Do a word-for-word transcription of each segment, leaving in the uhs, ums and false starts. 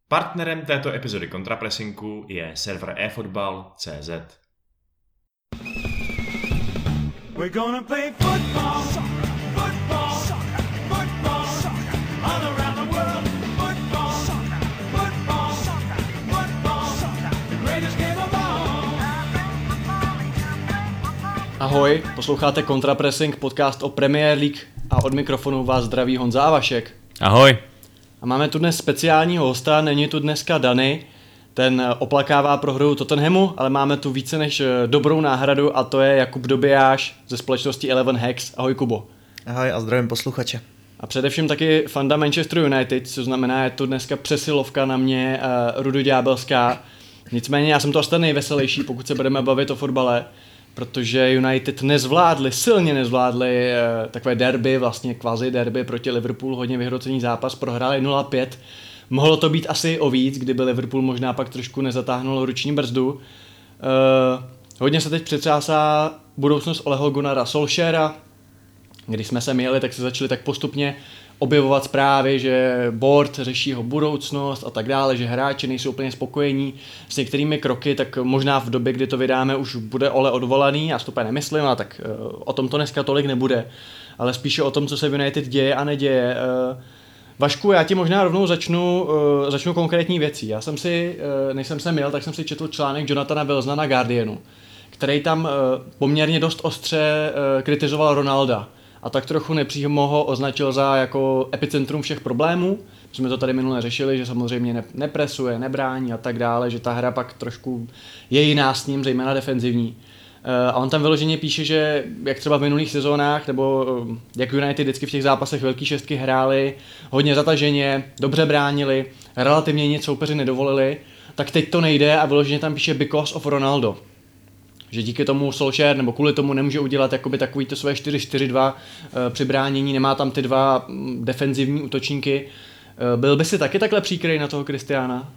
Partnerem této epizody Kontrapressingu je server eFootball tečka cé zet. We're gonna play football, football, football, all around the world. Football, football, football, the greatest game of all. Ahoj, posloucháte Kontrapressing, podcast o Premier League a od mikrofonu vás zdraví Honza a Vašek. Ahoj. A máme tu dnes speciálního hosta, není tu dneska Dany, ten oplakává prohru Tottenhamu, ale máme tu více než dobrou náhradu a to je Jakub Dobijáš ze společnosti Eleven Hacks. Ahoj Kubo. Ahoj a zdravím posluchače. A především taky fanda Manchester United, co znamená, je to dneska přesilovka na mě uh, rudoďábelská. Nicméně já jsem to asi ten nejveselější, pokud se budeme bavit o fotbale, protože United nezvládli, silně nezvládli uh, takové derby, vlastně kvazi derby proti Liverpoolu, hodně vyhrocený zápas, prohráli nula pět. Mohlo to být asi o víc, kdyby Liverpool možná pak trošku nezatáhnul ruční brzdu. Uh, hodně se teď přetřásá budoucnost Oleho Gunnara Solskjaera. Když jsme se měli, tak se začaly tak postupně objevovat zprávy, že board řeší jeho budoucnost a tak dále, že hráči nejsou úplně spokojení s některými kroky, tak možná v době, kdy to vydáme, už bude Ole odvolaný, já si to úplně nemyslím, ale tak uh, o tom to dneska tolik nebude, ale spíše o tom, co se v United děje a neděje. Uh, Vašku, já ti možná rovnou začnu, uh, začnu konkrétní věcí. Já jsem si, uh, než jsem se měl, tak jsem si četl článek Jonathana Wilsona na Guardianu, který tam uh, poměrně dost ostře uh, kritizoval Ronalda a tak trochu nepřímo ho označil za jako epicentrum všech problémů. Jsme to tady minule řešili, že samozřejmě ne, nepresuje, nebrání a tak dále, že ta hra pak trošku je jiná s ním, zejména defenzivní. A on tam vyloženě píše, že jak třeba v minulých sezónách, nebo jak United vždycky v těch zápasech velký šestky hráli, hodně zataženě, dobře bránili, relativně nic soupeři nedovolili, tak teď to nejde a vyloženě tam píše because of Ronaldo. Že díky tomu Solskjaer nebo kvůli tomu nemůže udělat jakoby takový to své čtyři čtyři dva při bránění, nemá tam ty dva defenzivní útočníky. Byl by si taky takhle příkrej na toho Kristiána?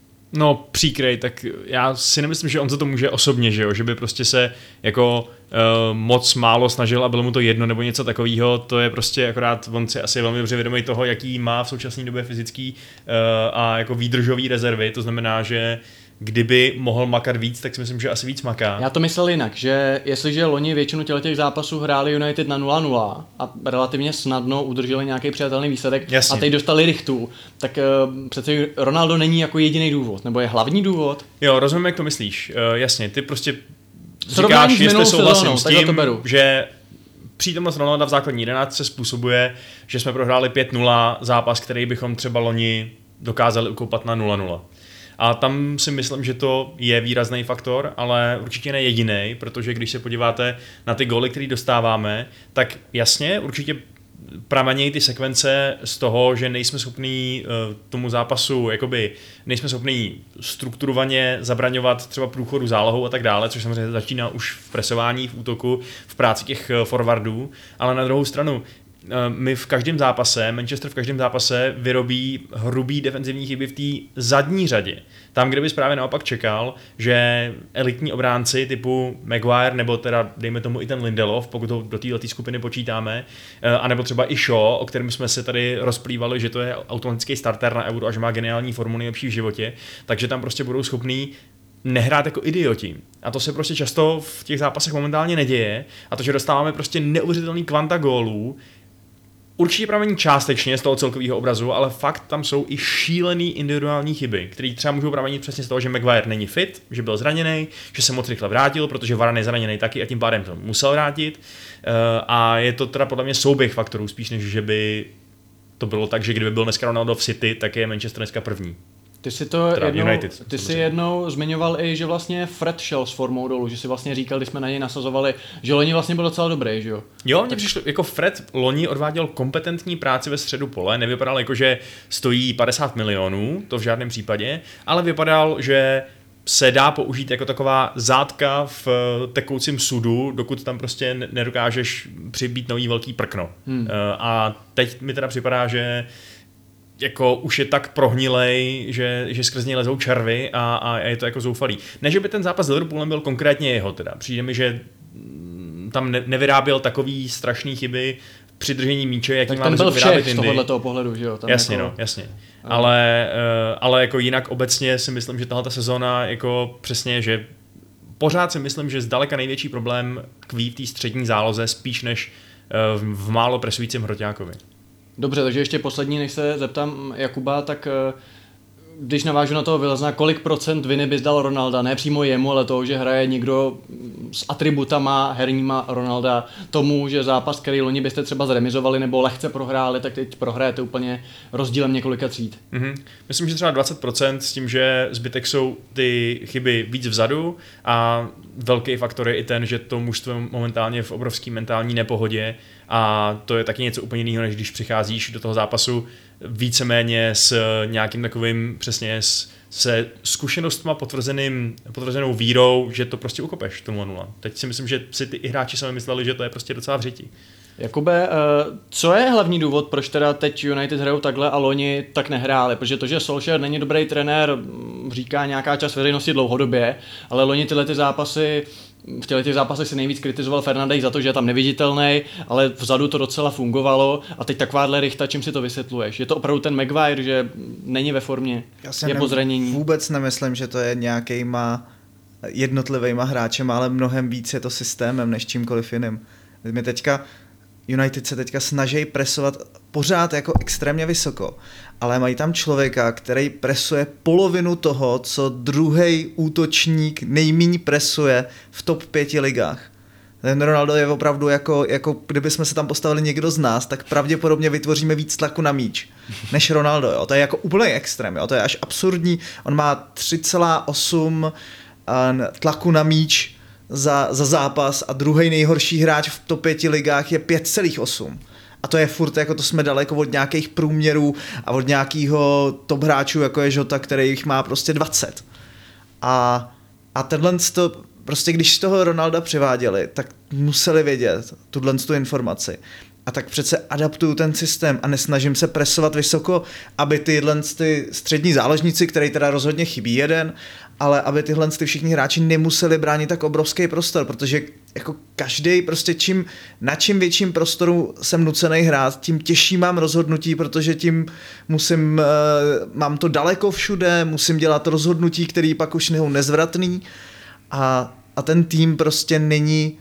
No příkrej, tak já si nemyslím, že on za to může osobně, že jo, že by prostě se jako uh, moc málo snažil a bylo mu to jedno nebo něco takového, to je prostě akorát, on si asi velmi dobře vědomý toho, jaký má v současné době fyzický uh, a jako výdržový rezervy, to znamená, že kdyby mohl makat víc, tak si myslím, že asi víc maká. Já to myslel jinak, že jestliže loni většinu těch zápasů hráli United na nula nula a relativně snadno udrželi nějaký přijatelný výsledek. Jasně. A teď dostali rychtu, tak uh, přece Ronaldo není jako jediný důvod, nebo je hlavní důvod? Jo, rozumím, jak to myslíš. Uh, jasně, ty prostě říkáš, jestli souhlasím s tím, že přítomnost Ronalda v základní jedenáctce způsobuje, že jsme prohráli pět nula zápas, který bychom třeba loni dokázali ukoupat na nula nula. A tam si myslím, že to je výrazný faktor, ale určitě ne jediný, protože když se podíváte na ty góly, které dostáváme, tak jasně, určitě pramenějí ty sekvence z toho, že nejsme schopní uh, tomu zápasu, jakoby nejsme schopní strukturovaně zabraňovat třeba průchodu zálohou a tak dále, což samozřejmě začíná už v presování, v útoku, v práci těch uh, forwardů, ale na druhou stranu my v každém zápase, Manchester v každém zápase vyrobí hrubý defenzivní chyby v té zadní řadě. Tam, kde bys právě naopak čekal, že elitní obránci typu Maguire, nebo teda dejme tomu i ten Lindelof, pokud ho do této skupiny počítáme, anebo třeba i Shaw, o kterém jsme se tady rozplývali, že to je automatický starter na Euro a že má geniální formu nejlepší v životě, takže tam prostě budou schopní nehrát jako idioti. A to se prostě často v těch zápasech momentálně neděje. A to, že dostáváme prostě neuvěřitelný kvanta gólů, určitě pramení částečně z toho celkového obrazu, ale fakt tam jsou i šílený individuální chyby, které třeba můžou pramenit přesně z toho, že Maguire není fit, že byl zraněný, že se moc rychle vrátil, protože Varane je zraněný taky a tím pádem to musel vrátit. A je to teda podle mě souběh faktorů, spíš než že by to bylo tak, že kdyby byl dneska Ronaldo v City, tak je Manchester dneska první. Ty si to jednou, United, ty si jednou zmiňoval i, že vlastně Fred šel s formou dolů, že si vlastně říkal, když jsme na něj nasazovali, že loni vlastně byl docela dobrý, že jo? Jo, mně přišlo, jako Fred loni odváděl kompetentní práci ve středu pole, nevypadal jako, že stojí padesát milionů, to v žádném případě, ale vypadal, že se dá použít jako taková zátka v tekoucím sudu, dokud tam prostě nedokážeš přibít nový velký prkno. Hmm. A teď mi teda připadá, že jako už je tak prohnilej, že, že skrz něj lezou červy a, a je to jako zoufalý. Ne, že by ten zápas s Liverpoolem byl konkrétně jeho teda. Přijde mi, že tam ne, nevyráběl takový strašný chyby přidržení míče, jaký tak máme ten byl vyrábět všech z tohoto pohledu, že jo? Tam jasně, jako... no, jasně. Ale, ale jako jinak obecně si myslím, že tahle sezóna jako přesně, že pořád si myslím, že zdaleka největší problém tkví v té střední záloze spíš než v málo presujícím Hroťákovi. Dobře, takže ještě poslední, než se zeptám Jakuba, tak když navážu na toho Vylezna, kolik procent viny bys dal Ronalda, ne přímo jemu, ale toho, že hraje někdo s atributama herníma Ronalda, tomu, že zápas, který loni byste třeba zremizovali nebo lehce prohráli, tak teď prohrajete úplně rozdílem několika tříd. Mm-hmm. Myslím, že třeba dvacet procent s tím, že zbytek jsou ty chyby víc vzadu a velký faktor je i ten, že to mužstvo momentálně v obrovský mentální nepohodě a to je taky něco úplně jiného, než když přicházíš do toho zápasu víceméně s nějakým takovým přesně s, se zkušenostma potvrzeným, potvrzenou vírou, že to prostě ukopeš tomu nula. Teď si myslím, že si ty i hráči sami mysleli, že to je prostě docela v řiti. Jakube, co je hlavní důvod, proč teda teď United hrajou takhle a loni tak nehráli? Protože to, že Solskjaer není dobrý trenér, říká nějaká část veřejnosti dlouhodobě, ale loni tyhle ty zápasy, v těchto těch zápasech se nejvíc kritizoval Fernandes za to, že je tam neviditelný, ale vzadu to docela fungovalo a teď takováhle rychta, čím si to vysvětluješ? Je to opravdu ten Maguire, že není ve formě, je po zranění? Vůbec nemyslím, že to je nějakýma jednotlivýma hráčema, ale mnohem víc je to systémem než čímkoliv jiným. My teďka United se teďka snaží presovat pořád jako extrémně vysoko, ale mají tam člověka, který presuje polovinu toho, co druhý útočník nejméně presuje v top pěti ligách. Ten Ronaldo je opravdu jako, jako kdybychom se tam postavili někdo z nás, tak pravděpodobně vytvoříme víc tlaku na míč než Ronaldo. Jo. To je jako úplný extrém, jo. To je až absurdní. On má tři celá osm tlaku na míč Za, za zápas a druhý nejhorší hráč v top pěti ligách je pět celá osm. A to je furt, jako to jsme daleko od nějakých průměrů a od nějakého top hráčů, jako je Jota, který jich má prostě dvacet. A, a tenhle to, prostě když z toho Ronalda přiváděli, tak museli vědět tuhle tu informaci. A tak přece adaptuju ten systém a nesnažím se presovat vysoko, aby tyhle ty střední záložníci, který teda rozhodně chybí jeden, ale aby tyhle ty všichni hráči nemuseli bránit tak obrovský prostor, protože jako každý prostě čím, na čím větším prostoru jsem nucený hrát, tím těžší mám rozhodnutí, protože tím musím, uh, mám to daleko všude, musím dělat rozhodnutí, který pak už nejsou nezvratný a, a ten tým prostě není...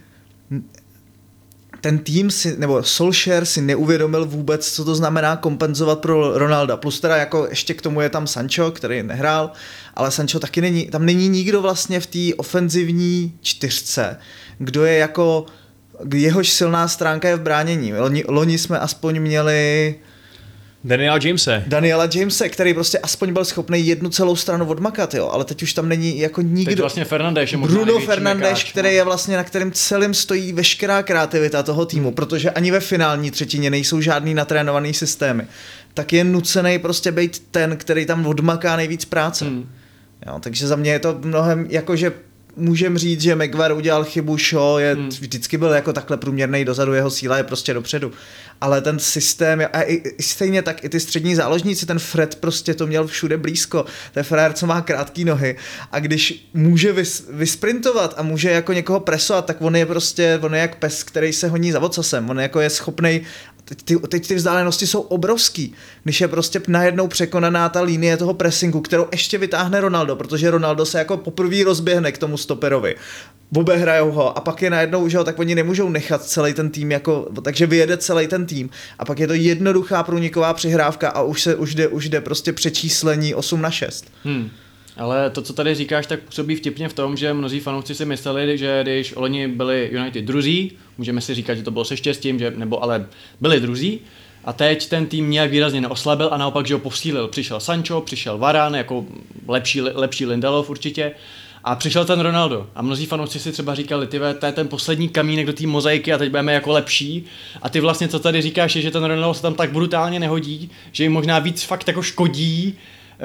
ten tým si, nebo Solskjaer si neuvědomil vůbec, co to znamená kompenzovat pro Ronalda. Plus teda jako ještě k tomu je tam Sancho, který nehrál, ale Sancho taky není, tam není nikdo vlastně v té ofenzivní čtyřce, kdo je jako, jehož silná stránka je v bránění. Loni, loni jsme aspoň měli... Daniela Jamese. Daniela Jamese, který prostě aspoň byl schopný jednu celou stranu odmakat, jo, ale teď už tam není jako nikdo. Teď vlastně Fernandes je možná Bruno Fernandes, mekáč, který no. je vlastně, na kterém celým stojí veškerá kreativita toho týmu, protože ani ve finální třetině nejsou žádný natrénovaný systémy. Tak je nucený prostě být ten, který tam odmaká nejvíc práce. Hmm. Jo, takže za mě je to mnohem, jakože můžem říct, že Maguire udělal chybu, Shaw je, hmm. vždycky byl jako takhle průměrný dozadu, jeho síla je prostě dopředu. Ale ten systém, a i, i stejně tak i ty střední záložníci, ten Fred prostě to měl všude blízko. To je frajer, co má krátký nohy a když může vys, vysprintovat a může jako někoho presovat, tak on je prostě, on je jak pes, který se honí za vocasem. On jako je schopnej. Teď ty, teď ty vzdálenosti jsou obrovský, když je prostě najednou překonaná ta linie toho pressingu, kterou ještě vytáhne Ronaldo, protože Ronaldo se jako poprvé rozběhne k tomu stoperovi. Obehrajou ho a pak je najednou, že ho, tak oni nemůžou nechat celý ten tým, jako, takže vyjede celý ten tým a pak je to jednoduchá průniková přihrávka a už se už jde, už jde prostě přečíslení osm na šest. Hmm. Ale to, co tady říkáš, tak působí vtipně v tom, že mnozí fanoušci si mysleli, že když loni byli United druzí, můžeme si říkat, že to bylo se štěstím, že, nebo ale byli druzí, a teď ten tým nějak výrazně neoslabil a naopak, že ho posílil. Přišel Sancho, přišel Varane, jako lepší, lepší Lindelof určitě, a přišel ten Ronaldo. A mnozí fanoušci si třeba říkali, ty to je ten poslední kamínek do té mozaiky a teď budeme jako lepší. A ty vlastně, co tady říkáš, je, že ten Ronaldo se tam tak brutálně nehodí, že jim možná víc fakt jako škodí,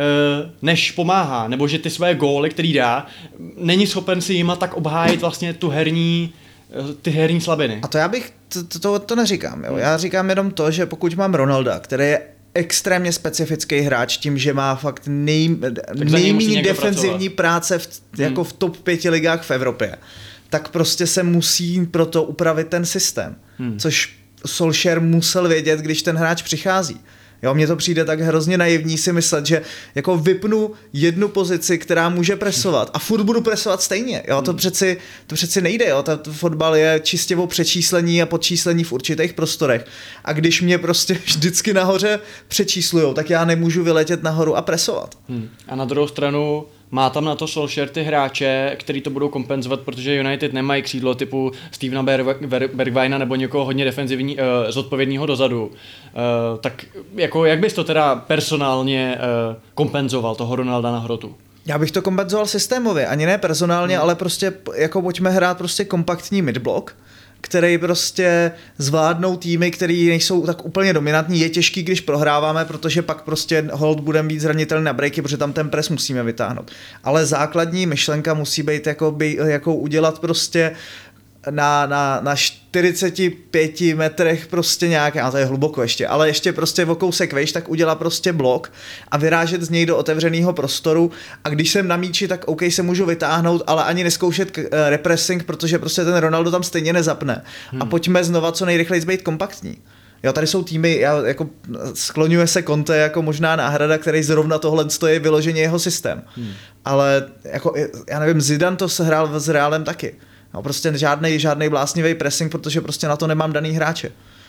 než pomáhá, nebo že ty své góly, který dá, není schopen si jima tak obhájit vlastně tu herní, ty herní slabiny. A to já bych, to, to, to neříkám, jo. Já říkám jenom to, že pokud mám Ronalda, který je extrémně specifický hráč tím, že má fakt nej, nejméně defenzivní pracovat. práce v, jako hmm. v top pěti ligách v Evropě, tak prostě se musí proto upravit ten systém, hmm. což Solskjaer musel vědět, když ten hráč přichází. Jo, mně to přijde tak hrozně naivní si myslet, že jako vypnu jednu pozici, která může presovat a furt budu presovat stejně. Jo, to přeci, to přeci nejde. Jo. Ta, fotbal je čistě o přečíslení a podčíslení v určitých prostorech. A když mě prostě vždycky nahoře přečíslujou, tak já nemůžu vyletět nahoru a presovat. Hmm. A na druhou stranu má tam na to Solskjaer ty hráče, který to budou kompenzovat, protože United nemají křídlo typu Stevena Ber- Ber- Bergwijna nebo někoho hodně defenzivní, uh, zodpovědného dozadu. Uh, tak jako jak bys to teda personálně uh, kompenzoval, toho Ronalda na hrotu? Já bych to kompenzoval systémově, ani ne personálně, hmm. ale prostě jako pojďme hrát prostě kompaktní midblock, který prostě zvládnou týmy, který nejsou tak úplně dominantní. Je těžký, když prohráváme, protože pak prostě hold budeme být zranitelný na breaky, protože tam ten pres musíme vytáhnout. Ale základní myšlenka musí být jako, by, jako udělat prostě na, na, na čtyřiceti pěti metrech prostě nějaké, a to je hluboko ještě, ale ještě prostě o kousek vejš, tak udělá prostě blok a vyrážet z něj do otevřeného prostoru a když jsem na míči, tak OK, se můžu vytáhnout, ale ani neskoušet repressing, protože prostě ten Ronaldo tam stejně nezapne. Hmm. A pojďme znova co nejrychleji být kompaktní. Jo, tady jsou týmy, já jako skloňuje se Conte jako možná náhrada, který zrovna tohle je vyloženě jeho systém. Hmm. Ale jako, já nevím, Zidane to sehrál s Realem taky. No, prostě žádnej, žádnej blásnivý pressing, protože prostě na to nemám daný hráče.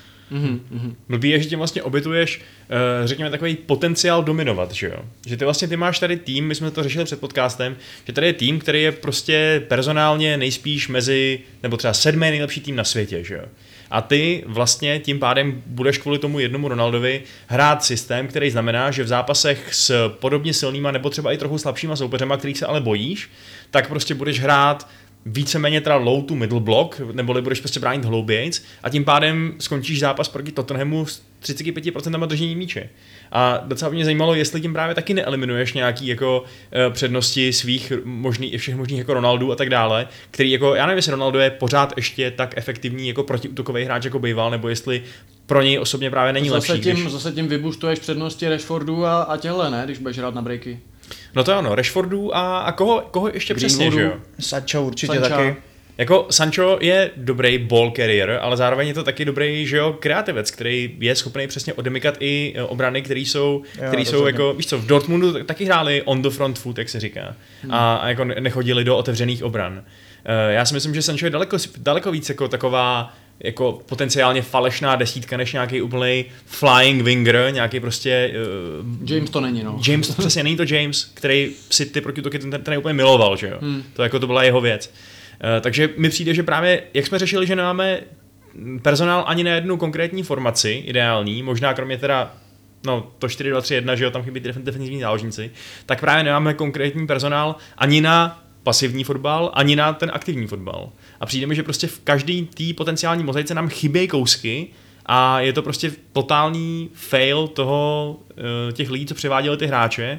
Mm-hmm. Blbý je, že tím vlastně obětuješ, uh, řekněme, takový potenciál dominovat, že jo? Že ty vlastně ty máš tady tým, my jsme to řešili před podcastem, že tady je tým, který je prostě personálně nejspíš mezi, nebo třeba sedmý nejlepší tým na světě, že jo? A ty vlastně tím pádem budeš kvůli tomu jednomu Ronaldovi hrát systém, který znamená, že v zápasech s podobně silnýma nebo třeba i trochu slabšíma soupeřema, kterých se ale bojíš, tak prostě budeš hrát víceméně teda low to middle block, neboli budeš prostě bránit hloubějc a tím pádem skončíš zápas proti Tottenhamu s třicet pět procent držení míče. A docela mě zajímalo, jestli tím právě taky neeliminuješ nějaký jako uh, přednosti svých možných, všech možných jako Ronaldů a tak dále, který jako, já nevím, jestli Ronaldo je pořád ještě tak efektivní jako protiútokový hráč jako býval, nebo jestli pro něj osobně právě není zase lepší. Tím, když... Zase tím vyboostuješ přednosti Rashfordu a, a těhle, ne, když budeš hrát na breaky. No to ano, Rashfordu a, a koho, koho ještě přesně, že jo? Sancho určitě Sancho. taky. Jako Sancho je dobrý ball carrier, ale zároveň je to taky dobrý, že jo, kreativec, který je schopný přesně odemykat i obrany, které jsou, jo, který jsou jako, víš co, v Dortmundu taky hráli on the front foot, jak se říká, hmm. a, a jako nechodili do otevřených obran. Uh, já si myslím, že Sancho je daleko, daleko víc jako taková jako potenciálně falešná desítka, než nějaký úplný flying winger, nějaký prostě... Uh, James to není, no. James, přesně, není to James, který si ty protiútoky ten, ten, ten úplně miloval, že jo. Hmm. To jako to byla jeho věc. Uh, takže mi přijde, že právě, jak jsme řešili, že nemáme personál ani na jednu konkrétní formaci, ideální, možná kromě teda no to čtyři dva tři jedna, že jo, tam chybí defenzivní záložníci, tak právě nemáme konkrétní personál ani na pasivní fotbal, ani na ten aktivní fotbal. A přijde mi, že prostě v každý té potenciální mozaice nám chybějí kousky a je to prostě totální fail toho, těch lidí, co převáděli ty hráče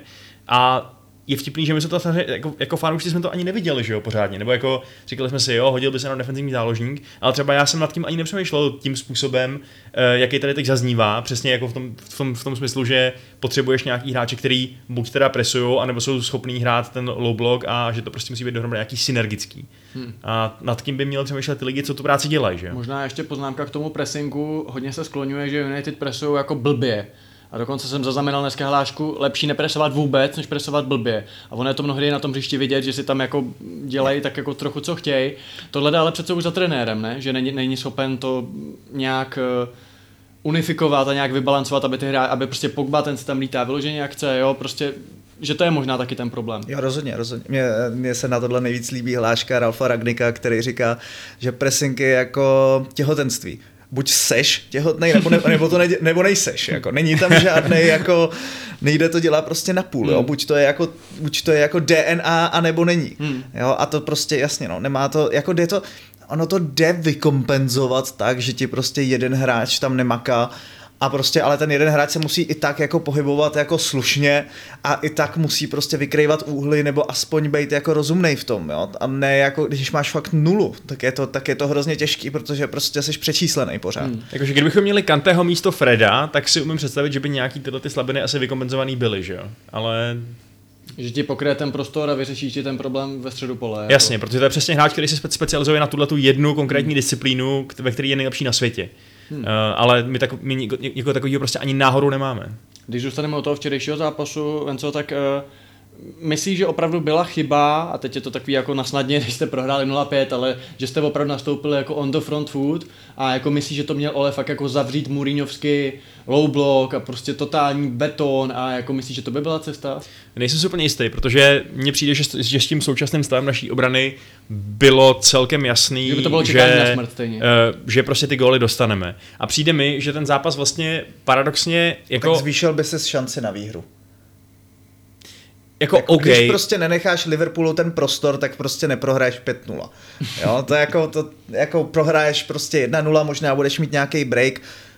a je vtipný, že my jsme to jako, jako fanoušci jsme to ani neviděli, že jo, pořádně, nebo jako říkali jsme si, jo, hodil by se nám defenzivní záložník, ale třeba já jsem nad tím ani nepřemýšlel tím způsobem, jaký tady teď zaznívá, přesně jako v tom, v tom, v tom smyslu, že potřebuješ nějaký hráče, který buď teda presujou, anebo jsou schopní hrát ten low block a že to prostě musí být dohromady nějaký synergický. Hmm. A nad tím by měli přemýšlet ty lidi, co tu práci dělají, že? Možná ještě poznámka k tomu pressingu, hodně se skloňuje, že United presují jako blbě. A dokonce jsem zaznamenal dneska hlášku, lepší nepresovat vůbec, než presovat blbě. A ono je to mnohdy na tom hřišti vidět, že si tam jako dělají tak jako trochu co chtějí. Tohle jde ale přece už za trenérem, ne? Že není, není schopen to nějak unifikovat a nějak vybalancovat, aby ty hra, aby prostě Pogba ten se tam lítá vyloženě jak chce, jo, prostě že to je možná taky ten problém. Jo, rozhodně, rozhodně. Mně, mně se na tohle nejvíc líbí hláška Ralfa Ragnika, který říká, že pressing je jako těhotenství. Buď seš těhotnej, nebo, ne, nebo, to ne, nebo nejseš. Jako. Není tam žádnej, jako, nejde to dělat prostě na půl. Jo. Buď to je jako, buď to je jako D N A, anebo není. Hmm. Jo. A to prostě jasně, no, nemá to, jako jde to, ono to jde vykompenzovat tak, že ti prostě jeden hráč tam nemaká, a prostě, ale ten jeden hráč se musí i tak jako pohybovat jako slušně a i tak musí prostě vykrývat úhly nebo aspoň být jako rozumnej v tom, jo? A ne jako, když máš fakt nulu, tak je to, tak je to hrozně těžký, protože prostě jsi přečíslený pořád. Hmm. Jakože kdybychom měli Kanteho místo Freda, tak si umím představit, že by nějaký tyhle ty slabiny asi vykompenzovaný byly, že jo? Ale Že ti pokryje ten prostor a vyřešíš ti ten problém ve středu pole. Jasně, jako. protože to je přesně hráč, který se specializuje na tuhle tu jednu konkrétní hmm. disciplínu, ve které je nejlepší na světě. Hmm. Uh, ale my, tak, my něko, někoho takového prostě ani náhodou nemáme. Když zůstaneme od toho včerejšího zápasu, Venco, tak uh, myslíš, že opravdu byla chyba, a teď je to takový jako nasnadně, když jste prohráli nula pět, ale že jste opravdu nastoupili jako on the front foot a jako myslíš, že to měl Ole fakt jako zavřít Mourinhovský low block a prostě totální beton a jako myslíš, že to by byla cesta? Nejsem si úplně jistý, protože mně přijde, že, že s tím současným stavem naší obrany bylo celkem jasný, že, by to bylo že, na smrt stejně. Uh, že prostě ty góly dostaneme. A přijde mi, že ten zápas vlastně paradoxně jako... Tak zvýšil by se šance na výhru. Jako, jako okay. Když prostě nenecháš Liverpoolu ten prostor, tak prostě neprohraješ pět nula. Jo, to jako, to jako prohraješ prostě jedna nula, možná budeš mít nějaký break,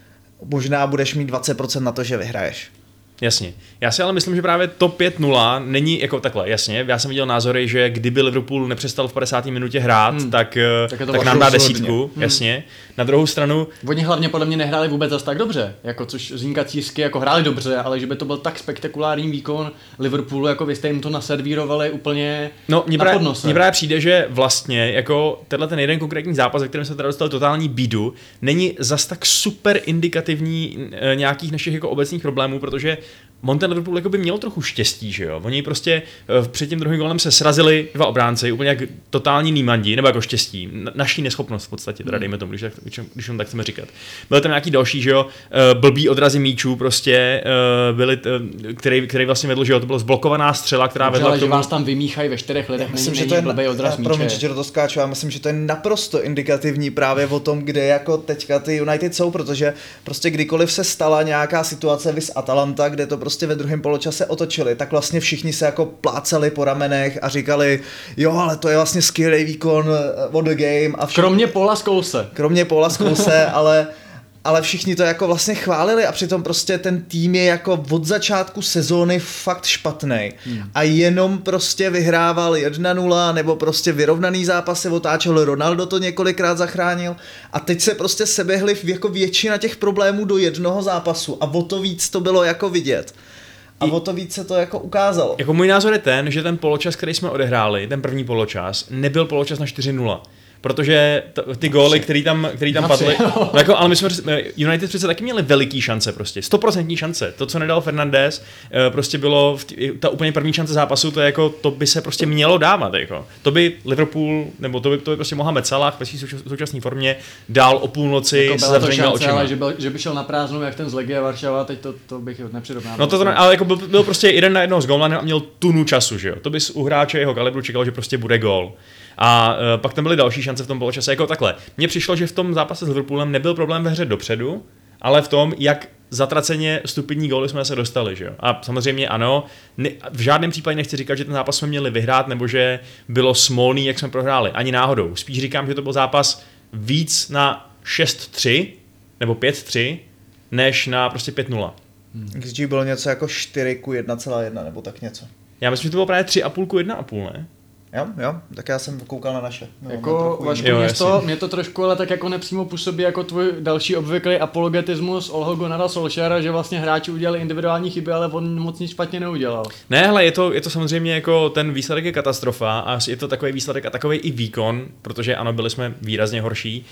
možná budeš mít dvacet procent na to, že vyhraješ. Jasně. Já si ale myslím, že právě to pět nula není jako takhle, jasně. Já jsem viděl názory, že kdyby Liverpool nepřestal v padesáté minutě hrát, hmm. tak, tak, tak nám dá desítku, hmm. jasně. Na druhou stranu... Oni hlavně podle mě nehráli vůbec zas tak dobře, jako což Zínka Císky jako hráli dobře, ale že by to byl tak spektakulární výkon Liverpoolu, jako vy jste jim to naservírovali úplně no, mně na právě, podnose. Mně právě přijde, že vlastně jako tenhle ten jeden konkrétní zápas, ve kterém se teda dostal totální bídu, není zas tak super indikativní e, nějakých našich jako obecných problémů, protože Monten Liverpool jako by měl trochu štěstí, že jo. Oni prostě uh, před tím druhým gólem se srazili dva obránci, úplně jak totální nímandi, nebo jako štěstí, na, naší neschopnost v podstatě, teda dejme tomu, když, tak, když on tak chceme říkat. Byly tam nějaký další, že jo, uh, blbý odrazy míčů prostě, uh, byly, uh, který, který vlastně vedl, že jo, to byla zblokovaná střela, která vedla ale k tomu... že vás tam vymíchají ve čtyřech lidech, myslím, není, že to je blbej odraz míče. Promiň, že to skáču, já myslím, že to je naprosto indikativní právě o tom, kde jako teďka ty United jsou, protože prostě kdykoliv se stala nějaká situace vis Atalanta, kde to prostě ve druhém poločase se otočili, tak vlastně všichni se jako plácali po ramenech a říkali, jo, ale to je vlastně skvělý výkon of the game. A všichni, kromě Paula Schoulese. Kromě Paula Schoulese, ale, ale všichni to jako vlastně chválili a přitom prostě ten tým je jako od začátku sezóny fakt špatnej. Hmm. A jenom prostě vyhrával jedna nula nebo prostě vyrovnaný zápasy otáčel, Ronaldo to několikrát zachránil a teď se prostě seběhli jako většina těch problémů do jednoho zápasu a o to víc to bylo jako vidět. A o to víc se to jako ukázalo. Jako můj názor je ten, že ten poločas, který jsme odehráli, ten první poločas, nebyl poločas na čtyři nula. Protože t- ty góly, který tam, který tam padly, no jako, ale my jsme, United přece taky měli veliký šance prostě, stoprocentní šance. To, co nedal Fernandes, prostě bylo, v t- ta úplně první šance zápasu, to je jako, to by se prostě mělo dávat, jako. To by Liverpool, nebo to by, to by prostě Mohamed Salah ve své současné formě dál o půlnoci jako s zavřenýma očima. Že, byl, že by šel na prázdnou, jak ten z Legie Varšava, teď to, to bych nepřirovnával. No to, to ale jako byl, byl prostě jeden na jednoho z gólmanem a měl tunu času, že jo. To bys u hráče jeho kalibru čekal, že prostě bude gól. A uh, pak tam byly další šance v tom poločase, jako takhle. Mně přišlo, že v tom zápase s Liverpoolem nebyl problém ve hře dopředu, ale v tom, jak zatraceně stupidní góly jsme se dostali, že jo. A samozřejmě ano, ne, v žádném případě nechci říkat, že ten zápas jsme měli vyhrát, nebo že bylo smolný, jak jsme prohráli. Ani náhodou. Spíš říkám, že to byl zápas víc na šest tři, nebo pět tři, než na prostě pět nula. Hmm. X G bylo něco jako čtyři ku jedna celá jedna, nebo tak něco. Já myslím, že to bylo právě tři a půl ku jedna a půl, ne? Jo, jo, tak já jsem koukal na naše. No, jako Vašku, mě, to, mě to trošku ale tak jako nepřímo působí jako tvůj další obvyklý apologetismus Ole Gunnara Solskjaera, že vlastně hráči udělali individuální chyby, ale on moc nic špatně neudělal. Ne, hele, je to, je to samozřejmě jako ten výsledek je katastrofa a je to takový výsledek a takový i výkon, protože ano, byli jsme výrazně horší,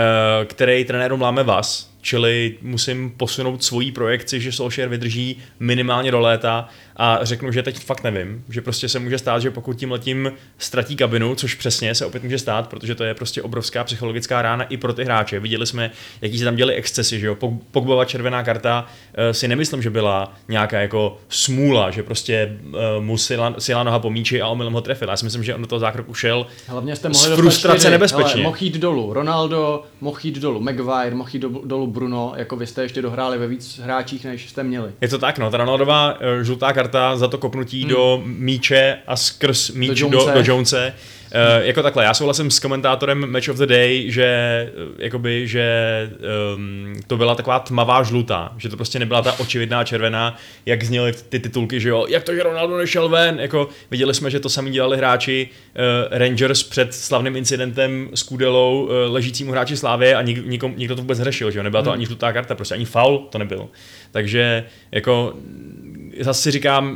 který trenérům láme vás. Čili musím posunout svoji projekci, že Solskjaer vydrží minimálně do léta a řeknu, že teď fakt nevím, že prostě se může stát, že pokud tím letím ztratí kabinu, což přesně se opět může stát, protože to je prostě obrovská psychologická rána i pro ty hráče. Viděli jsme, jaký se tam děli excesy, že jo, Pogbova červená karta si nemyslím, že byla nějaká jako smůla, že prostě mu sila noha po míči a omylem ho trefil. Já si myslím, že on do toho zákroku šel hlavně jste z frustrace nebezpečně. Mohl jít dolů Ronaldo, mohl jít dolů Maguire, mohl jít dolů Bruno, jako vy jste ještě dohráli ve víc hráčích, než jste měli. Je to tak, no, ta Ronaldová uh, žlutá karta za to kopnutí hmm. do míče a skrz míč do, do, do Jonese. Uh, jako takhle, já souhlasím s komentátorem Match of the Day, že, uh, jakoby, že um, to byla taková tmavá žlutá, že to prostě nebyla ta očividná červená, jak zněly ty titulky, že jo, jak to, že Ronaldo nešel ven, jako viděli jsme, že to sami dělali hráči uh, Rangers před slavným incidentem s Kudelou, uh, ležícímu hráči Slávie a nik, nikom, nikdo to vůbec neřešil, že jo, nebyla to hmm. ani žlutá karta, prostě ani faul to nebyl. Takže jako zase si říkám,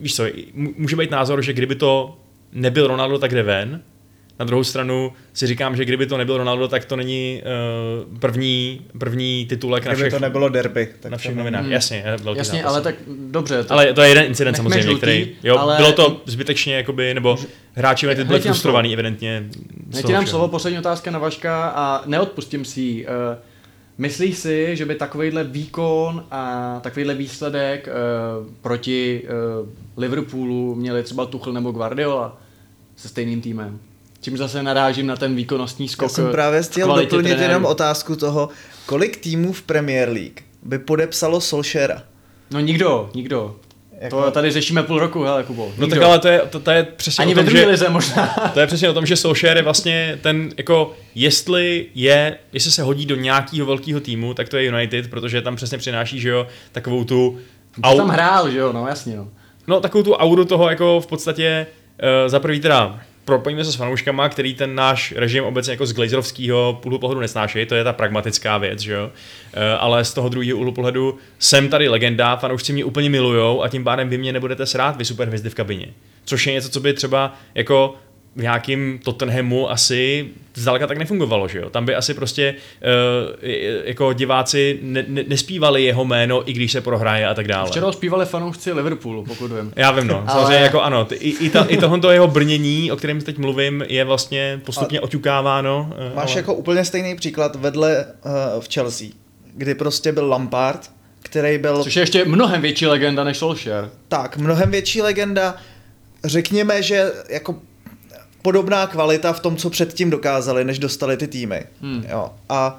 víš co, může být názor, že kdyby to nebyl Ronaldo, tak jde ven. Na druhou stranu si říkám, že kdyby to nebyl Ronaldo, tak to není uh, první, první titulek kdyby na všech, to nebylo derby. Tak na všech to novinách. Hmm. Jasně, velký Jasně, zápas. ale tak dobře. To, ale to je jeden incident samozřejmě, žlutý, který, jo, ale... bylo to zbytečně, jakoby, nebo hráči byli byli frustrovaný, evidentně. Já ti dám slovo, poslední otázka na Vaška a neodpustím si ji. Uh, myslíš si, že by takovejhle výkon a takovýhle výsledek uh, proti uh, Liverpoolu měli třeba Tuchel nebo Guardiola se stejným týmem? Čím zase narážím na ten výkonnostní skok. Já jsem právě chtěl doplnit trenérů. Jenom otázku toho, kolik týmů v Premier League by podepsalo Solskjaera? No nikdo, nikdo. Jako... To tady řešíme půl roku, hele Kubo. No tak ale to je, to, to je přesně Ani o tom, ve druhé že, lize možná. To je přesně o tom, že Solskjaer je vlastně ten, jako, jestli je, jestli se hodí do nějakého velkého týmu, tak to je United, protože tam přesně přináší, že jo, takovou tu... Au... tam hrál, že jo, no jasně, no. No takovou tu auru toho, jako v podstatě, uh, za prvý teda, propojíme se s fanouškama, který ten náš režim obecně jako z glazerovského úhlu pohledu nesnáší, to je ta pragmatická věc, že jo. E, ale z toho druhého úhlu pohledu jsem tady legenda, fanoušci mě úplně milujou a tím pádem vy mě nebudete srát, vy super hvězdy v kabině. Což je něco, co by třeba jako v nějakým Tottenhamu asi zdaleka tak nefungovalo, že jo. Tam by asi prostě uh, jako diváci ne, ne, nespívali jeho jméno, i když se prohraje a tak dále. Včera zpívali fanoušci Liverpoolu, pokud vím. Já vím, no. Ale... Samozřejmě jako ano, ty, i, i, ta, i tohoto jeho brnění, o kterém teď mluvím, je vlastně postupně a... oťukáváno. Máš ale... jako úplně stejný příklad vedle uh, v Chelsea, kdy prostě byl Lampard, který byl... Což je ještě mnohem větší legenda než Solskjaer. Tak, mnohem větší legenda. Řekněme, že jako podobná kvalita v tom, co předtím dokázali, než dostali ty týmy. Hmm. Jo. A,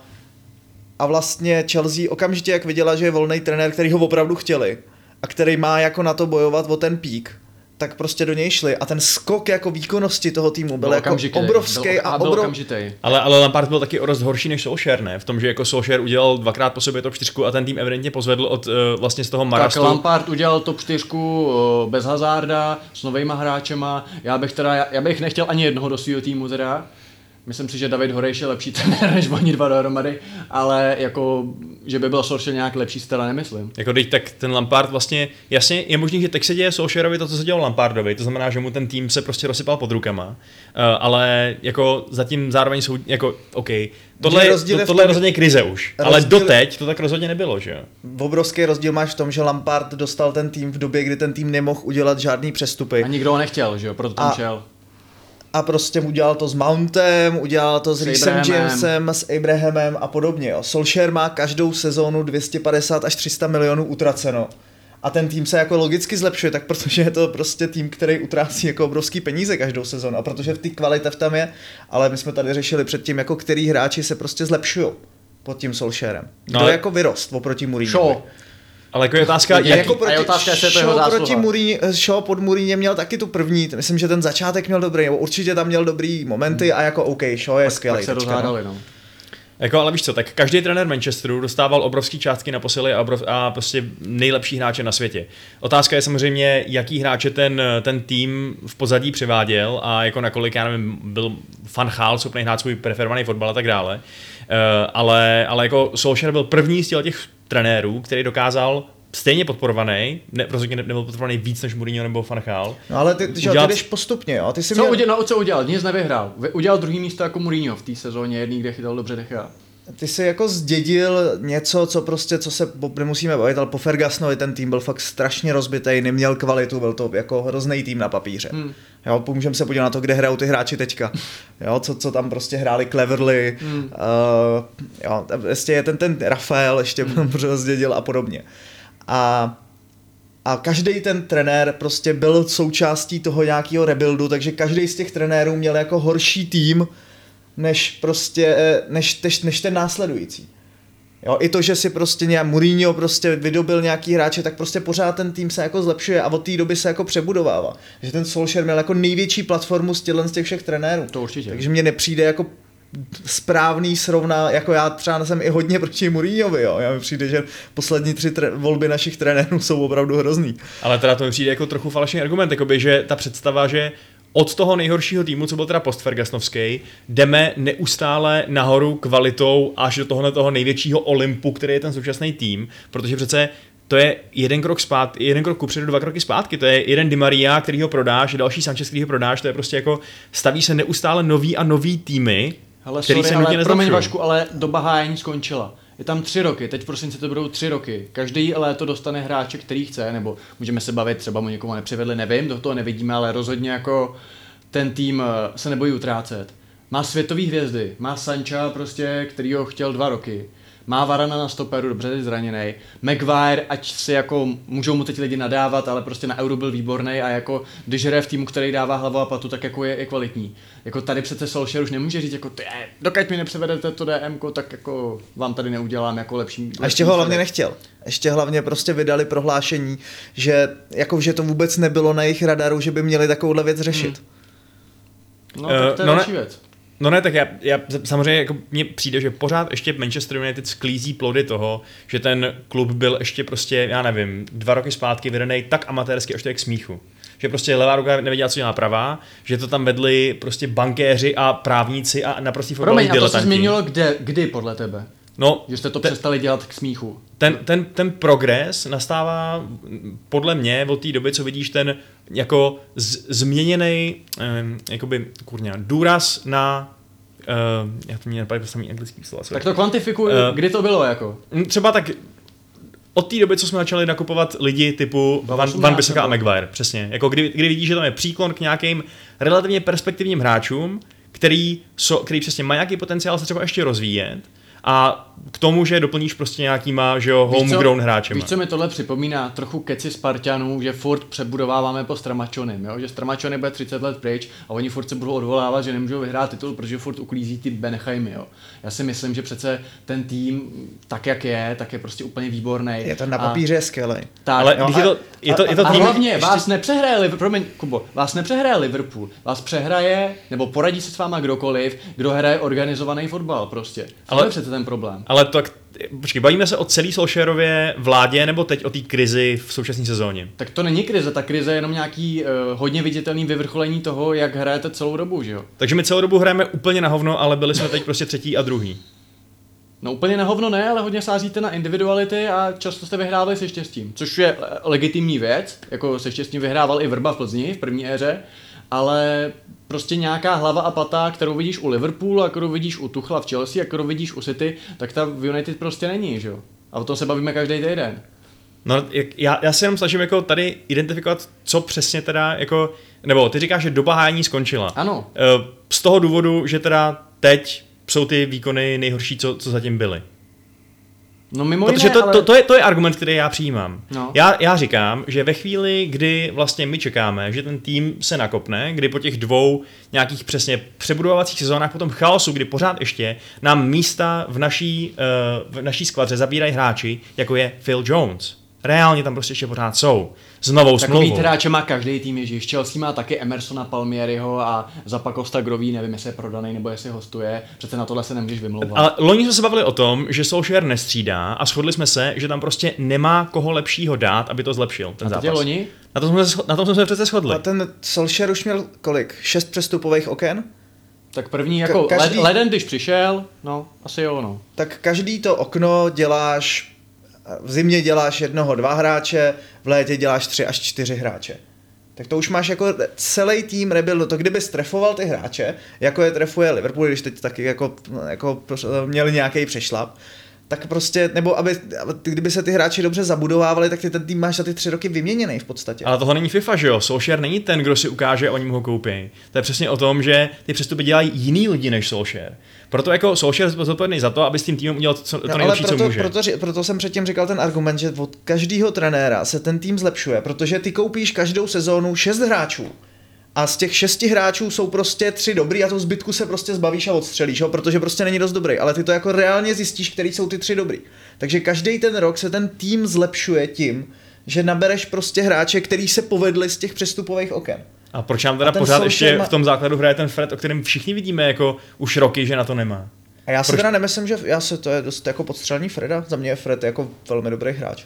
a vlastně Chelsea okamžitě, jak viděla, že je volný trenér, který ho opravdu chtěli a který má jako na to bojovat o ten pík, tak prostě do něj šli a ten skok jako výkonnosti toho týmu byl, byl jako obrovský byl, a byl obrovský. Ale, ale Lampard byl taky o dost horší než Solskjaer, ne? V tom, že jako Solskjaer udělal dvakrát po sobě top čtyřku a ten tým evidentně pozvedl od uh, vlastně z toho marastu. Tak Lampard udělal top čtyřku uh, bez Hazarda, s novejma hráčema. Já bych teda, já, já bych nechtěl ani jednoho do svého týmu teda. Myslím si, že David Horejš je lepší trenér než oni dva dohromady, ale jako, že by byl Solskjaer nějak lepší, si teda nemyslím. Jako teď tak ten Lampard vlastně, jasně je možný, že teď se děje Solskjaerovi to, co se dělo Lampardovi, to znamená, že mu ten tým se prostě rozsypal pod rukama, uh, ale jako zatím zároveň jsou, jako, OK, tohle, to, tohle je rozhodně krize už, rozdíl, ale doteď to tak rozhodně nebylo, že jo? Obrovský rozdíl máš v tom, že Lampard dostal ten tým v době, kdy ten tým nemohl udělat žádný přestupy. A nikdo ho nechtěl, že jo, proto tam šel. A prostě udělal to s Mountem, udělal to s, s Reesem Jamesem, s Abrahamem a podobně. Jo. Solskjaer má každou sezónu dvě stě padesát až tři sta milionů utraceno. A ten tým se jako logicky zlepšuje, tak protože je to prostě tým, který utrácí jako obrovský peníze každou sezónu. A protože v té kvalita tam je, ale my jsme tady řešili předtím, jako který hráči se prostě zlepšují pod tím Solskjaerem. Kdo no, jako vyrost oproti Mourinhovi. Ale jako je otázka, jak, jako proti, a je otázka, jestli to jeho proti Mourinho, Shaw pod Mourinho měl taky tu první, myslím, že ten začátek měl dobrý, nebo určitě tam měl dobrý momenty a jako OK, Shaw je skvělý. Tak se rozhádali, no. Jako, ale víš co, tak každý trenér Manchesteru dostával obrovský částky na posily a, obrov, a prostě nejlepší hráče na světě. Otázka je samozřejmě, jaký hráče ten, ten tým v pozadí přiváděl a jako nakolik, já nevím, byl Van Gaal schopný hrát svůj preferovaný fotbal a tak dále. Uh, ale, ale jako Solskjaer byl první z těch trenérů, který dokázal stejně podporovaný, ne, rozhodně nebyl podporovaný víc než Mourinho nebo Van Gaal. No ale ty, ty, udělat... ty jdeš postupně, jo? Ty jsi co, měl... udělal, no, co udělal? Nic nevyhrál. Udělal druhý místo jako Mourinho v té sezóně jedný, kde chytal dobře Decha. Ty jsi jako zdědil něco, co prostě, co se nemusíme bavit, ale po Fergusonovi ten tým byl fakt strašně rozbitej, neměl kvalitu, byl to jako hrozný tým na papíře. Hmm. Jo, můžeme se podívat na to, kde hrajou ty hráči teďka. Jo, co, co tam prostě hráli Cleverly, hmm. uh, jo, prostě je ten, ten Rafael ještě hmm. zdědil a podobně. A A každý ten trenér prostě byl součástí toho nějakého rebuildu, takže každý z těch trenérů měl jako horší tým, než prostě, než, než, než ten následující. Jo, i to, že si prostě nějak Mourinho prostě vydobil nějaký hráče, tak prostě pořád ten tým se jako zlepšuje a od té doby se jako přebudovává. Že ten Solskjaer měl jako největší platformu z těch, z těch všech trenérů. To určitě. Takže mně nepřijde jako správný srovna, jako já třeba jsem i hodně proti Mourinhovi, jo. Já mi přijde, že poslední tři tre- volby našich trenérů jsou opravdu hrozný. Ale teda to mi přijde jako trochu falešný argument, jakoby, že ta představa, že od toho nejhoršího týmu, co byl teda post-Fergusonovský, jdeme neustále nahoru kvalitou až do tohohle toho největšího Olympu, který je ten současný tým, protože přece to je jeden krok zpátky, jeden krok kupředu, dva kroky zpátky, to je jeden Di Maria, který ho prodáš, další Sanchez, který ho prodáš, to je prostě jako staví se neustále nový a nový týmy, hele, který sorry, se ale nutně promiň nezlepšují. Vašku, ale doba hájení skončila. Je tam tři roky, teď v prosinci to budou tři roky. Každý léto dostane hráče, který chce, nebo můžeme se bavit, třeba mu někomu nepřivedli, nevím, do toho nevidíme, ale rozhodně jako ten tým se nebojí utrácet. Má světový hvězdy, má Sancha prostě, který ho chtěl dva roky. Má Varana na stoperu, dobře, je zraněný. Maguire, ať si jako, můžou mu teď lidi nadávat, ale prostě na Euro byl výborný a jako, když hraje v týmu, který dává hlavu a patu, tak jako je, je kvalitní. Jako tady přece Solskjaer už nemůže říct, jako, ty, dokud mi nepřevedete to D M ko, tak jako vám tady neudělám jako lepší. lepší A ještě ho hlavně výsledek. nechtěl. Ještě hlavně prostě vydali prohlášení, že, jako, že to vůbec nebylo na jejich radaru, že by měli takovouhle věc řešit. Hmm. No, tak to je Uh, no další ne- věc. No ne, tak já, já samozřejmě jako mně přijde, že pořád ještě Manchester United sklízí plody toho, že ten klub byl ještě prostě, já nevím, dva roky zpátky vedený tak amatérsky, až to je k smíchu. Že prostě levá ruka nevěděla, co dělá pravá, že to tam vedli prostě bankéři a právníci a naprostý fotbaloví Promiň, a to se diletanti. změnilo kde, kdy podle tebe? No, Že jste to te- přestali dělat k smíchu. ten, ten, ten progres nastává podle mě od té doby, co vidíš ten jako z, změněný um, jakoby, kurňa, důraz na uh, já to mě nepadá to samý anglický slova. Tak to kvantifikuj, Uh, kdy to bylo jako. Třeba tak od té doby, co jsme začali nakupovat lidi typu Van, Van Bissaka a Maguire, přesně. Jako kdy, kdy vidíš, že tam je příklon k nějakým relativně perspektivním hráčům, který, so, který přesně má nějaký potenciál se třeba ještě rozvíjet, a k tomu, že doplníš prostě nějakýma, že jo, homegrown hráčema. Víš, co mi tohle připomíná? Trochu keci Spartanů, že furt přebudováváme po Stramačonem, jo? Že Stramačony bude třicet let pryč a oni furt se budou odvolávat, že nemůžou vyhrát titul, protože furt uklízí ty Benchajmy, jo? Já si myslím, že přece ten tým, tak jak je, tak je prostě úplně výborný. Je to na papíře skvělej. Tak, Ale jo, když je to, je to, je to a tým, hlavně ještě- vás nepřehraje Liverpool, promiň, Kubo, vás nepřehraje Liverpool, vás přehraje, nebo poradí se s váma kdokoliv, kdo hraje organizovaný fotbal prostě. Ale- To je přece ten problém. Ale tak, počkej, bavíme se o celý Solskjaerově vládě, nebo teď o té krizi v současné sezóně? Tak to není krize, ta krize je jenom nějaký uh, hodně viditelný vyvrcholení toho, jak hrajete celou dobu, že jo? Takže my celou dobu hrajeme úplně na hovno, ale byli jsme teď prostě třetí a druhý. No úplně na hovno ne, ale hodně sázíte na individuality a často jste vyhrávali se štěstím, což je eh, legitimní věc, jako se štěstím vyhrával i Vrba v Plzni v první éře, ale prostě nějaká hlava a pata, kterou vidíš u Liverpoolu, a kterou vidíš u Tuchla v Chelsea, a kterou vidíš u City, tak ta v United prostě není, že jo? A o tom se bavíme každý týden. No, jak, já, já se jenom snažím jako tady identifikovat, co přesně teda, jako, nebo ty říkáš, že doba hájení skončila. Ano. Eh, Z toho důvodu, že teda teď jsou ty výkony nejhorší, co, co zatím byly. No mimo Protože jiné, to, ale... to, to, je, to je argument, který já přijímám. No. Já, já říkám, že ve chvíli, kdy vlastně my čekáme, že ten tým se nakopne, kdy po těch dvou nějakých přesně přebudovacích sezónách, po tom chaosu, kdy pořád ještě nám místa v naší, uh, v naší skvadře zabírají hráči, jako je Phil Jones. Reálně tam prostě ještě pořád jsou. S novou Takový smlouvou. hráče má každý tým, Ježíš. Chelsea má taky Emersona Palmieriho a Zapakosta Grový, nevím, jestli je prodaný nebo jestli hostuje. Přece na tohle se nemůžeš vymlouvat. Ale loni jsme se bavili o tom, že Solskjaer nestřídá a shodli jsme se, že tam prostě nemá koho lepšího dát, aby to zlepšil, ten A teď zápas. je loni? Na tom jsme se, na tom jsme se přece shodli. A ten Solskjaer už měl kolik? Šest přestupových oken? Tak první jako Ka- každý- led, leden, když přišel, no, asi jo, no. Tak každý to okno děláš, v zimě děláš jednoho, dva hráče, v létě děláš tři až čtyři hráče. Tak to už máš jako celý tým rebuild, to kdyby strefoval ty hráče, jako je trefuje Liverpool, když teď taky jako, jako měli nějaký přešlap, tak prostě, nebo aby, kdyby se ty hráči dobře zabudovávali, tak ty ten tým máš za ty tři roky vyměněný v podstatě. Ale tohle není FIFA, že jo? Solskjaer není ten, kdo si ukáže a oni mu ho koupí. To je přesně o tom, že ty přestupy dělají jiný lidi než Solskjaer. Proto jako Solskjaer je zodpovědný za to, aby s tím týmem udělal to, to no, nejlepší, ale proto, co může. Proto, proto jsem předtím říkal ten argument, že od každého trenéra se ten tým zlepšuje, protože ty koupíš každou sezónu šest hráčů. A z těch šesti hráčů jsou prostě tři dobrý a to zbytku se prostě zbavíš a odstřelíš, jo? Protože prostě není dost dobrý. Ale ty to jako reálně zjistíš, který jsou ty tři dobrý. Takže každý ten rok se ten tým zlepšuje tím, že nabereš prostě hráče, který se povedli z těch přestupových oken. A proč nám teda ten pořád Solskjaer ještě má- v tom základu hraje ten Fred, o kterém všichni vidíme jako už roky, že na to nemá? A já si Proč- teda nemyslím, že já se to je dost jako podstřelný Freda. Za mě je Fred jako velmi dobrý hráč.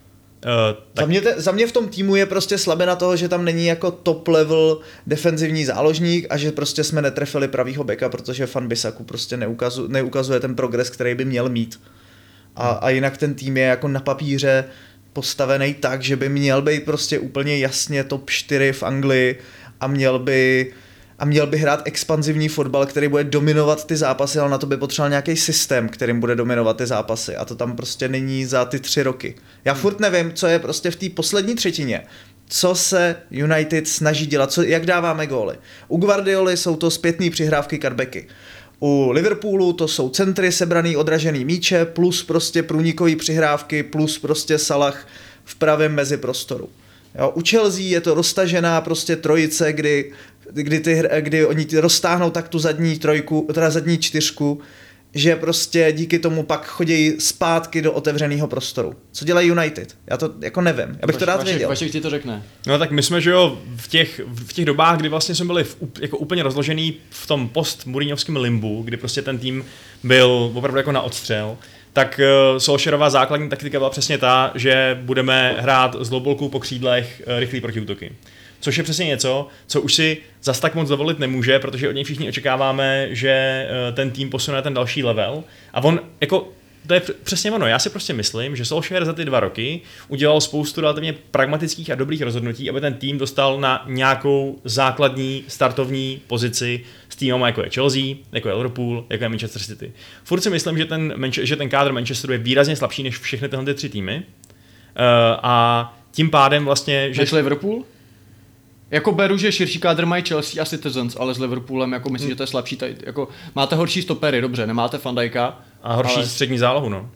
Uh, tak Za mě, te, za mě v tom týmu je prostě slabina toho, že tam není jako top level defenzivní záložník a že prostě jsme netrefili pravýho beka, protože Van Bissaku prostě neukazu, neukazuje ten progres, který by měl mít. A, a jinak ten tým je jako na papíře postavený tak, že by měl být prostě úplně jasně top čtyři v Anglii a měl by a měl by hrát expanzivní fotbal, který bude dominovat ty zápasy, ale na to by potřeboval nějaký systém, kterým bude dominovat ty zápasy a to tam prostě není za ty tři roky. Já furt nevím, co je prostě v té poslední třetině, co se United snaží dělat, co, jak dáváme góly. U Guardioli jsou to zpětný přihrávky, cutbacky. U Liverpoolu to jsou centry, sebraný, odražený míče, plus prostě průnikový přihrávky, plus prostě Salah v pravém meziprostoru. Jo, u Chelsea je to roztažená prostě trojice, kdy, kdy, ty, kdy oni roztáhnou tak tu zadní trojku, teda zadní čtyřku, že prostě díky tomu pak chodí zpátky do otevřeného prostoru. Co dělají United? Já to jako nevím. Já bych Vaš, to rád Vašek, věděl. Vašek ti to řekne. No tak my jsme, že jo, v těch, v těch dobách, kdy vlastně jsme byli v, jako úplně rozložený v tom post-Mourinhovském limbu, kdy prostě ten tým byl opravdu jako na odstřel, tak uh, Solskjaerová základní taktika byla přesně ta, že budeme hrát s lobolkou po křídlech uh, rychlý protiútoky. Což je přesně něco, co už si zas tak moc dovolit nemůže, protože od něj všichni očekáváme, že uh, ten tým posune ten další level. A on, jako, to je přesně ono. Já si prostě myslím, že Solskjaer za ty dva roky udělal spoustu relativně pragmatických a dobrých rozhodnutí, aby ten tým dostal na nějakou základní startovní pozici s týmem, jako je Chelsea, jako je Liverpool, jako je Manchester City. Furt si myslím, že ten, že ten kádr Manchesteru je výrazně slabší než všechny tyhle tři týmy. Uh, a tím pádem vlastně... Že... Než Liverpool? Jako beru, že širší kádr mají Chelsea a Citizens, ale s Liverpoolem jako myslím, hmm. že to je slabší. Tady, jako, máte horší stopery, dobře, nemáte Van Dijka. A horší ale... střední zálohu, no.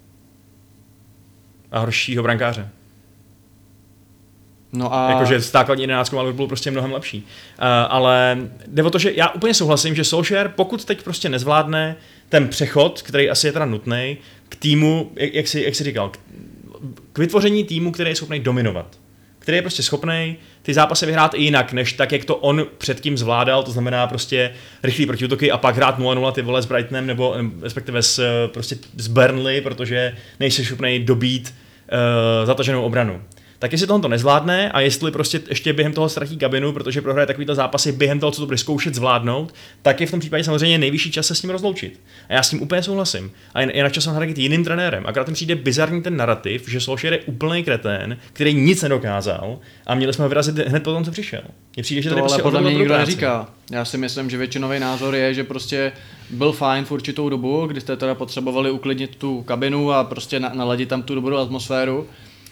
A horšího brankáře. No a... Jakože základní jedenáctkou má Liverpool prostě mnohem lepší. Uh, ale jde o to, že já úplně souhlasím, že Solskjaer, pokud teď prostě nezvládne ten přechod, který asi je teda nutný, k týmu, jak, jak, jsi, jak jsi říkal, k, k vytvoření týmu, který je schopný dominovat. Který je prostě schopný ty zápasy vyhrát i jinak, než tak, jak to on předtím zvládal, to znamená prostě rychlý protiútoky a pak hrát nula nula ty vole s Brightonem nebo respektive s, prostě s Burnley, protože nejsi schopný dobít uh, zataženou obranu. Tak jestli tohle to nezvládne a jestli prostě ještě během toho ztratí kabinu, protože prohraje takovýto zápasy během toho, co to bude zkoušet zvládnout, tak je v tom případě samozřejmě nejvyšší čas se s ním rozloučit. A já s tím úplně souhlasím. A je na čas nahradit jiným trenérem. Akorát tím přijde bizarní ten narrativ, že Solskjaer je úplný kretén, který nic nedokázal a měli jsme ho vyrazit hned po tom, co přišel. Mně přijde, že to tady ale prostě podle mě nikdo neříká. Já si myslím, že většinový názor je, že prostě byl fajn v určitou dobu, kdy jste teda potřebovali uklidnit tu kabinu a prostě naladit tam tu dobrou atmosféru.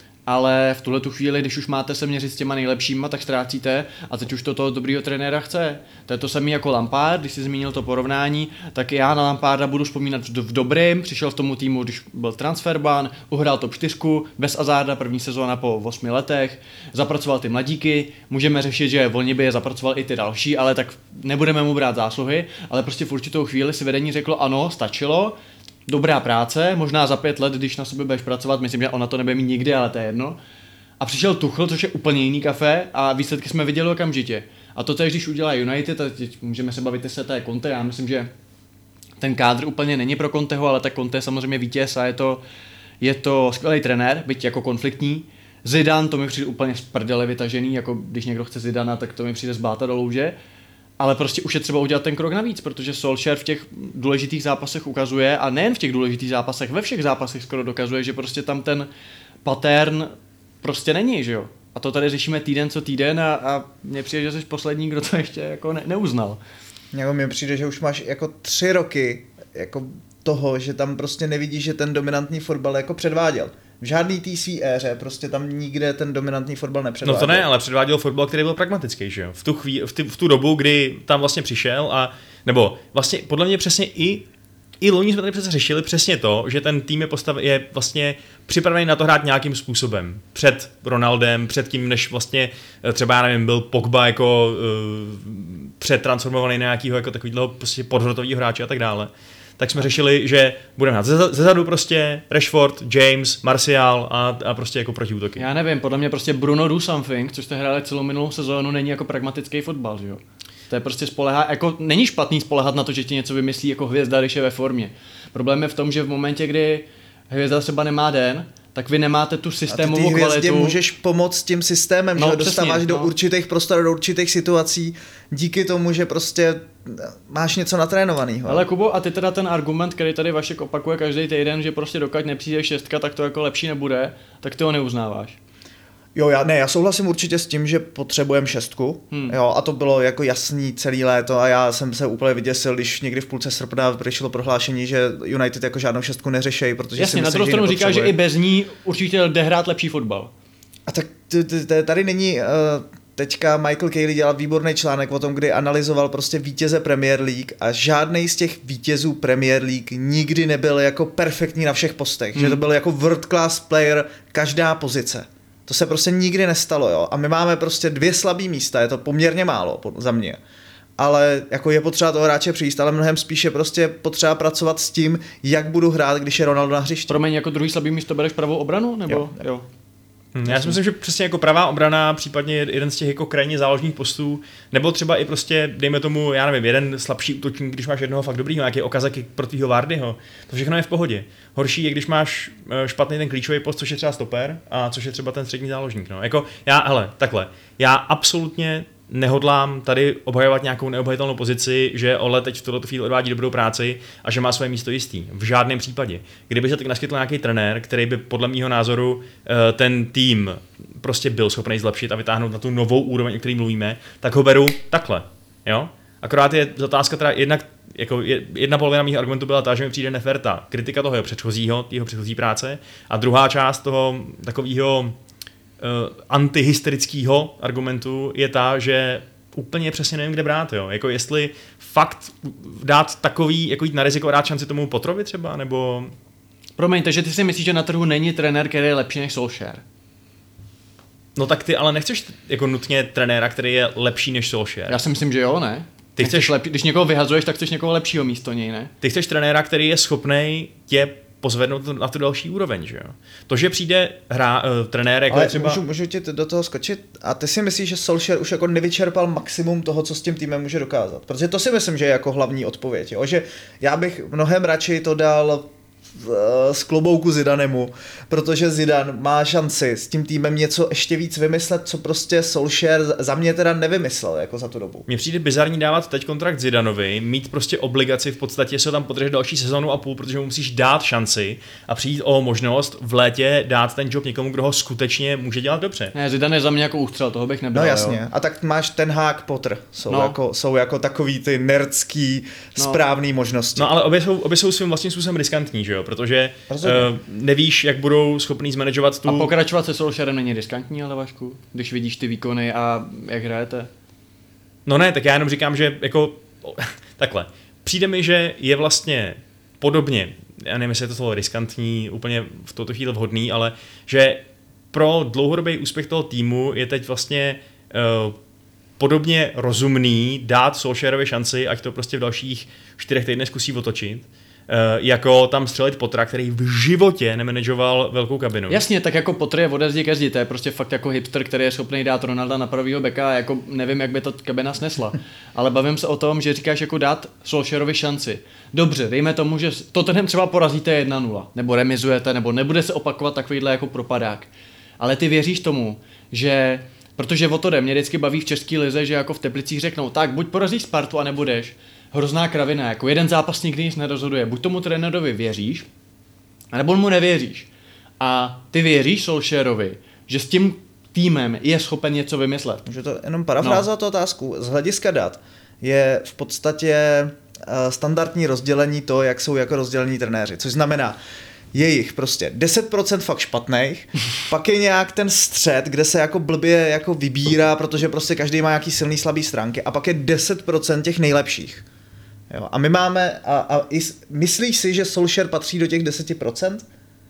Ale v tuhle tu chvíli, když už máte se měřit s těma nejlepšíma, tak ztrácíte a teď už to toho dobrýho trenéra chce. To je to samé jako Lampard, když jsi zmínil to porovnání, tak já na Lamparda budu vzpomínat v dobrým, přišel v tomu týmu, když byl transferban, uhrál top čtyři, bez Hazarda, první sezóna po osmi letech, zapracoval ty mladíky, můžeme řešit, že volně by je zapracoval i ty další, ale tak nebudeme mu brát zásluhy, ale prostě v určitou chvíli si vedení řeklo ano, stačilo, dobrá práce, možná za pět let, když na sobě budeš pracovat, myslím, že ona to nebude mít nikdy, ale to je jedno. A přišel Tuchel, což je úplně jiný kafe a výsledky jsme viděli okamžitě. A to teď, když udělá United, a teď můžeme se bavit, jestli to je Conte, já myslím, že ten kádr úplně není pro Conteho, ale tak Conte je samozřejmě vítěz a je to, je to skvělý trenér, byť jako konfliktní. Zidane, to mi přijde úplně z prdele vytažený, jako když někdo chce Zidana, tak to mi přijde z bláta do louže. Ale prostě už je třeba udělat ten krok navíc, protože Solskjaer v těch důležitých zápasech ukazuje, a nejen v těch důležitých zápasech, ve všech zápasech skoro dokazuje, že prostě tam ten pattern prostě není, že jo. A to tady řešíme týden co týden a, a mně přijde, že jsi poslední, kdo to ještě jako ne, neuznal. Jako mně přijde, že už máš jako tři roky jako toho, že tam prostě nevidíš, že ten dominantní fotbal jako předváděl. V žádný té své éře prostě tam nikde ten dominantní fotbal nepředváděl. No to ne, ale předváděl fotbal, který byl pragmatický, že jo. V tu, chví, v, ty, v tu dobu, kdy tam vlastně přišel a, nebo vlastně podle mě přesně i, i loni jsme tady přece řešili přesně to, že ten tým je, postav, je vlastně připravený na to hrát nějakým způsobem. Před Ronaldem, před tím, než vlastně třeba, já nevím, byl Pogba jako uh, přetransformovaný na nějakého jako takového prostě podhrotového hráče a tak dále. Tak jsme řešili, že budeme hrát ze, zezadu prostě Rashford, James, Martial a, a prostě jako protiútoky. Já nevím, podle mě prostě Bruno do something, což jste hráli celou minulou sezónu, není jako pragmatický fotbal, že jo? To je prostě spolehá, jako není špatný spolehat na to, že ti něco vymyslí jako hvězda, když je ve formě. Problém je v tom, že v momentě, kdy hvězda třeba nemá den, tak vy nemáte tu systémovou kvalitu. A ty kvalitu. můžeš pomoct tím systémem, no, že dostáváš přesně, do no. určitých prostor, do určitých situací, díky tomu, že prostě máš něco natrénovaného. Ale Kubo, a ty teda ten argument, který tady Vašek opakuje každý týden, že prostě dokud nepřijde šestka, tak to jako lepší nebude, tak ty ho neuznáváš. Jo, já, ne, já souhlasím určitě s tím, že potřebujeme šestku, hmm. jo, a to bylo jako jasný celý léto a já jsem se úplně vyděsil, když někdy v půlce srpna přišlo prohlášení, že United jako žádnou šestku neřešejí, protože jasně, si na druhou stranu říká, že i bez ní určitě jde hrát lepší fotbal. A tak tady není, teďka Michael Cayley dělal výborný článek o tom, kdy analyzoval prostě vítěze Premier League a žádnej z těch vítězů Premier League nikdy nebyl jako perfektní na všech postech, hmm. že to byl jako world class player každá pozice. To se prostě nikdy nestalo, jo. A my máme prostě dvě slabý místa, je to poměrně málo za mě. Ale jako je potřeba toho hráče přijít, ale mnohem spíše prostě potřeba pracovat s tím, jak budu hrát, když je Ronaldo na hřišti. Promiň, jako druhý slabý místo bereš pravou obranu? Nebo? Jo. jo. Hmm, já si myslím, že přesně jako pravá obrana, případně jeden z těch jako krajně záložních postů, nebo třeba i prostě, dejme tomu, já nevím, jeden slabší útočník, když máš jednoho fakt dobrýho, nějaký okazek pro tvýho Vardyho, to všechno je v pohodě. Horší je, když máš špatný ten klíčový post, což je třeba stoper, a což je třeba ten střední záložník. No. Jako já, hele, takhle, já absolutně nehodlám tady obhajovat nějakou neobhajitelnou pozici, že Ole teď v tuto chvíli odvádí dobrou práci a že má své místo jistý. V žádném případě. Kdyby se tak naskytl nějaký trenér, který by podle mýho názoru ten tým prostě byl schopný zlepšit a vytáhnout na tu novou úroveň, o které mluvíme, tak ho beru takhle. Jo? Akorát je otázka teda jednak, jako jedna polovina mých argumentů byla ta, že mi přijde nefér ta kritika toho jeho předchozího, jeho předchozí práce, a druhá část toho takového Uh, antihysterického argumentu je ta, že úplně přesně nevím, kde brát, jo. Jako jestli fakt dát takový, jako jít na riziko, dát šanci tomu Potrovi třeba, nebo... Promiň, takže ty si myslíš, že na trhu není trenér, který je lepší než Solskjaer? No tak ty ale nechceš jako nutně trenéra, který je lepší než Solskjaer. Já si myslím, že jo, ne? Ty chceš lepší, když někoho vyhazuješ, tak chceš někoho lepšího místo něj, ne? Ty chceš trenéra, který je schopnej tě pozvednout na tu další úroveň, že jo. To, že přijde hra, uh, trenér, jako ale třeba... můžu, můžu ti do toho skočit? A ty si myslíš, že Solskjaer už jako nevyčerpal maximum toho, co s tím týmem může dokázat? Protože to si myslím, že je jako hlavní odpověď, jo? Že já bych mnohem radši to dal z klobouku Zidanemu, protože Zidane má šanci s tím týmem něco ještě víc vymyslet, co prostě Solskjaer za mě teda nevymyslel jako za tu dobu. Mně přijde bizarní dávat teď kontrakt Zidanovi, mít prostě obligaci v podstatě se tam podržet další sezonu a půl, protože mu musíš dát šanci a přijít o možnost v létě dát ten job někomu, kdo ho skutečně může dělat dobře. Ne, Zidane je za mě jako ústřel, toho bych nebral. No jasně, jo. A tak máš ten Hák, Potter, jsou, no. jako, jsou jako takový ty nerdský no. správný možnosti. No ale obě jsou, obě jsou svým vlastním způsobem riskantní, že jo, protože uh, nevíš, jak budou schopní zmanagovat tu... A pokračovat se Solskjaerem není riskantní, ale Vašku, když vidíš ty výkony a jak hrajete. No ne, tak já jenom říkám, že jako takhle, přijde mi, že je vlastně podobně, já nevím, jestli je to slovo riskantní, úplně v tuto chvíli vhodný, ale že pro dlouhodobý úspěch toho týmu je teď vlastně uh, podobně rozumný dát Solskjaerovi šanci, ať to prostě v dalších čtyřech týdnech zkusí otočit, jako tam střelit Pottera, který v životě nemanažoval velkou kabinu. Jasně, tak jako Potter je ode zdi ke zdi, to je prostě fakt jako hipster, který je schopný dát Ronalda na pravýho beka a jako nevím, jak by to kabina snesla. Ale bavím se o tom, že říkáš jako dát Solskjaerovi šanci. Dobře, dejme tomu, že Tottenham třeba porazíte jedna nula, nebo remizujete, nebo nebude se opakovat takovýhle jako propadák. Ale ty věříš tomu, že protože o to jde, mě vždycky baví v české lize, že jako v Teplicích řeknou, tak buď porazíš Spartu a nebudeš. Hrozná kravina, jako jeden zápas nikdy nic nerozhoduje. Buď tomu trenérovi věříš, anebo mu nevěříš. A ty věříš Solskjaerovi, že s tím týmem je schopen něco vymyslet. Můžu to jenom parafrázovat no. tu otázku. Z hlediska dat je v podstatě standardní rozdělení to, jak jsou jako rozdělení trenéři. Což znamená, je jich prostě deset procent fakt špatných, pak je nějak ten střed, kde se jako blbě jako vybírá, protože prostě každý má nějaký silný, slabý stránky, a pak je deset procent těch nejlepších. Jo, a my máme, a, a i, myslíš si, že Solskjaer patří do těch deset procent?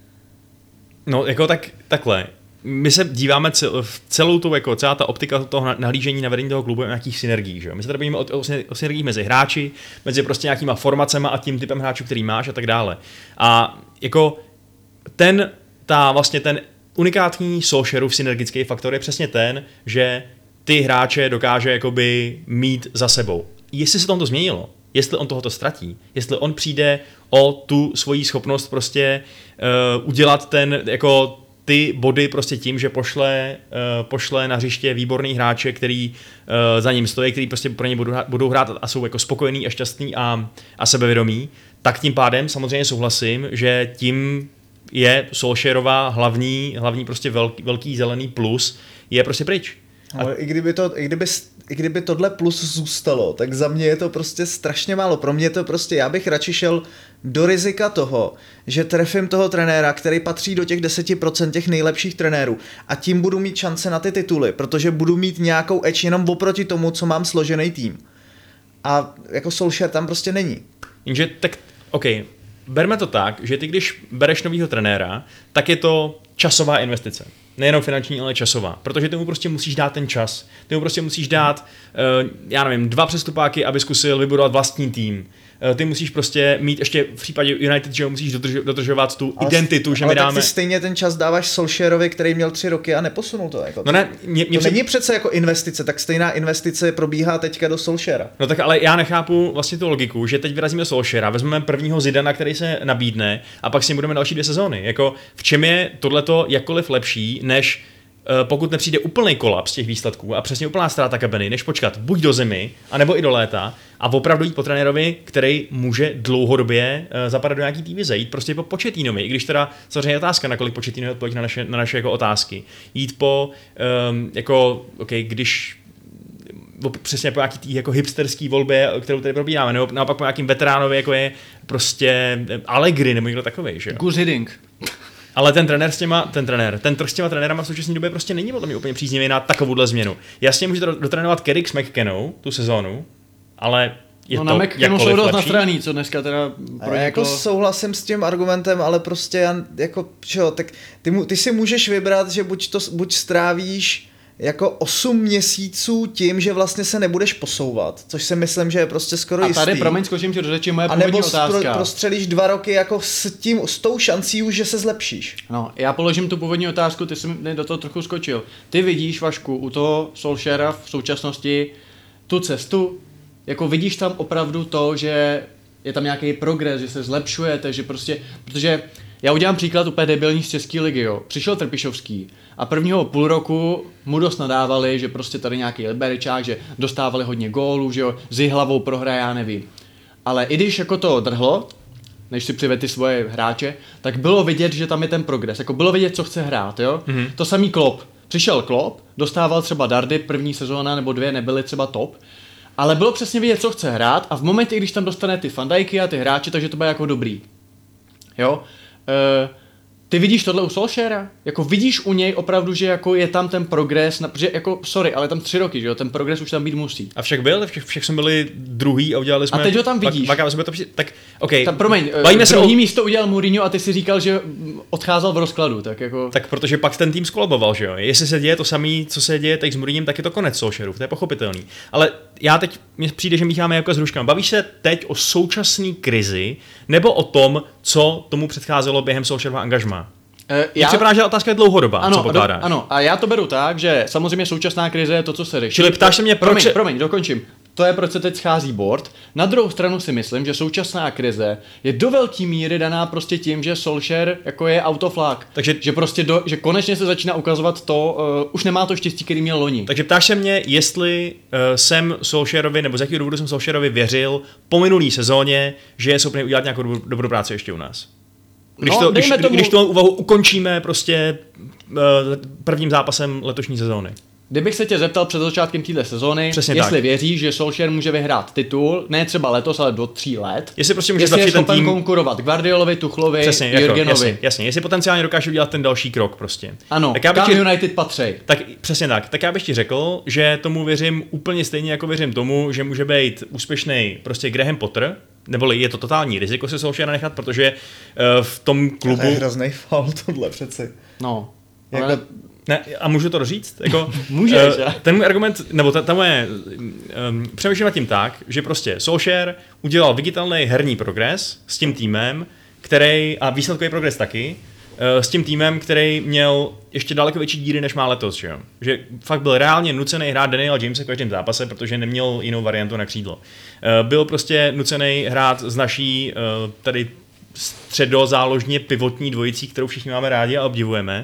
No, jako tak, takhle. My se díváme cel, celou tu, jako celá ta optika toho nahlížení na vedení toho klubu nějakých synergií, že? My se tady bavíme o, o, o synergii mezi hráči, mezi prostě nějakýma formacema a tím typem hráčů, který máš a tak dále. A jako ten, ta vlastně ten unikátní Solskjaerův synergický faktor je přesně ten, že ty hráče dokáže jakoby mít za sebou. Jestli se tam to změnilo, jestli on tohoto ztratí, jestli on přijde o tu svoji schopnost prostě uh, udělat ten, jako ty body prostě tím, že pošle, uh, pošle na hřiště výborný hráče, který uh, za ním stojí, který prostě pro ně budou, budou hrát a jsou jako spokojení a šťastní a, a sebevědomí, tak tím pádem samozřejmě souhlasím, že tím je Solskjaerova hlavní, hlavní prostě velký, velký zelený plus, je prostě pryč. Ale i kdyby, to, i, kdyby, i kdyby tohle plus zůstalo, tak za mě je to prostě strašně málo. Pro mě to prostě, já bych radši šel do rizika toho, že trefím toho trenéra, který patří do těch deset procent těch nejlepších trenérů a tím budu mít šance na ty tituly, protože budu mít nějakou edge jenom oproti tomu, co mám složený tým. A jako Solskjaer tam prostě není. Jenže tak, OK, berme to tak, že ty když bereš novýho trenéra, tak je to časová investice. Nejenom finanční, ale časová. Protože ty mu prostě musíš dát ten čas. Ty mu prostě musíš dát, uh, já nevím, dva přestupáky, aby zkusil vybudovat vlastní tým. Uh, ty musíš prostě mít ještě v případě United, že musíš dodrž, dodržovat tu ale, identitu, že ale my dáme... Ale tak ty stejně ten čas dáváš Solskjaerovi, který měl tři roky a neposunul to. Jako no ne, mě, mě to před... není přece jako investice, tak stejná investice probíhá teďka do Solskjaera. No tak ale já nechápu vlastně tu logiku, že teď vyrazíme Solskjaera, vezmeme prvního Zidana, který se nabídne a pak si budeme další dvě sezóny. Jako v čem je tohleto jakkoliv lepší, než pokud nepřijde úplný kolaps těch výsledků a přesně úplná ztráta kabiny, než počkat buď do zimy, anebo i do léta a opravdu jít po trenérovi, který může dlouhodobě uh, zapadat do nějaký divize, jít prostě po Pochetinovi, i když teda samozřejmě je otázka, nakolik Pochettino odpověď na naše, na naše jako otázky. Jít po, um, jako, ok, když přesně po nějaký tý jako hipsterský volbě, kterou tady probíráme, nebo naopak po nějakým veteránovi, jako je prostě Allegri, nebo někdo takovej, že jo? Gus Hiddink. Ale ten trenér s těma, ten trenér, ten trh s těma trenérama v současné době prostě není podle mě úplně příznivý na takovouhle změnu. Jasně můžete dotrénovat Carrick s McKennou tu sezónu, ale je no to na McKennou jsou dost nastraný, co dneska teda proniklo. Jako souhlasím s tím argumentem, ale prostě já, jako, čo, tak ty, mu, ty si můžeš vybrat, že buď to, buď strávíš jako osm měsíců tím, že vlastně se nebudeš posouvat, což si myslím, že je prostě skoro jistý. A tady, promiň, skočím ti do řeči, moje původní otázka. A nebo prostřelíš dva roky jako s, tím, s tou šancí už, že se zlepšíš. No, já položím tu původní otázku, ty jsi mi do toho trochu skočil. Ty vidíš, Vašku, u toho Solskjaera v současnosti tu cestu, jako vidíš tam opravdu to, že je tam nějaký progres, že se zlepšujete, že prostě, protože já udělám příklad úplně debilní z České ligy, jo. Přišel Trpišovský a prvního půl roku mu dost nadávali, že prostě tady nějaký Liberičák, že dostávali hodně gólů, že jo, s hlavou prohraje, já nevím. Ale i když jako to drhlo, než si přivede ty svoje hráče, tak bylo vidět, že tam je ten progres, jako bylo vidět, co chce hrát, jo. Mm-hmm. To samý Klopp. Přišel Klopp, dostával třeba dardy, první sezóna nebo dvě nebyly třeba top, ale bylo přesně vidět, co chce hrát a v momentě, když tam dostane ty Van Dijky a ty hráče, takže to bude jako dobrý. Jo. Uh, ty vidíš tohle u Solskjaera? Jako vidíš u něj opravdu, že jako je tam ten progres, protože jako, sorry, ale tam tři roky, že jo, ten progres už tam být musí. A však byl, však, však jsme byli druhý a udělali jsme... A teď ho tam vidíš. Pak, pak jsme to při... Tak, OK. Tak promiň, Bavíme se druhý o... místo udělal Mourinho a ty si říkal, že odcházel v rozkladu, tak jako... Tak protože pak ten tým skolaboval, že jo. Jestli se děje to samé, co se děje teď s Mourinhem, tak je to konec Solskjaerův, to je pochopitelný. Ale já teď, mně přijde, že mícháme jako s hruškami. Bavíš se teď o současné krizi, nebo o tom, co tomu předcházelo během Solskjaerova angažmá? Mně připadá, že otázka je dlouhodobá, ano, co pokládáš. Ano, a já to beru tak, že samozřejmě současná krize je to, co se řeší. Čili ptáš se mě, proč... Promiň, promiň, dokončím. To je, proč se teď schází board. Na druhou stranu si myslím, že současná krize je do velké míry daná prostě tím, že Solskjaer jako je autoflák. Takže že prostě do, že konečně se začíná ukazovat to, uh, už nemá to štěstí, který měl loni. Takže ptáš se mě, jestli uh, jsem Solskjaerovi, nebo z jakého důvodu jsem Solskjaerovi věřil po minulý sezóně, že je schopný udělat nějakou dobrou, dobrou práci ještě u nás. Když, no, to, když, tomu... když tu úvahu ukončíme prostě uh, prvním zápasem letošní sezóny. Kdybych se tě zeptal před začátkem téhle sezóny, přesně jestli tak. věříš, že Solskjaer může vyhrát titul, ne třeba letos, ale do tří let. Jestli prostě může jestli je ten tým konkurovat Guardiolovi, Tuchlovi, přesně, jako, Jurgenovi. Jasně, jasně, jestli potenciálně dokáže udělat ten další krok prostě. Ano, tak já bych kam ti, United patří. Tak přesně tak. Tak já bych ti řekl, že tomu věřím úplně stejně jako věřím tomu, že může být úspěšný prostě Graham Potter, neboli je to totální riziko se Solskjaera nechat, protože uh, v tom klubu... To je hrozný faul tohle přeci. No, ale... ale... Ne, a můžu to říct? Jako, Můžeš, uh, ten můj argument, nebo ta, ta moje, um, přemýšlím nad tím tak, že prostě Solskjaer udělal viditelný herní progres s tím týmem, který, a výsledkový progres taky, s tím týmem, který měl ještě daleko větší díry, než má letos, že jo? Že fakt byl reálně nucený hrát Daniela Jamese v každém zápase, protože neměl jinou variantu na křídlo. Byl prostě nucený hrát z naší tady středozáložně pivotní dvojicí, kterou všichni máme rádi a obdivujeme.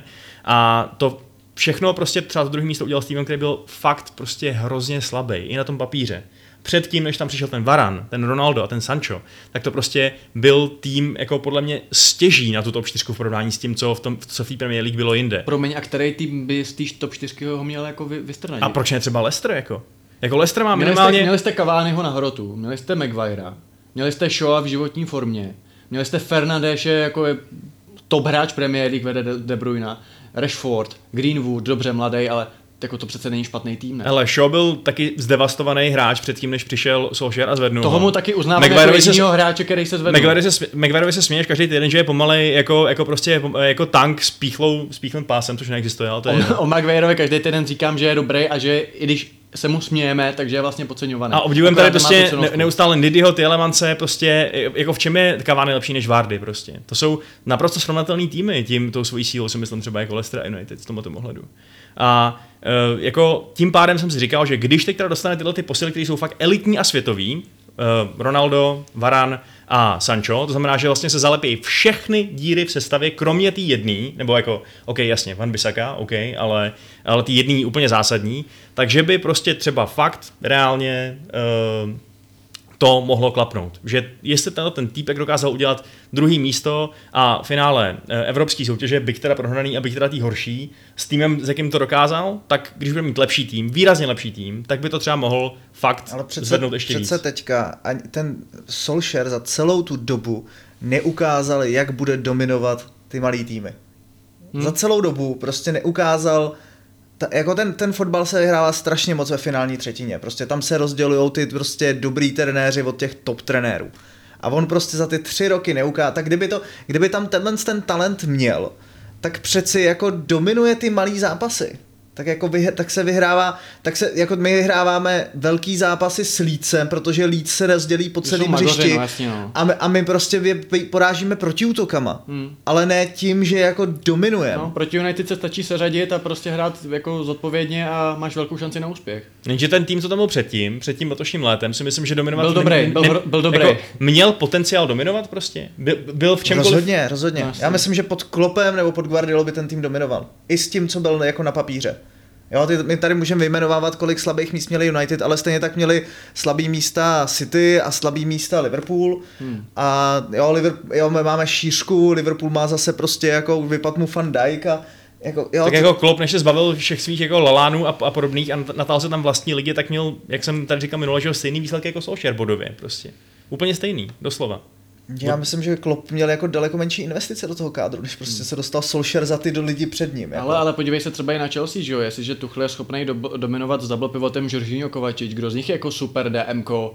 A to všechno prostě třeba to druhé místo udělal s týmem, který byl fakt prostě hrozně slabý, i na tom papíře. Předtím, než tam přišel ten Varane, ten Ronaldo a ten Sancho, tak to prostě byl tým jako podle mě stěží na tu top čtyřku v porovnání s tím, co v tom co v té Premier League bylo jinde. Promiň, a který tým by z té top čtyřky ho měl jako vy, vystrnat? A proč ne třeba Leicester jako? Jako Leicester má měli minimálně... Jste, měli jste Cavaniho na hrotu, měli jste Maguirea, měli jste Shawa v životní formě, měli jste Fernandéše jako je top hráč Premier League, vede De, De Bruyne, Rashford, Greenwood, dobře mladý, ale jako to přece není špatný tým, ne? Ale Shaw byl taky zdevastovaný hráč předtím, než přišel Solskjaer a zvednul. Toho mu taky uznáváme jako jedinýho hráče, který se zvednul. Maguireovi se směješ každý týden, že je pomalej jako, jako prostě jako tank s píchlou, s píchlým pásem, což neexistuje. Ale to je o, o Maguireovi každý týden říkám, že je dobrý a že i když se mu smějeme, takže je vlastně podceňovaný. A obdivujeme tady prostě ne, neustále Nidyho, Tielemance, prostě jako v čem je Cavani lepší než Vardy prostě. To jsou naprosto srovnatelný týmy tím tou svojí sílou, si myslím třeba jako Leicester a United v tomto ohledu. A uh, jako tím pádem jsem si říkal, že když teď teda dostane tyhle ty posily, které jsou fakt elitní a světový, uh, Ronaldo, Varane a Sancho, to znamená, že vlastně se zalepí všechny díry v sestavě, kromě té jedný, nebo jako, ok, jasně, Van Bissaka, ok, ale, ale ty jedný úplně zásadní, takže by prostě třeba fakt reálně uh, to mohlo klapnout. Že jestli ten, ten týpek dokázal udělat druhý místo a v finále evropské soutěže, byť teda prohraný a byť teda tý horší, s týmem, s jakým to dokázal, tak když bude mít lepší tým, výrazně lepší tým, tak by to třeba mohl fakt ale přece, zvednout ještě přece víc. Přece teďka ten Solskjaer za celou tu dobu neukázal, jak bude dominovat ty malý týmy. Hmm. Za celou dobu prostě neukázal. Ta, jako ten, ten fotbal se vyhrává strašně moc ve finální třetině. Prostě tam se rozdělují ty prostě dobrý trenéři od těch top trenérů. A on prostě za ty tři roky neukázal. Tak kdyby, to, kdyby tam tenhle ten talent měl, tak přeci jako dominuje ty malý zápasy. Tak, jako vyhr, tak se vyhrává, tak se, jako my vyhráváme velký zápasy s Leedsem, protože Leeds se rozdělí po celém hřišti no, jasně, no. a, my, a my prostě vy, vy porážíme protiútokama, hmm. ale ne tím, že jako dominujeme. No, proti United se stačí seřadit a prostě hrát jako zodpovědně a máš velkou šanci na úspěch. Jenže ten tým, co tam byl předtím, před tím letošním létem, si myslím, že dominovat... Byl dobrý, ne, byl, ne, byl dobrý. Jako, měl potenciál dominovat prostě? Byl, byl v čemkoliv... Rozhodně, rozhodně. No, já myslím, že pod Kloppem nebo pod Guardiolou by ten tým dominoval. I s tím, co byl jako na papíře. Jo, ty, my tady můžeme vyjmenovávat, kolik slabých míst měli United, ale stejně tak měli slabý místa City a slabý místa Liverpool. Hmm. A jo, Liverpool, jo, my máme šířku, Liverpool má zase prostě jako vypad mu Van Dijk a jako, jo, tak to... jako Klopp, než se zbavil všech svých jako Lalánů a, a podobných a natál se tam vlastní ligy, tak měl, jak jsem tady říkal minule, že stejný výsledek jako Solskjaer bodově prostě. Úplně stejný, doslova. Já myslím, že Klopp měl jako daleko menší investice do toho kádru, než prostě se dostal Solskjaer za ty do lidi před ním. Jako. Ale, ale podívej se třeba i na Chelsea, že jo, jestliže Tuchel je schopný do, dominovat s double pivotem Jorginho Kovačič, kdo z nich je jako super DMko,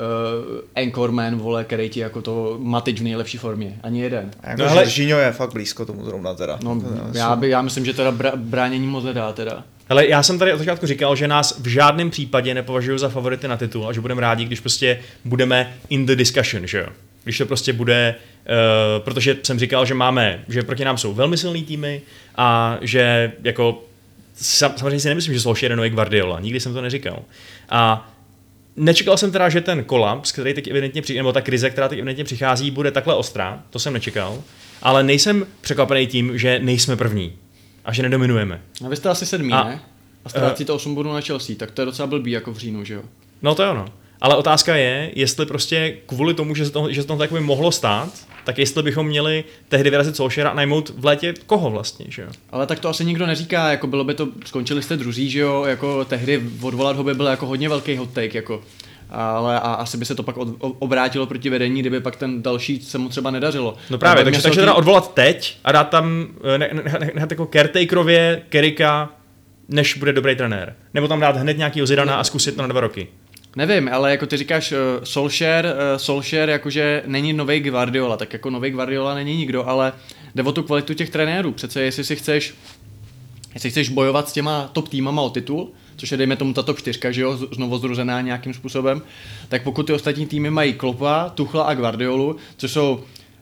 uh, anchorman, vole, který ti jako to Matič v nejlepší formě, ani jeden. A jako no, Jorginho je fakt blízko tomu zrovna teda. No, já, by, já myslím, že teda br- bránění moc nedá teda. Ale já jsem tady od začátku říkal, že nás v žádném případě nepovažuji za favority na titul a že budeme rádi, když prostě budeme in the discussion, že jo. Když to prostě bude, uh, protože jsem říkal, že máme, že proti nám jsou velmi silný týmy a že jako, samozřejmě si nemyslím, že Solskjaer je nový Guardiola, nikdy jsem to neříkal. A nečekal jsem teda, že ten kolaps, který teď evidentně přijde, nebo ta krize, která teď evidentně přichází, bude takhle ostrá, to jsem nečekal, ale nejsem překvapený tím, že nejsme první a že nedominujeme. A vy jste asi sedmý, a, ne? A ztrácíte osm bodů na Chelsea, tak to je docela blbý jako v říjnu, že jo? No to je ono. Ale otázka je, jestli prostě kvůli tomu, že se to, že se to takový mohlo stát, tak jestli bychom měli tehdy vyrazit Solskjaera a najmout v létě koho vlastně, že jo? Ale tak to asi nikdo neříká, jako bylo by to, skončili jste druzí, že jo, jako tehdy odvolat ho by byl jako hodně velký hot take, jako. Ale a asi by se to pak od, obrátilo proti vedení, kdyby pak ten další se mu třeba nedařilo. No právě, takže, takže teda odvolat teď a dát tam, ne, ne, ne, ne, jako caretakerově Kerika, než bude dobrý trenér. Nebo tam dát hned nějakýho Zidana a zkusit to na dva roky. Nevím, ale jako ty říkáš uh, Solskjaer, uh, Solskjaer jakože není novej Guardiola, tak jako novej Guardiola není nikdo, ale jde o tu kvalitu těch trenérů. Přece jestli si chceš, jestli chceš bojovat s těma top týmama o titul, což je dejme tomu ta top čtyřka, že jo, znovu združená nějakým způsobem, tak pokud ty ostatní týmy mají Kloppa, Tuchla a Guardiolu, což jsou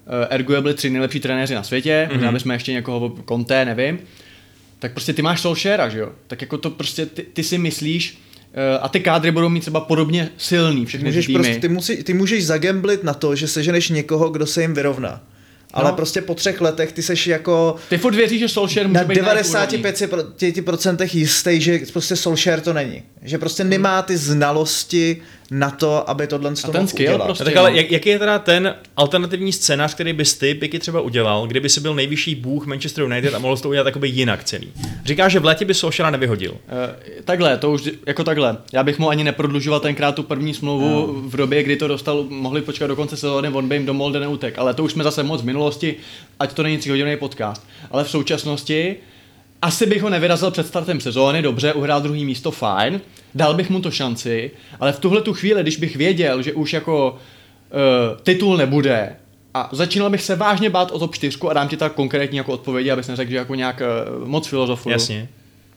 ergo byli tři nejlepší trenéři na světě, možná mm-hmm. bychom ještě někoho, Conte, nevím, tak prostě ty máš Solskjaera, že jo? Tak jako to prostě ty, ty si myslíš, a ty kádry budou mít třeba podobně silný všechny můžeš týmy. Prostě, ty, musí, ty můžeš zagamblit na to, že seženeš někoho, kdo se jim vyrovná. Ale no. prostě po třech letech ty seš jako... Ty furt věříš, že Solskjaer může na být devadesát pět procent jistý, že prostě Solskjaer to není. Že prostě nemá ty znalosti na to, aby tohle z toho mohl udělat. Prostě, tak ale jak, jaký je teda ten alternativní scénář, který bys ty, Piky, třeba udělal, kdyby si byl nejvyšší bůh Manchester United a mohl to udělat jakoby jinak celý? Říkáš, že v létě by Solskjaera nevyhodil. Uh, takhle, to už jako takhle. Já bych mu ani neprodlužoval tenkrát tu první smlouvu no. v době, kdy to dostal, mohli počkat do konce sezóny, on by jim do Molde neutek. Ale to už jsme zase moc v minulosti, ať to není tříhodinový podcast. Ale v současnosti asi bych ho nevyrazil před startem sezóny, dobře, uhrál druhý místo, fajn, dal bych mu to šanci, ale v tuhle tu chvíli, když bych věděl, že už jako uh, titul nebude a začínal bych se vážně bát o top čtyřku a dám ti tak konkrétní jako odpovědi, abys neřekl, že jako nějak uh, moc filozofuju. Jasně.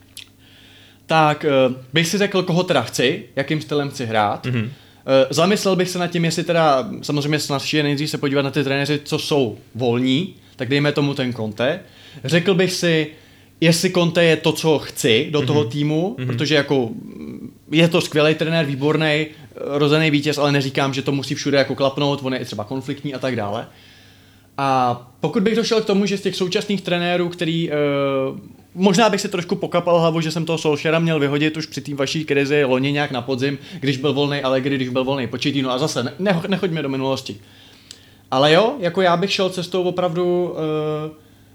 Tak uh, bych si řekl, koho teda chci, jakým stylem chci hrát. Mm-hmm. Uh, zamyslel bych se nad tím, jestli teda, samozřejmě snazší je nejdřív se podívat na ty trenéři, co jsou volní, tak dejme tomu ten Conte. Řekl bych si, jestli Conte je to, co chci do toho mm-hmm. týmu, mm-hmm. protože jako je to skvělý trenér, výborný, rozený vítěz, ale neříkám, že to musí všude jako klapnout, on je třeba konfliktní a tak dále. A pokud bych došel k tomu, že z těch současných trenérů, který uh, možná bych si trošku pokapal hlavu, že jsem toho Solskjaera měl vyhodit už při té vaší krizi loni nějak na podzim, když byl volnej Allegri, když byl volnej Pochettino a zase ne, nechoďme do minulosti. Ale jo, jako já bych šel cestou opravdu uh,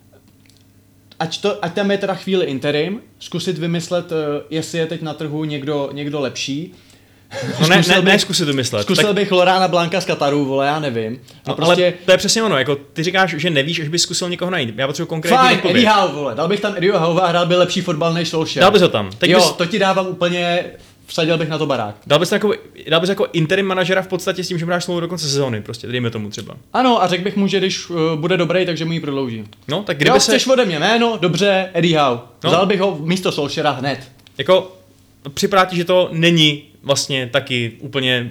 Ať, to, ať tam je teda chvíli interim, zkusit vymyslet, uh, jestli je teď na trhu někdo, někdo lepší. No ne, ne, ne, zkusit vymyslet. Zkusil tak... bych Lorána Blanka z Kataru, vole, já nevím. No, prostě... Ale to je přesně ono, jako ty říkáš, že nevíš, až bys zkusil někoho najít. Já potřebuji konkrétní Fajn, odpověď. Eddie Howe, vole, dal bych tam Eddie Howe a hrál by lepší fotbal než Solskjaer. Dal bys ho tam. Teď jo, bys... to ti dávám úplně, vsadil bych na to barák. Dal bys jako, dal bys jako interim manažera v podstatě s tím, že dáš smlouvu do konce sezóny, prostě, dejme tomu třeba. Ano, a řekl bych mu, že když uh, bude dobrý, takže mu ji prodlouží. No, tak kdyby jo, se... chceš ode mě jméno, dobře, Eddie Howe. No. Vzal bych ho místo Solskjaera hned. Jako, připadá ti, že to není vlastně taky úplně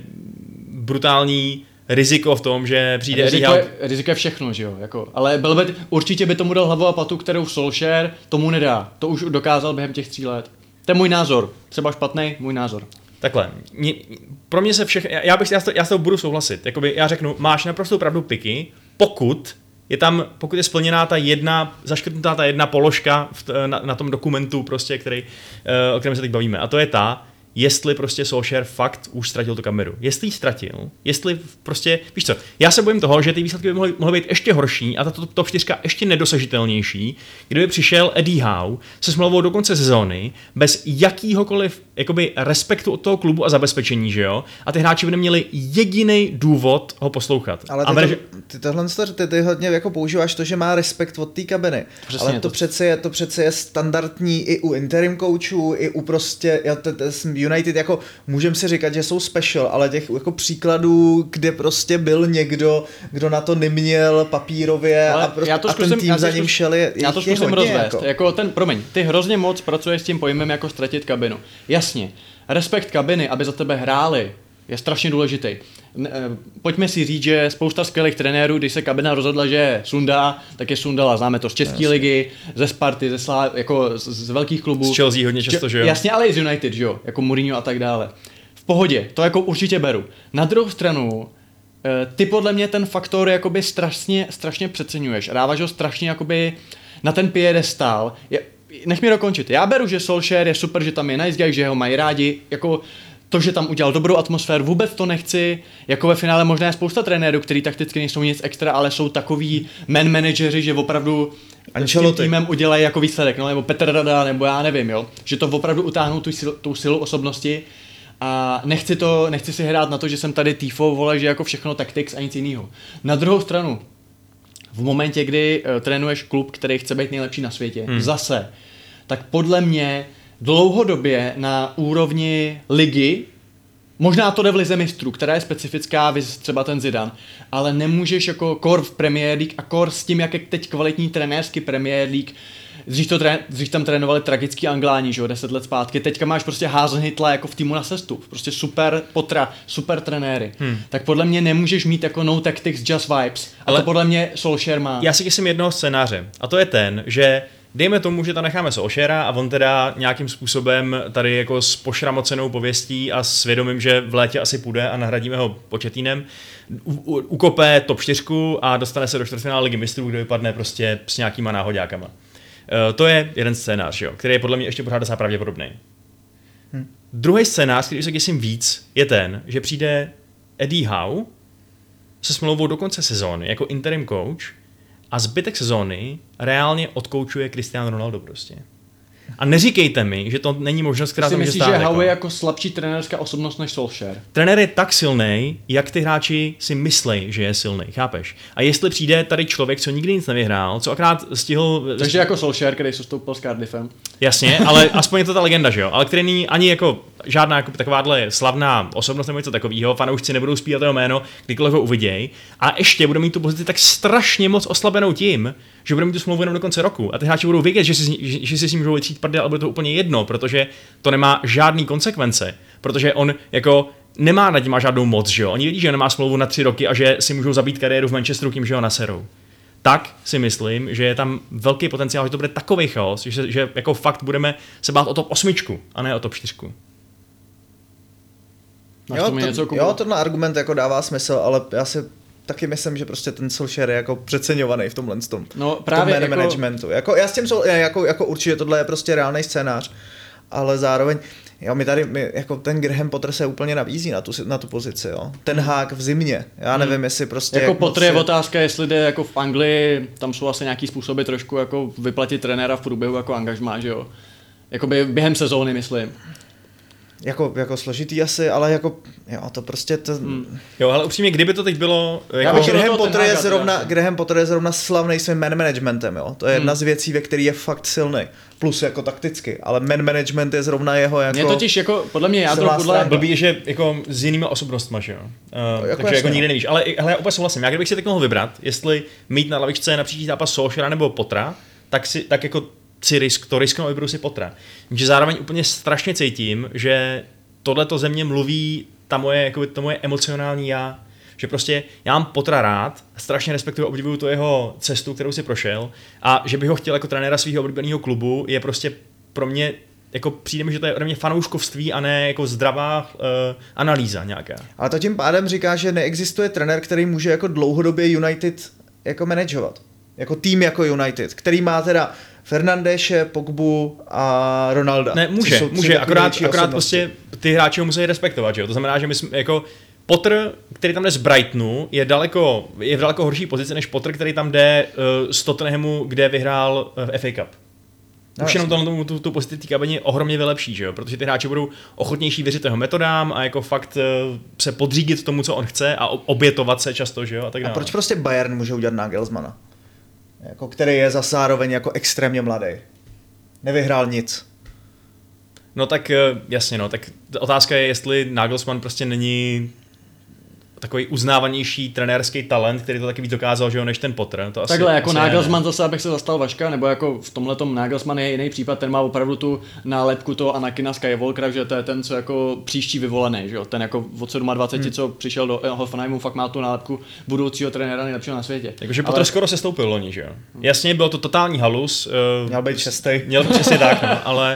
brutální riziko v tom, že přijde riziko Eddie Howe. Je, riziko je všechno, že jo, jako, ale byl by, určitě by tomu dal hlavu a patu, kterou Solskjaer tomu nedá. To už dokázal během těch tří let. To je můj názor. Třeba špatný, můj názor. Takhle, mě, pro mě se všechno, já, bych, já, s to, já s toho budu souhlasit. Jakoby já řeknu, máš naprosto pravdu, Piky, pokud je tam, pokud je splněná ta jedna, zaškrtnutá ta jedna položka v, na, na tom dokumentu, prostě, který, o kterém se teď bavíme. A to je ta, jestli prostě Solskjaer fakt už ztratil tu kameru. Jestli ji ztratil, jestli prostě, víš co, já se bojím toho, že ty výsledky by mohly, mohly být ještě horší a ta top čtyři ještě nedosažitelnější, kdyby přišel Eddie Howe se smlouvou do konce sezóny bez jakýhokoliv jakoby respektu od toho klubu a zabezpečení, že jo? A ty hráči by neměli jediný důvod ho poslouchat. Ale ty, to, ty tohle ty, ty hodně jako používáš to, že má respekt od té kabiny. Přesně, ale to, to, přece je, to přece je standardní i u interim coachů, i u prostě, já to, to, United, jako můžeme si říkat, že jsou special, ale těch jako příkladů, kde prostě byl někdo, kdo na to neměl papírově a, prostě, a ten tým za ním šel, je, já to zkusím rozvést. Jako. jako ten, promiň, ty hrozně moc pracuješ s tím pojmem jako ztratit kabinu. Jasně, respekt kabiny, aby za tebe hráli, je strašně důležitý. Pojďme si říct, že spousta skvělých trenérů, když se kabina rozhodla, že je sundá, tak je sundala. Známe to z České ligy, ze Sparty, ze Slá, jako z, z velkých klubů. Z Chelsea hodně často, že jo? Jasně, ale i z United, že jo? Jako Mourinho a tak dále. V pohodě, to jako určitě beru. Na druhou stranu, ty podle mě ten faktor jakoby strašně, strašně přeceňuješ a dáváš ho strašně jakoby na ten piedestál. Nech mě dokončit. Já beru, že Solskjaer je super, že tam je nice guy, že ho mají rádi, jako to, že tam udělal dobrou atmosféru, vůbec to nechci, jako ve finále možná je spousta trenérů, který takticky nejsou nic extra, ale jsou takový man manažeři, že opravdu s tím týmem udělají jako výsledek, no, nebo Petr Rada, nebo já nevím, jo, že to opravdu utáhnou tu, sil, tu silu osobnosti a nechci to, nechci si hrát na to, že jsem tady tifo, vole, že jako všechno tactics a nic jiného. Na druhou stranu, v momentě, kdy uh, trénuješ klub, který chce být nejlepší na světě, hmm. zase, tak podle mě dlouhodobě na úrovni ligy Možná to jde v lize mistrů, která je specifická, viz třeba ten Zidane, ale nemůžeš jako kor v Premier League a kor s tím, jak je teď kvalitní trenérsky Premier League. Dřív, to tré, dřív tam trénovali tragický Angláni, že jo, deset let zpátky. Teďka máš prostě Hasenhüttla jako v týmu na sestup. Prostě super potra, super trenéry. Hmm. Tak podle mě nemůžeš mít jako no tactics, just vibes. A ale to podle mě Solskjaer má. Já si myslím jednoho scénáře. A to je ten, že dejme tomu, že tam necháme Solskjaera a on teda nějakým způsobem tady jako s pošramocenou pověstí a s vědomím, že v létě asi půjde a nahradíme ho Pochetinem, ukope top čtyři a dostane se do čtvrtfinále ligy mistrů, kde vypadne prostě s nějakýma náhoďákama. Uh, to je jeden scénář, jo, který je podle mě ještě pořád docela pravděpodobný. Hmm. Druhý scénář, který se těším víc, je ten, že přijde Eddie Howe se smlouvou do konce sezóny jako interim coach a zbytek sezóny reálně odkoučuje Cristiano Ronaldo prostě. A neříkejte mi, že to není možnost, která tam může stát. Myslíš, že Howe jako. je jako slabší trenérská osobnost než Solskjaer? Trenér je tak silný, jak ty hráči si myslej, že je silný, chápeš? A jestli přijde tady člověk, co nikdy nic nevyhrál, co akorát stihl... Takže jako Solskjaer, který se stoupil s Cardiffem. Jasně, ale aspoň je to ta legenda, že jo? Ale který není ani jako žádná jako takováhle slavná osobnost nebo něco takového, fanoušci nebudou zpívat jeho jméno, kdykoliv ho uvidějí. A ještě budou mít tu pozici tak strašně moc oslabenou tím, že budou mít tu smlouvu jenom do konce roku. A ty hráči budou vědět, že si, že, že si s ním můžou vytřít prdel, ale bude to úplně jedno, protože to nemá žádný konsekvence. Protože on jako nemá nad tím žádnou moc, že jo? Oni vědí, že nemá smlouvu na tři roky a že si můžou zabít kariéru v Manchesteru tím, že ho naserou. Tak si myslím, že je tam velký potenciál, že to bude takovej chaos, že, že jako fakt budeme se bát o top osmičku a ne o top čtyřku. Jo, to, něco jo, tenhle argument jako dává smysl, ale já si taky myslím, že prostě ten Solskjaer je jako přeceňovaný v tomhle tom, no, právě v tom jako... managementu. Jako, já s tím jsou, jako, jako určitě tohle je prostě reálný scénář, ale zároveň jo, my tady, my, jako ten Graham Potter se úplně nabízí na tu, na tu pozici, jo. Ten Hák v zimě, já nevím, hmm. jestli prostě... Jako Potter je otázka, jestli jde jako v Anglii, tam jsou asi nějaký způsoby trošku jako vyplatit trenéra v průběhu jako angažmá, že jo. Jakoby během sezóny, myslím. Jako, jako složitý asi, ale jako, jo, to prostě to... Hmm. Jo, ale upřímně, kdyby to teď bylo... Jako... Já Graham, Potter je zrovna, Graham Potter je zrovna slavnej svým man managementem, jo. To je jedna hmm. z věcí, ve který je fakt silný. Plus jako takticky, ale man management je zrovna jeho jako... Mě totiž jako, podle mě jádro podle... Blbý, že jako s jinými osobnostma, že jo. Uh, jako takže jasně, jako nikdy nevíš. Ale hele, já úplně souhlasím. Já kdybych si tak mohl vybrat, jestli mít na lavičce na příští zápas Solskjaera nebo Pottera, tak si, tak jako si risk, to risknu, vyberu si Pottera. Takže zároveň úplně strašně cítím, že tohleto ze mě mluví ta moje, jako to moje emocionální já, že prostě já mám Pottera rád, strašně respektuju, obdivuju to jeho cestu, kterou si prošel a že bych ho chtěl jako trenéra svého oblíbeného klubu je prostě pro mě, jako přijde mi, že to je ode mě fanouškovství a ne jako zdravá uh, analýza nějaká. Ale to tím pádem říká, že neexistuje trenér, který může jako dlouhodobě United jako manažovat. Jako tým jako United, který má teda Fernandeše, Pogbu a Ronalda. Ne, může, může, akorát, akorát prostě ty hráči ho musí respektovat, že jo? To znamená, že my jsme jako Potter, který tam jde z Brightonu, je daleko, je v daleko horší pozici než Potter, který tam jde uh, z Tottenhamu, kde vyhrál uh, F A Cup. No, už jenom tomu, tu, tu pozici té kabiny ohromně vylepší, že jo? Protože ty hráči budou ochotnější věřit jeho metodám a jako fakt uh, se podřídit tomu, co on chce a obětovat se často, že jo? A, tak dále. A proč prostě Bayern může udělat Nagelsmana? Jako, který je zase zároveň jako extrémně mladý. Nevyhrál nic. No tak jasně, no, tak otázka je, jestli Nagelsmann prostě není takový uznávanější trenérský talent, který to taky víc dokázal, že jo, než ten Potter. To asi, takhle, jako asi Nagelsmann zase, abych se zastal Vaška, nebo jako v tomhletom Nagelsmann je jiný případ, ten má opravdu tu nálepku toho Anakina Skywalkera, že to je ten, co jako příští vyvolený, že jo, ten jako od dvacet sedm, hmm. co přišel do Hoffenheimu, fakt má tu nálepku budoucího trenéra nejlepšího na světě. Takže Potter ale... skoro se stoupil loni, že jo. Jasně, bylo to totální halus. Uh, měl být šestý. Měl být přesně tak, no, ale...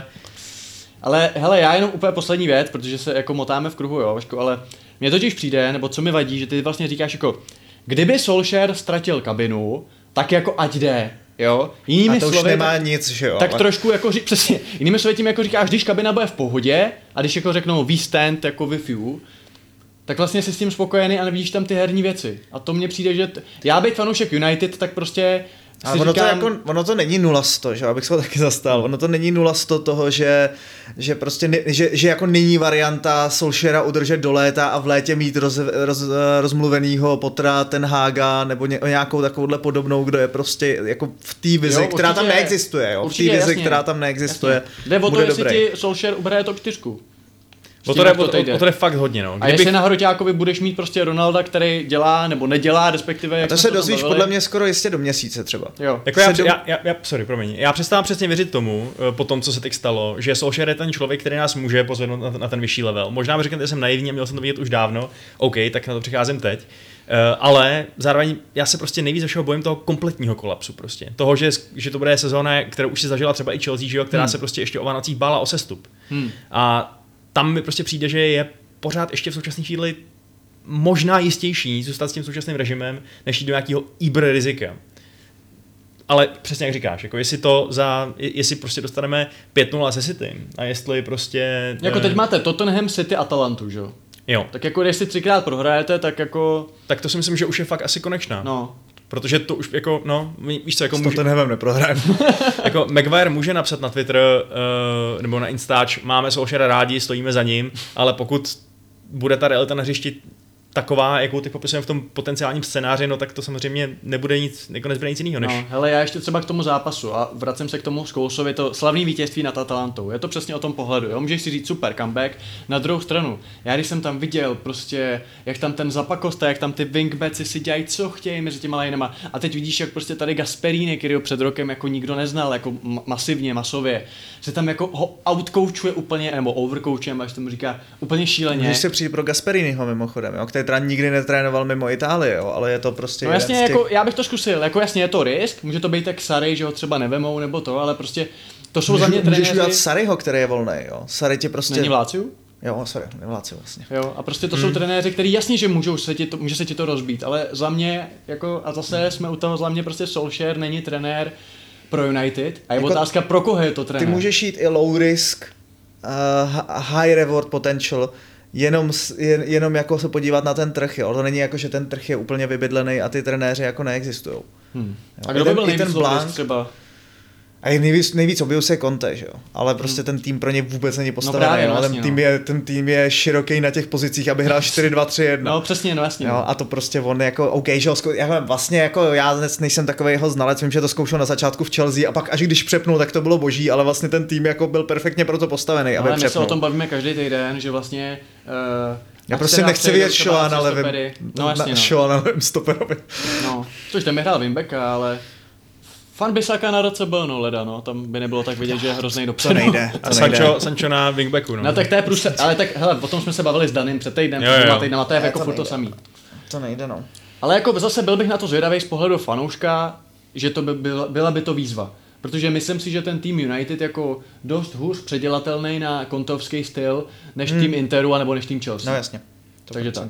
Ale hele, já jenom úplně poslední věc, protože se jako motáme v kruhu, jo, Vašku, ale mně totiž přijde, nebo co mi vadí, že ty vlastně říkáš jako, kdyby Solskjaer ztratil kabinu, tak jako ať jde, jo. Jinými a to slovy, už nemá nic, že jo. Tak ale... trošku jako, ří, přesně, jinými slovy tím jako říkáš, když kabina bude v pohodě a když jako řeknou we stand jako with you, tak vlastně jsi s tím spokojený a nevidíš tam ty herní věci. A to mně přijde, že t... já být fanoušek United, tak prostě a ono, říkám... to jako, ono to není nula sto, že abych se ho taky zastal. Ono to není nula sto toho, že, že prostě ne, že, že jako není varianta Solskjaera udržet do léta a v létě mít roz, roz, rozmluvenýho Pottera, ten Haga nebo ně, nějakou takovouhle podobnou, kdo je prostě jako v té vizi, jo, která tam neexistuje. Jo? V té vizi, jasně, která tam neexistuje. Jde o to, jestli ti Solskjaer ubere top čtyřku. O to, jde, to, to, o to jde fakt hodně, no. Kdybych... A jestli na Hroťákovi budeš mít prostě Ronalda, který dělá nebo nedělá, respektive... A to se dozvíš podle mě skoro jistě do měsíce třeba. Jo. Jako já, do... já, já, já, sorry, promiň. Já přestávám přesně věřit tomu, po tom, co se teď stalo, že Solskjaer je ten člověk, který nás může pozvednout na, na ten vyšší level. Možná mi řeknete, že jsem naivní a měl jsem to vidět už dávno. OK, tak na to přicházím teď. Uh, ale zároveň já se prostě nejvíc ze všeho bojím toho kompletního kolapsu prostě. Toho, že, že to bude sezóna, kterou už si zažila třeba i Chelsea, že jo, která hmm. se prostě ještě o Vánocích bála o sestup. Hmm. A tam mi prostě přijde, že je pořád ještě v současné chvíli možná jistější zůstat s tím současným režimem, než jít do nějakého ibr rizika. Ale přesně jak říkáš, jako jestli to za, jestli prostě dostaneme pět nula ze City a jestli prostě... Jako teď máte Tottenham, City, Atalantu, že jo? Jo. Tak jako když si třikrát prohrajete, tak jako... Tak to si myslím, že už je fakt asi konečná. No. Protože to už jako, no, víš co, jako může... S Tottenhamem neprohrajeme. Jako Maguire může napsat na Twitter uh, nebo na Instač, máme Solskjaera rádi, stojíme za ním, ale pokud bude ta realita na hřišti taková, jakou teď popisujeme v tom potenciálním scénáři, no tak to samozřejmě nebude nic, jako nezbude nic jiného než... No, hele, já ještě třeba k tomu zápasu a vracím se k tomu Scholesovi, to slavný vítězství nad Atalantou. Je to přesně o tom pohledu, jo? Můžeš si říct super comeback. Na druhou stranu, já když jsem tam viděl prostě, jak tam ten Zapakosta, jak tam ty wingbacki si dělají, co chtějí mezi těma lineama. A teď vidíš, jak prostě tady Gasperini, který ho před rokem jako nikdo neznal, jako masivně, masově, se tam jako ho outcoachuje úplně, nebo overcoachuje, až tomu říká, úplně šíleně. Můžeš se přijít pro Gasperiniho mimochodem, jo? Který teda nikdy netrénoval mimo Itálii, jo? Ale je to prostě... No jasně, těch... jako, já bych to zkusil, jako jasně je to risk, může to být tak Sarri, že ho třeba nevemou nebo to, ale prostě to jsou za mě trenéři... Můžeš udělat Sarriho, který je volný, jo? Sarri ti prostě... Není v Láciu? Jo, sorry, ne v Láciu vlastně. Jo, a prostě to hmm. jsou trenéři, který jasně, že můžou se ti to, může se ti to rozbít, ale za mě, jako, a zase jsme u toho, za mě prostě Solskjaer není trenér pro United a je jako otázka, pro koho je to trenér. Ty můžeš jít i low risk, uh, high reward potential, Jenom, jen, jenom jako se podívat na ten trh, jo. To není jako, že ten trh je úplně vybydlený a ty trenéři jako neexistujou. Hmm. A kdo by byl nejvíc Blanc třeba? A nejvíc, nejvíc objevil se Conte, že jo. Ale prostě hmm. ten tým pro ně vůbec není postavený. No právě, no, vlastně, ten, tým je, ten tým je široký na těch pozicích, aby hrál čtyři dva tři jedna. No přesně, no jasně. Jo, a to prostě on jako, OK, že ho zkou... já vlastně jako já nejsem takový jeho znalec, vím, že to zkoušel na začátku v Chelsea a pak až když přepnul, tak to bylo boží, ale vlastně ten tým jako byl perfektně pro to postavený, no, aby ale přepnul. my se o tom bavíme každý týden, že vlastně... Uh, já prostě nechci vidět Shoa na levém, no, jasně, no. Shoa na levém stoperovi. No, což ten by hrál Wimbeka, ale... Fan Bissaka na R C B, no leda, no, tam by nebylo tak vidět, že je hrozný dopředu. To nejde. To a Sancho, Sancho na wingbacku, no. No tak to je průse, ale tak, hele, o tom jsme se bavili s Danem před týdnem, jo, jo. týdnem a to je jako furt to samý. To nejde, no. Ale jako zase byl bych na to zvědavý z pohledu fanouška, že to by byla, byla by to výzva. Protože myslím si, že ten tým United jako dost hůř předělatelný na kontovský styl, než hmm. tým Interu, anebo než tým Chelsea. No jasně. To Takže tak.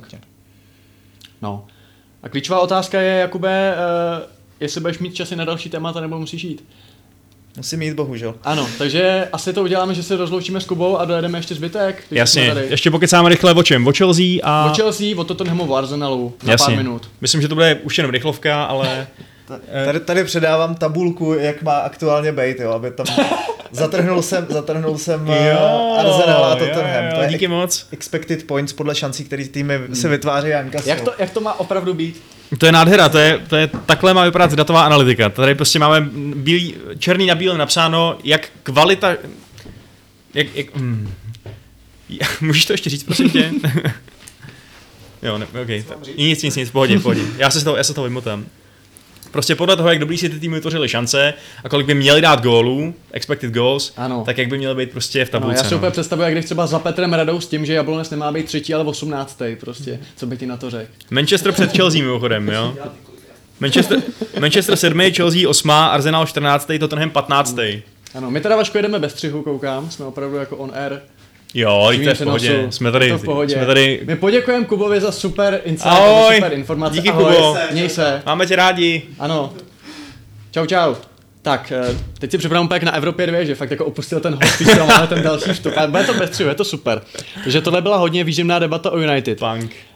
No. A klíčová otázka je, Jakube, uh, jestli budeš mít časy na další témata, nebo musíš jít? Musím jít, bohužel. Ano, takže asi to uděláme, že se rozloučíme s Kubou a dojedeme ještě zbytek. Jasně, ještě pokecáme rychle o čem? O Chelsea a... O Chelsea, o Tottenhamu, o Arsenalu na Jasně. pár minut. Myslím, že to bude už jenom rychlovka, ale... Tady, tady předávám tabulku, jak má aktuálně být, jo, aby tam zatrhnul jsem, zatrhnul jsem jo, Arsenal a Tottenham. Jo, jo, to je díky moc. Expected points podle šancí, který týmy hmm. se vytváří a inkasují. Jak to, jak to má opravdu být? To je nádhera, to je, to je, takhle má vypadat datová analytika. Tady prostě máme bílý, černý na bílém napsáno, jak kvalita... Jak, jak, mm. Můžeš to ještě říct, prosím tě? Jo, ne, okej. Okay. Nic, nic, nic, pohodě, pohodě. Já se z toho, já se z toho vymotám. Prostě podle toho, jak dobrý si ty týmy vytvořily šance a kolik by měli dát gólů, expected goals, ano. Tak jak by měly být prostě v tabulce. No, já si no. úplně představuji, jak když třeba za Petrem Radou s tím, že Jablonec nemá být třetí, ale osmnáctý prostě. Co by ti na to řekl? Manchester před Chelsea mimochodem, jo? Manchester, Manchester sedmý, Chelsea osmá, Arsenal čtrnáctý, Tottenham patnáctý. Ano, my teda Vašku jedeme bez střihu, koukám, jsme opravdu jako on air. Jo, to je v pohodě, jsme tady, to v pohodě. jsme tady... My poděkujeme Kubovi za super insight, ahoj, super informace. Díky, ahoj, Kubo. Měj se. Máme tě rádi. Ano. Čau, čau. Tak, teď si připravím pak na Evropě dvě, že fakt jako opustil ten host, a máme ten další vstup. Ale bude to bez střihu, je to super. Takže tohle byla hodně výživná debata o United. Punk.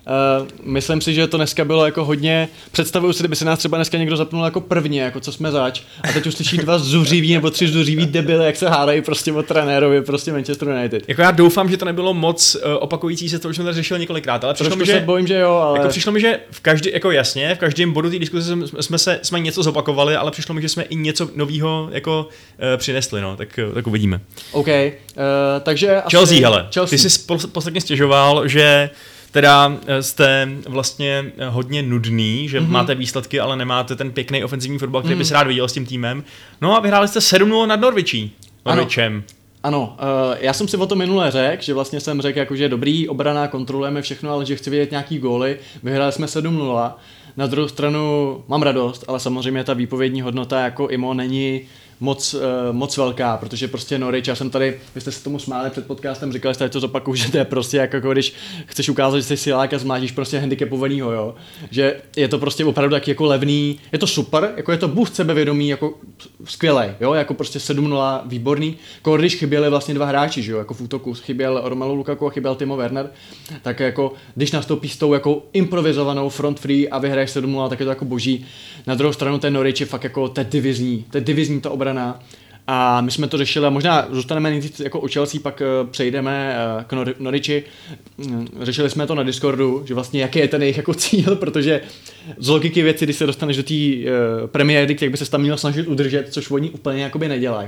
Uh, myslím si, že to dneska bylo jako hodně, představuju si, kdyby se nás třeba dneska někdo zapnul jako prvně, jako co jsme zač, a teď uslyší dva zuřivý nebo tři zuřivý debily, jak se hádají prostě o trenérovi, prostě Manchester United. Jako já doufám, že to nebylo moc uh, opakující se, to už jsme tady řešili několikrát, ale přišlo mi, že, se bojím, že jo, ale... jako přišlo mi, že v každý, jako jasně, v každém bodu té diskuse jsme se, jsme něco zopakovali, ale přišlo mi, že jsme i něco nového jako uh, přinesli, no, tak, tak uvidíme. OK, uh, takže Chelsea, asi... hele, Chelsea. Ty jsi posledně stěžoval, že teda jste vlastně hodně nudný, že mm-hmm. máte výsledky, ale nemáte ten pěkný ofenzivní fotbal, který mm. bys rád viděl s tím týmem. No a vyhráli jste sedm nula nad Norwichí. Norwichem. Ano, uh, já jsem si o to minule řekl, že vlastně jsem řekl, jako, že dobrý, obrana, kontrolujeme všechno, ale že chci vidět nějaký góly. Vyhráli jsme sedm nula. Na druhou stranu mám radost, ale samozřejmě ta výpovědní hodnota jako Imo není moc, uh, moc velká, protože prostě Norwich, já jsem tady, vy jste se tomu smáli před podcastem, říkali jste, to zopakuju, že to je prostě jako když chceš ukázat, že jsi silák a zmážíš prostě handicapovanýho, jo, že je to prostě opravdu taky jako levný, je to super, jako je to boost sebevědomí, jako skvělej, jo, jako prostě sedm nula, výborný, jako když chyběli vlastně dva hráči, že jo, jako v útoku, chyběl Romelu Lukaku a chyběl Timo Werner, tak jako když nastoupí s tou jako improvizovanou front free a vyhraješ sedm nula, tak je to jako boží. Na druhou stranu ten Norwich je fakt jako ta divizní, ta divizní ta obrana. A my jsme to řešili, a možná zůstaneme nejdřív jako o Chelsea, pak uh, přejdeme uh, k Nor- Norwichi. Mm, řešili jsme to na Discordu, že vlastně jaký je ten jejich jako cíl, protože z logiky věci, když se dostaneš do té uh, premiéry, tak by se tam měl snažit udržet, což oni úplně jakoby nedělají.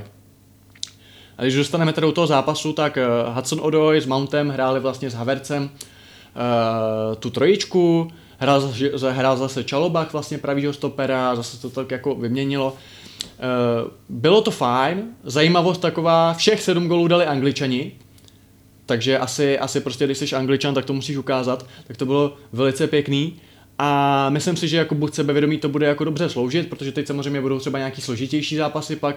A když dostaneme teda do toho zápasu, tak uh, Hudson Odoi s Mountem hráli vlastně s Havertzem uh, tu trojičku, hrál zase, hrál zase Čalobach, vlastně pravýho stopera, zase to tak jako vyměnilo. Bylo to fajn, zajímavost taková, všech sedm gólů dali Angličani, takže asi, asi prostě, když jsi Angličan, tak to musíš ukázat, tak to bylo velice pěkný a myslím si, že jako buď sebevědomí to bude jako dobře sloužit, protože teď samozřejmě budou třeba nějaký složitější zápasy pak,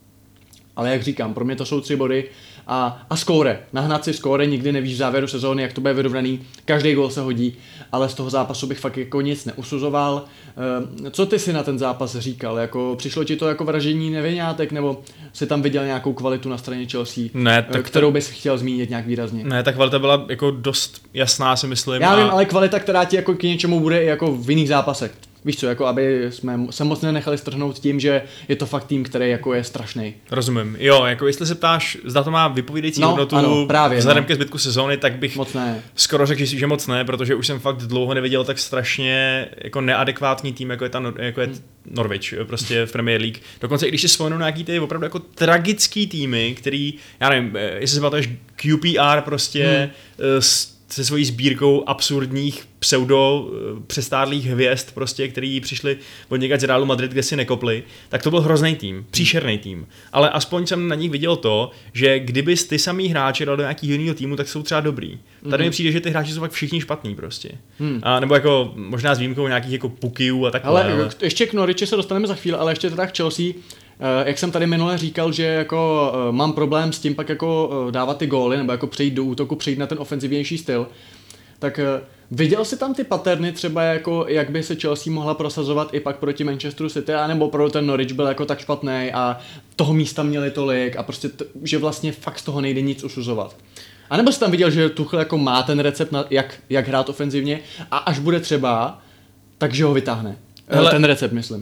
ale jak říkám, pro mě to jsou tři body a, a skóre, nahnat si skóre, nikdy nevíš v závěru sezóny, jak to bude vyrovnaný, každý gól se hodí, ale z toho zápasu bych fakt jako nic neusuzoval. E, co ty si na ten zápas říkal, jako přišlo ti to jako vražení nevinátek, nebo si tam viděl nějakou kvalitu na straně Chelsea, ne, tak kterou bys chtěl zmínit nějak výrazně? Ne, ta kvalita byla jako dost jasná, si myslím. Já a... vím, ale kvalita, která ti jako k něčemu bude jako v jiných zápasech. Víš co, jako aby jsme se moc nenechali strhnout tím, že je to fakt tým, který jako je strašný. Rozumím. Jo, jako jestli se ptáš, zda to má vypovídající no, hodnotu ano, právě, vzhledem no. ke zbytku sezóny, tak bych moc ne. skoro řekl, že moc ne, protože už jsem fakt dlouho neviděl tak strašně jako neadekvátní tým, jako je, ta, jako je hmm. Norwich prostě v Premier League. Dokonce i když si vzpomenu na nějaký ty opravdu jako tragický týmy, který, já nevím, jestli se pamatuješ Q P R prostě hmm. s se svojí sbírkou absurdních pseudo přestárlých hvězd, prostě, který přišli od někať z Realu Madrid, kde si nekopli, tak to byl hrozný tým, příšerný tým. Ale aspoň jsem na nich viděl to, že kdyby ty samý hráči dali do nějakého jiného týmu, tak jsou třeba dobrý. Tady mm. mi přijde, že ty hráči jsou fakt všichni špatný prostě. Mm. A nebo jako možná s výjimkou nějakých jako Pukijů a takhle. Ale, ale ještě k Norwichi se dostaneme za chvíli, ale ještě teda k Chelsea. Jak jsem tady minule říkal, že jako mám problém s tím pak jako dávat ty góly, nebo jako přejít do útoku, přejít na ten ofenzivnější styl, tak viděl jsi tam ty paterny třeba jako, jak by se Chelsea mohla prosazovat i pak proti Manchesteru City, anebo pro ten Norwich byl jako tak špatný a toho místa měli tolik a prostě, t- že vlastně fakt z toho nejde nic usuzovat. A nebo jsi tam viděl, že Tuchel jako má ten recept, na jak, jak hrát ofenzivně a až bude třeba, takže ho vytáhne. Hele, ten recept, myslím.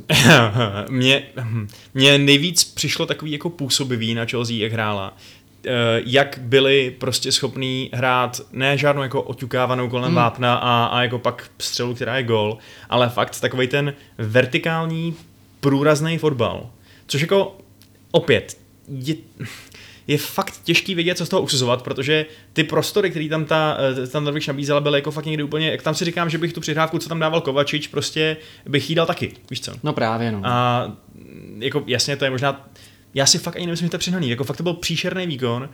Mně, mně nejvíc přišlo takový jako působivý na Chelsea, jak hrála. Jak byli prostě schopní hrát ne žádnou jako oťukávanou kolem hmm. vápna a, a jako pak střelu, která je gól, ale fakt takovej ten vertikální průrazný fotbal. Což jako opět je, je fakt těžký vědět, co z toho usuzovat, protože ty prostory, které tam ta tam Norwich nabízela, byly jako fakt někdy úplně, jak tam si říkám, že bych tu přihrávku, co tam dával Kovačič, prostě bych jí dal taky, víš co? No právě, no. A jako jasně, to je možná, já si fakt ani nemyslím, že to je přehnaný, jako fakt to byl příšerný výkon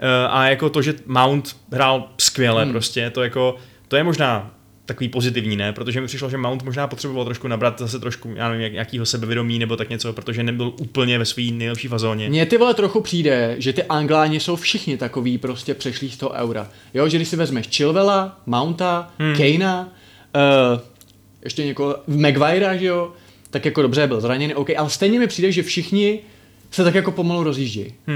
a jako to, že Mount hrál skvěle hmm. prostě, to jako, to je možná takový pozitivní, ne? Protože mi přišlo, že Mount možná potřeboval trošku nabrat zase trošku, já nevím, nějakýho sebevědomí nebo tak něco, protože nebyl úplně ve své nejlepší fazóně. Mně ty vole trochu přijde, že ty Angláni jsou všichni takový prostě přešlí z toho eura. Jo, že když si vezmeš Chilwella, Mounta, hmm. Kanea, uh, ještě někoho, Maguirea, že jo, tak jako dobře byl zraněný, OK, ale stejně mi přijde, že všichni se tak jako pomalu rozjíždějí. Hmm.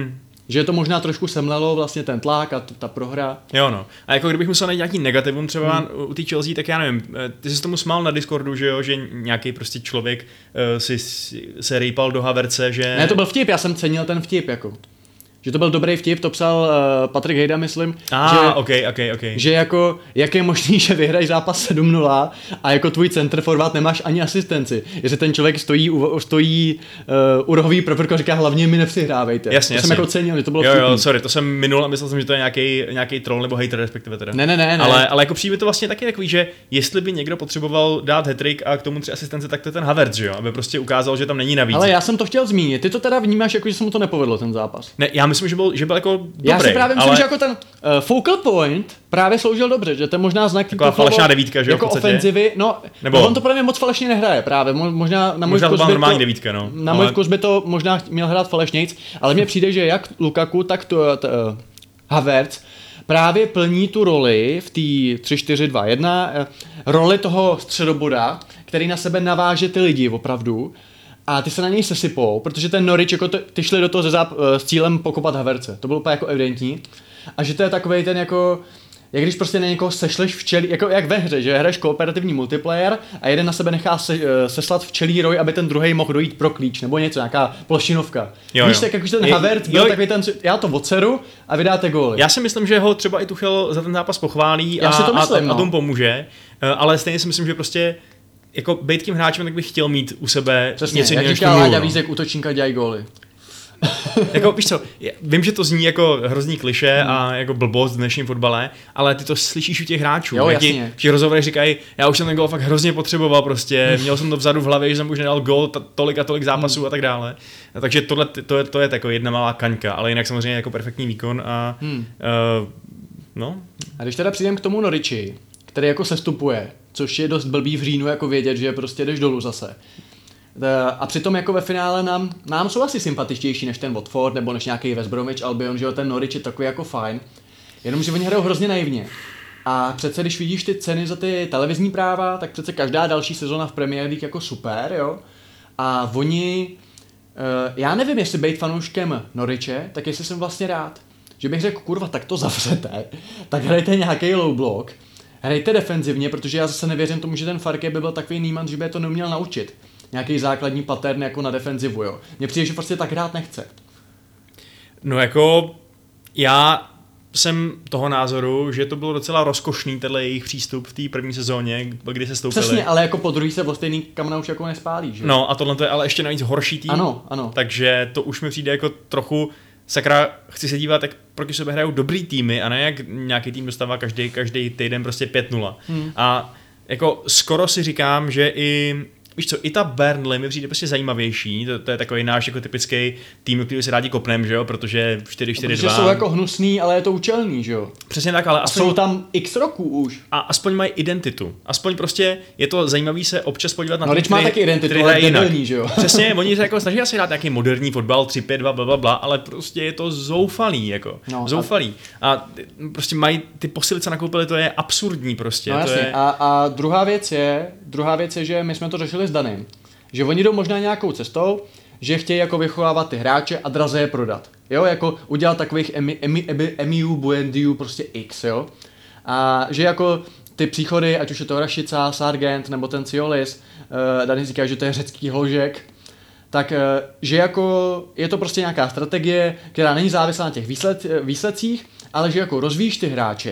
Že to možná trošku semlelo vlastně ten tlak a t- ta prohra. Jo no. A jako kdybych musel najít nějaký negativum třeba hmm. u té Chelsea, tak já nevím, ty jsi tomu smál na Discordu, že jo, že nějaký prostě člověk uh, si se rejpal do Havertze, že... Ne, to byl vtip, já jsem cenil ten vtip, jako. Že to byl dobrý vtip, to psal uh, Patrik Hejda, myslím. Ah, že, okay, okay, okay. že jako, jak je možný, že vyhraješ zápas sedm nula a jako tvůj center forward nemáš ani asistenci. Jestli ten člověk stojí, u, stojí uh, u rohový proprko, říká hlavně mi nepřihrávejte. Jasně, to jasně. jsem jako cenil, že to bylo jo, vtipný. Jo, sorry, to jsem minul a myslel jsem, že to je nějaký, nějaký troll nebo hater, respektive teda. Ne, ne, ne. ne. Ale, ale jako přijde to vlastně taky takový, že jestli by někdo potřeboval dát hat-trick a k tomu tři asistence, tak to je ten Havertz, že jo, aby prostě ukázal, že tam není navíc. Ale já jsem to chtěl zmínit. Ty to teda vnímáš, jako že se mu to nepovedlo ten zápas. Ne, já myslím, že byl, že byl jako dobrý, já si právě myslím, ale... že jako ten uh, focal point právě sloužil dobře, že to je možná znak taková falešná devítka, že jo, jako v podstatě. ofenzivy, no, nebo... no on to podle mě moc falešně nehraje právě, možná na můj možná to vkus byla by normální to, devítka, no. na ale... můj vkus by to možná měl hrát falešnějc, ale mně přijde, že jak Lukaku, tak to, to, uh, Havertz právě plní tu roli v té tři čtyři dva jedna, uh, roli toho středoboda, který na sebe naváže ty lidi opravdu. A ty se na něj sesypou, protože ten Norwich, jako to, ty šli do toho ze záp, s cílem pokopat Havertze. To bylo úplně jako evidentní. A že to je takovej ten jako, jak když prostě na někoho sešleš včelí, jako jak ve hře, že hraješ kooperativní multiplayer a jeden na sebe nechá se, seslat včelí roj, aby ten druhý mohl dojít pro klíč, nebo něco, nějaká plošinovka. Jo, Víš, jo. tak jakože ten je, Havertz byl takový ten, já to odseru a vydáte góly. Já si myslím, že ho třeba i Tuchel za ten zápas pochválí a, to myslím, a, no. a tomu pomůže, ale stejně si myslím, že prostě jako být tím hráčem, tak bych chtěl mít u sebe přesně, něco jiného. Přesně, jak říká Láďa Vízek, útočníka dělají góly. Jako, víš co, vím, že to zní jako hrozný klišé hmm. a jako blbost v dnešním fotbale, ale ty to slyšíš u těch hráčů. Jo, jasně. Ti rozhovory říkají, já už jsem ten gól fakt hrozně potřeboval prostě, měl jsem to vzadu v hlavě, že jsem už nedal gól t- tolik a tolik zápasů hmm. a tak dále. A takže tohle, to je, to je jako jedna malá kaňka, ale jinak samozřejmě jako perfektní výkon a hmm. uh, no. A když teda přijdem k tomu Norwichi, který jako sestupuje, což je dost blbý v říjnu jako vědět, že prostě jdeš dolů zase. A přitom jako ve finále nám, nám jsou asi sympatičtější než ten Watford nebo než nějaký West Bromwich Albion, že jo, ten Norwich je takový jako fajn. Jenomže oni hrajou hrozně naivně. A přece když vidíš ty ceny za ty televizní práva, tak přece každá další sezona v Premier League jako super, jo. A oni, já nevím, jestli být fanouškem Norwiche, tak jestli jsem vlastně rád. Že bych řekl, kurva, tak to zavřete, tak hrajte nějaký low block, hrajte defenzivně, protože já zase nevěřím tomu, že ten Farke by byl takový Niemann, že by je to neuměl naučit. Nějaký základní pattern jako na defenzivu, jo. Mně přijde, že prostě tak hrát nechce. No jako, já jsem toho názoru, že to bylo docela rozkošný tenhle jejich přístup v té první sezóně, kdy se stoupili. Přesně, ale jako po druhý se o stejný kamna už jako nespálí, že? No a tohle to je ale ještě navíc horší tým. Ano, ano. Takže to už mi přijde jako trochu, sakra, chci se dívat, jak proti sobě hrajou dobrý týmy a ne jak nějaký tým dostává každý, každý týden prostě pět nula. Hmm. A jako skoro si říkám, že i víš co, i ta Burnley mi přijde prostě zajímavější, to, to je takový náš jako typický tým, který se rádi kopnem, že jo, protože čtyři čtyři dva. Protože jsou jako hnusný, ale je to účelný, že jo. Přesně tak, ale a aspoň, jsou tam x roků už. A aspoň mají identitu. Aspoň prostě je to zajímavý se občas podívat na no, tým, který, má taky identitu, ale debilní, že jo. Přesně, oni se jako snaží asi hrát nějaký moderní fotbal, tři pět dva, bla, bla, bla, ale prostě je to zoufalý, jako, no, zoufalý. A... a prostě mají ty posily, co nakoupili, to je absurdní prostě. No, to jasně. je... a, a druhá věc je, druhá věc je, že my jsme to řešili s Danem. Že oni jdou možná nějakou cestou, že chtějí jako vychovávat ty hráče a draze je prodat. Jo, jako udělat takových Emi, Emi, Emi, Emiu, Buendiu, prostě X, jo. A že jako ty příchody, ať už je to Rašica, Sargent nebo ten Ciolis, uh, Dani říká, že to je řecký hložek, tak uh, že jako je to prostě nějaká strategie, která není závislá na těch výsled, výsledcích, ale že jako rozvíjíš ty hráče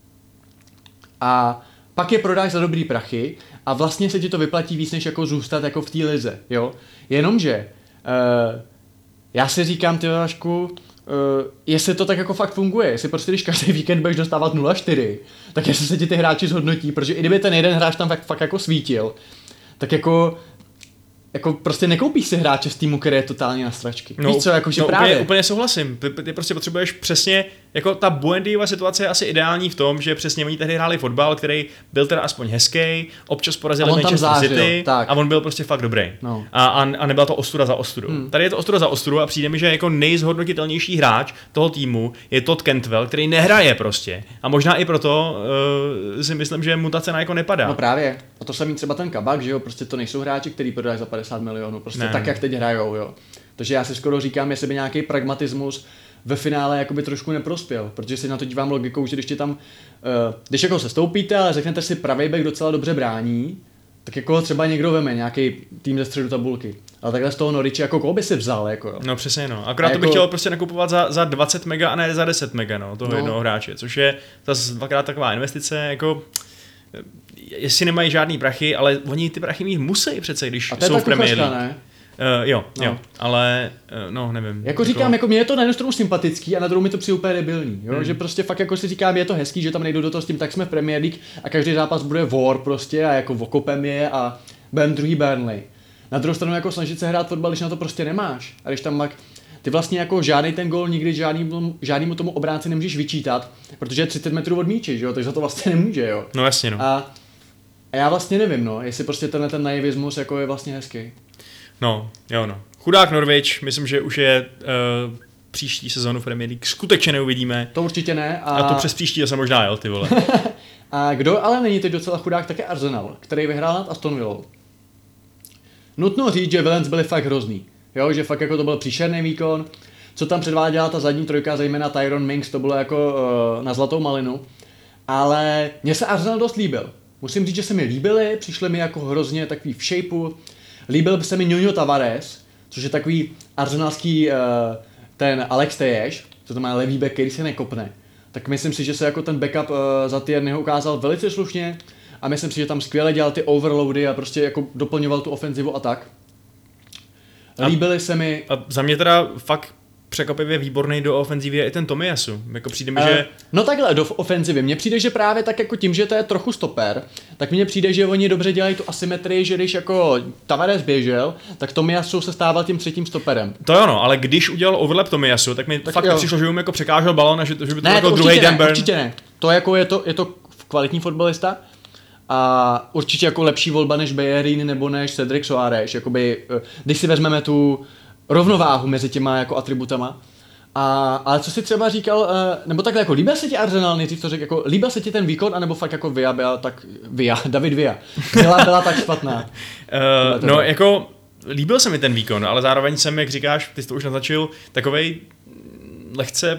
a pak je prodáš za dobrý prachy a vlastně se ti to vyplatí víc, než jako zůstat jako v té lize, jo. Jenomže uh, já si říkám, ty Vašku, uh, jestli to tak jako fakt funguje, jestli prostě když každý víkend budeš dostávat nula čtyři, tak jestli se ti ty hráči zhodnotí, protože i kdyby ten jeden hráč tam fakt, fakt jako svítil, tak jako jako prostě nekoupíš si hráče z týmu, který je totálně na stračky. No, víš co, jako, že no, právě. Úplně, úplně souhlasím. Ty, ty prostě potřebuješ přesně, jako ta Buendiova situace je asi ideální v tom, že přesně oni tehdy hráli fotbal, který byl teda aspoň hezký, občas porazili Manchester zářil, City tak. A on byl prostě fakt dobrý. No. A, a, a nebyla to ostuda za ostudu. Hmm. Tady je to ostuda za ostudu a přijde mi, že jako nejzhodnotitelnější hráč toho týmu je Todd Cantwell, který nehraje prostě. A možná i proto uh, si myslím, že mu ta cena jako nepadá. No právě. A to samý třeba ten Kabak, že jo, prostě to nejsou hráči, který prodají za padesát milionů, prostě ne. Tak, jak teď hrajou, jo. Takže já si skoro říkám, jestli by nějaký pragmatismus ve finále jakoby trošku neprospěl, protože si na to dívám logikou, že když ti tam, uh, když jako se stoupíte, ale řeknete si pravej back docela dobře brání, tak jako třeba někdo veme, nějaký tým ze středu tabulky. Ale takhle z toho Norwiche, jako koho by si vzal, jako jo. No přesně no. Akorát jako... to bych chtěl prostě nakupovat za, za dvacet mega a ne za deset mega, no, toho no. jednoho hráče, což je zase dvakrát taková investice, jako jestli nemají žádný prachy, ale oni ty prachy mít musí přece, když jsou v Premier League. Ne? Uh, jo, no. jo, ale uh, no, nevím. Jako říkám, jako, jako mě je to na jednu stranu sympatický a na druhou mi to přijde úplně debilní, jo? Hmm. Že prostě fakt jako si říkám, je to hezký, že tam nejdou do toho s tím, tak jsme v Premier League a každý zápas bude war prostě a jako okopem je a budeme druhý Burnley. Na druhou stranu jako snažit se hrát fotbal, když na to prostě nemáš a když tam mak, ty vlastně jako žádný ten gól nikdy žádnýmu, žádnýmu tomu obránci nemůžeš vyčítat, protože je třicet metrů od míče, že jo, takže za to vlastně nemůže, jo. No jasně, no. A, a já vlastně nevím, no, jestli prostě tenhle ten naivismus jako je vlastně hezký. No, jo no. Chudák Norwich, myslím, že už je uh, příští sezónu v Premier League skutečně neuvidíme. To určitě ne. A, a to přes příští se možná jel, ty vole. A kdo ale není teď docela chudák, tak je Arsenal, který vyhrál nad Aston Villou. Nutno říct, že Villans byli fakt hrozný. Jo, že fakt jako to byl příšerný výkon. Co tam předváděla ta zadní trojka, zejména Tyrone Mings, to bylo jako uh, na zlatou malinu. Ale mně se Arsenal dost líbil. Musím říct, že se mi líbili, přišli mi jako hrozně takový v shapeu. Líbil by se mi Nuno Tavares, což je takový arsenalský uh, ten Alex Teješ, co to má levý back, který se nekopne. Tak myslím si, že se jako ten backup uh, za Tierneyho ukázal velice slušně a myslím si, že tam skvěle dělal ty overloady a prostě jako doplňoval tu ofenzivu a tak. Líbily se mi... A za mě teda fakt překvapivě výborný do ofenzivy je i ten Tomiyasu. Jako přijde mi, uh, že... No takhle, do ofenzivy. Mně přijde, že právě tak jako tím, že to je trochu stoper, tak mně přijde, že oni dobře dělají tu asymetrii, že když jako Tavares běžel, tak Tomiyasu se stával tím třetím stoperem. To jo no, ale když udělal overlap Tomiyasu, tak mi tak fakt přišlo, že mu jako překážel balon a že, že by to ne, jako to druhý Dan Burn. Určitě ne, to jako je to, je to kvalitní fotbalista a určitě jako lepší volba než Bellerin nebo než Cedric Soares, jakoby, když si vezmeme tu rovnováhu mezi těma jako atributama. A, ale co jsi třeba říkal, nebo takhle jako líbil se ti Arsenal, nejdřív to řekl, jako líbil se ti ten výkon, anebo fakt jako Villa byla tak, Villa, David Villa, byla, byla tak špatná? Uh, no jako líbil se mi ten výkon, ale zároveň jsem, jak říkáš, ty jsi to už naznačil, takovej lehce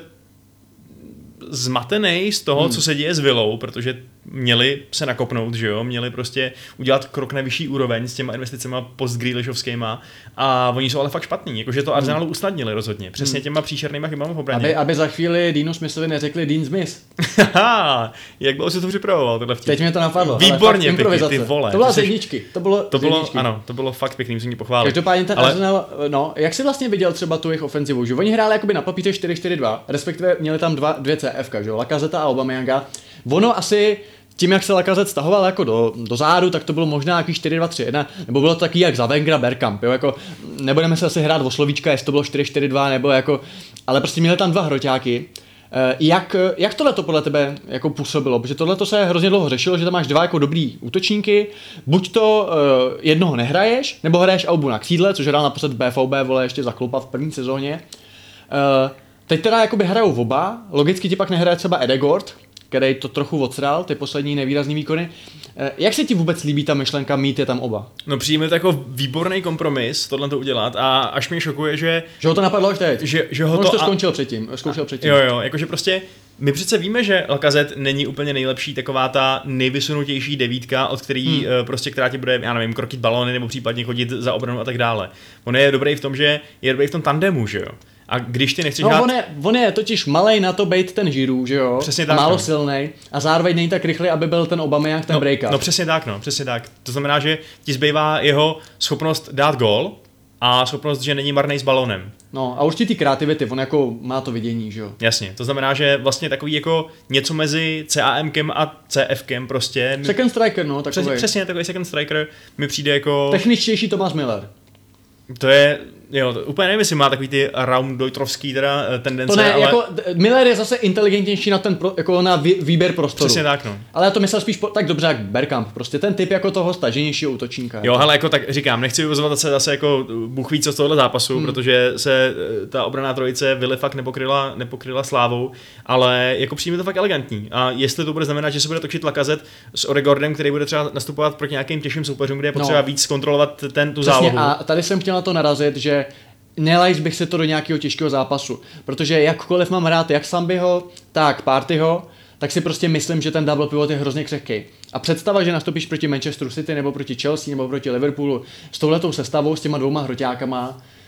zmatený z toho, hmm. co se děje s Villou, protože měli se nakopnout, že jo, měli prostě udělat krok na vyšší úroveň s těma investicema post-Grealishovskýma a oni jsou ale fakt špatní, jakože to Arsenalu usnadnili rozhodně, přesně těma příšernýma chybama v obraně. Aby, aby za chvíli Deanu Smithovi neřekli Dean Smith. Haha, jak bylo si to připravoval tohle vtip. Teď mě to napadlo. Výborně pěkný, ty vole. To bylo z jedničky. To bylo, to bylo ano, to bylo fakt pěkný, musím ti pochválit. Každopádně ten ale... Arsenal, no, jak jsi vlastně viděl třeba tu jejich ofenzivu, že oni hráli jakoby na papíře čtyři čtyři dva, respektive měli tam dva, dvě C F ka, že jo, Lacazette a Aubameyanga. Ono asi tím, jak se Lacazette stahoval jako do, do zádu, tak to bylo možná jaký čtyři dva tři jedna, nebo bylo to taky jak za Wengera Bergkamp, jo, jako nebudeme se asi hrát o slovíčka, jestli to bylo čtyři čtyři dva, nebo jako, ale prostě měli tam dva hroťáky. Jak, jak tohle to podle tebe jako působilo? Protože tohle to se hrozně dlouho řešilo, že tam máš dva jako dobrý útočníky, buď to uh, jednoho nehraješ, nebo hraješ Aubu na křídle, což hrál naposled B V B, vole, ještě za Klopa v první sezóně. Uh, teď teda jakoby hrajou oba, logicky ti pak nehraje třeba Edegord, který to trochu odsral, ty poslední nevýrazný výkony. Jak se ti vůbec líbí ta myšlenka mít je tam oba? No přijme to jako výborný kompromis tohle to udělat a až mě šokuje, že... Že ho to napadlo až teď. Že, že ho On to, to a... skončil předtím, zkoušel předtím. Jo, jo, jakože prostě my přece víme, že Lacazette není úplně nejlepší taková ta nejvysunutější devítka, od který hmm. prostě, která ti bude, já nevím, krotit balony nebo případně chodit za obranu a tak dále. On je dobrý v tom, že je dobrý v tom tandemu, že jo. A když ty nechceš no, hrát... on je, on je totiž malej na to bejt ten Giroud, že jo? Přesně tak. Málo no. silnej a zároveň není tak rychlý, aby byl ten Aubameyang ten no, breakout. No přesně tak, no, přesně tak. To znamená, že ti zbývá jeho schopnost dát gól a schopnost, že není marnej s balonem. No a určitý kreativity, on jako má to vidění, že jo? Jasně, to znamená, že vlastně takový jako něco mezi CAMkem a CFkem prostě. Second striker, no, takový. Přesně, přesně takový second striker mi přijde jako... Techničtější Thomas Miller. To je, jo, to úplně nevím, jestli má takový ty Raumdeuterovský teda tendence, to ne, ale... jako Miller je zase inteligentnější na ten, pro, jako na vý, výběr prostoru. Přesně tak, no. Ale já to myslel spíš po, tak dobře jak Bergkamp, prostě ten typ jako toho staženějšího útočníka. Jo, hele, jako tak říkám, nechci vyvozovat zase, zase jako Bůh ví co z tohohle zápasu, hmm. protože se ta obranná trojice Vily fakt nepokryla, nepokryla slávou, ale jako přijde to fakt elegantní. A jestli to bude znamenat, že se bude točit Lacazette s Odegaardem, který bude třeba nastupovat proti nějakým těžším soupeřům, kde je potřeba no. víc kontrolovat ten tu Přesně, zálohu. A tady jsem chtěl na to narazit, že nelajš bych se to do nějakého těžkého zápasu, protože jakkoliv mám rád jak Sambiho, tak Partyho, tak si prostě myslím, že ten double pivot je hrozně křehký. A představa, že nastoupíš proti Manchesteru City nebo proti Chelsea nebo proti Liverpoolu s touhletou sestavou, s těma dvouma hroťákama,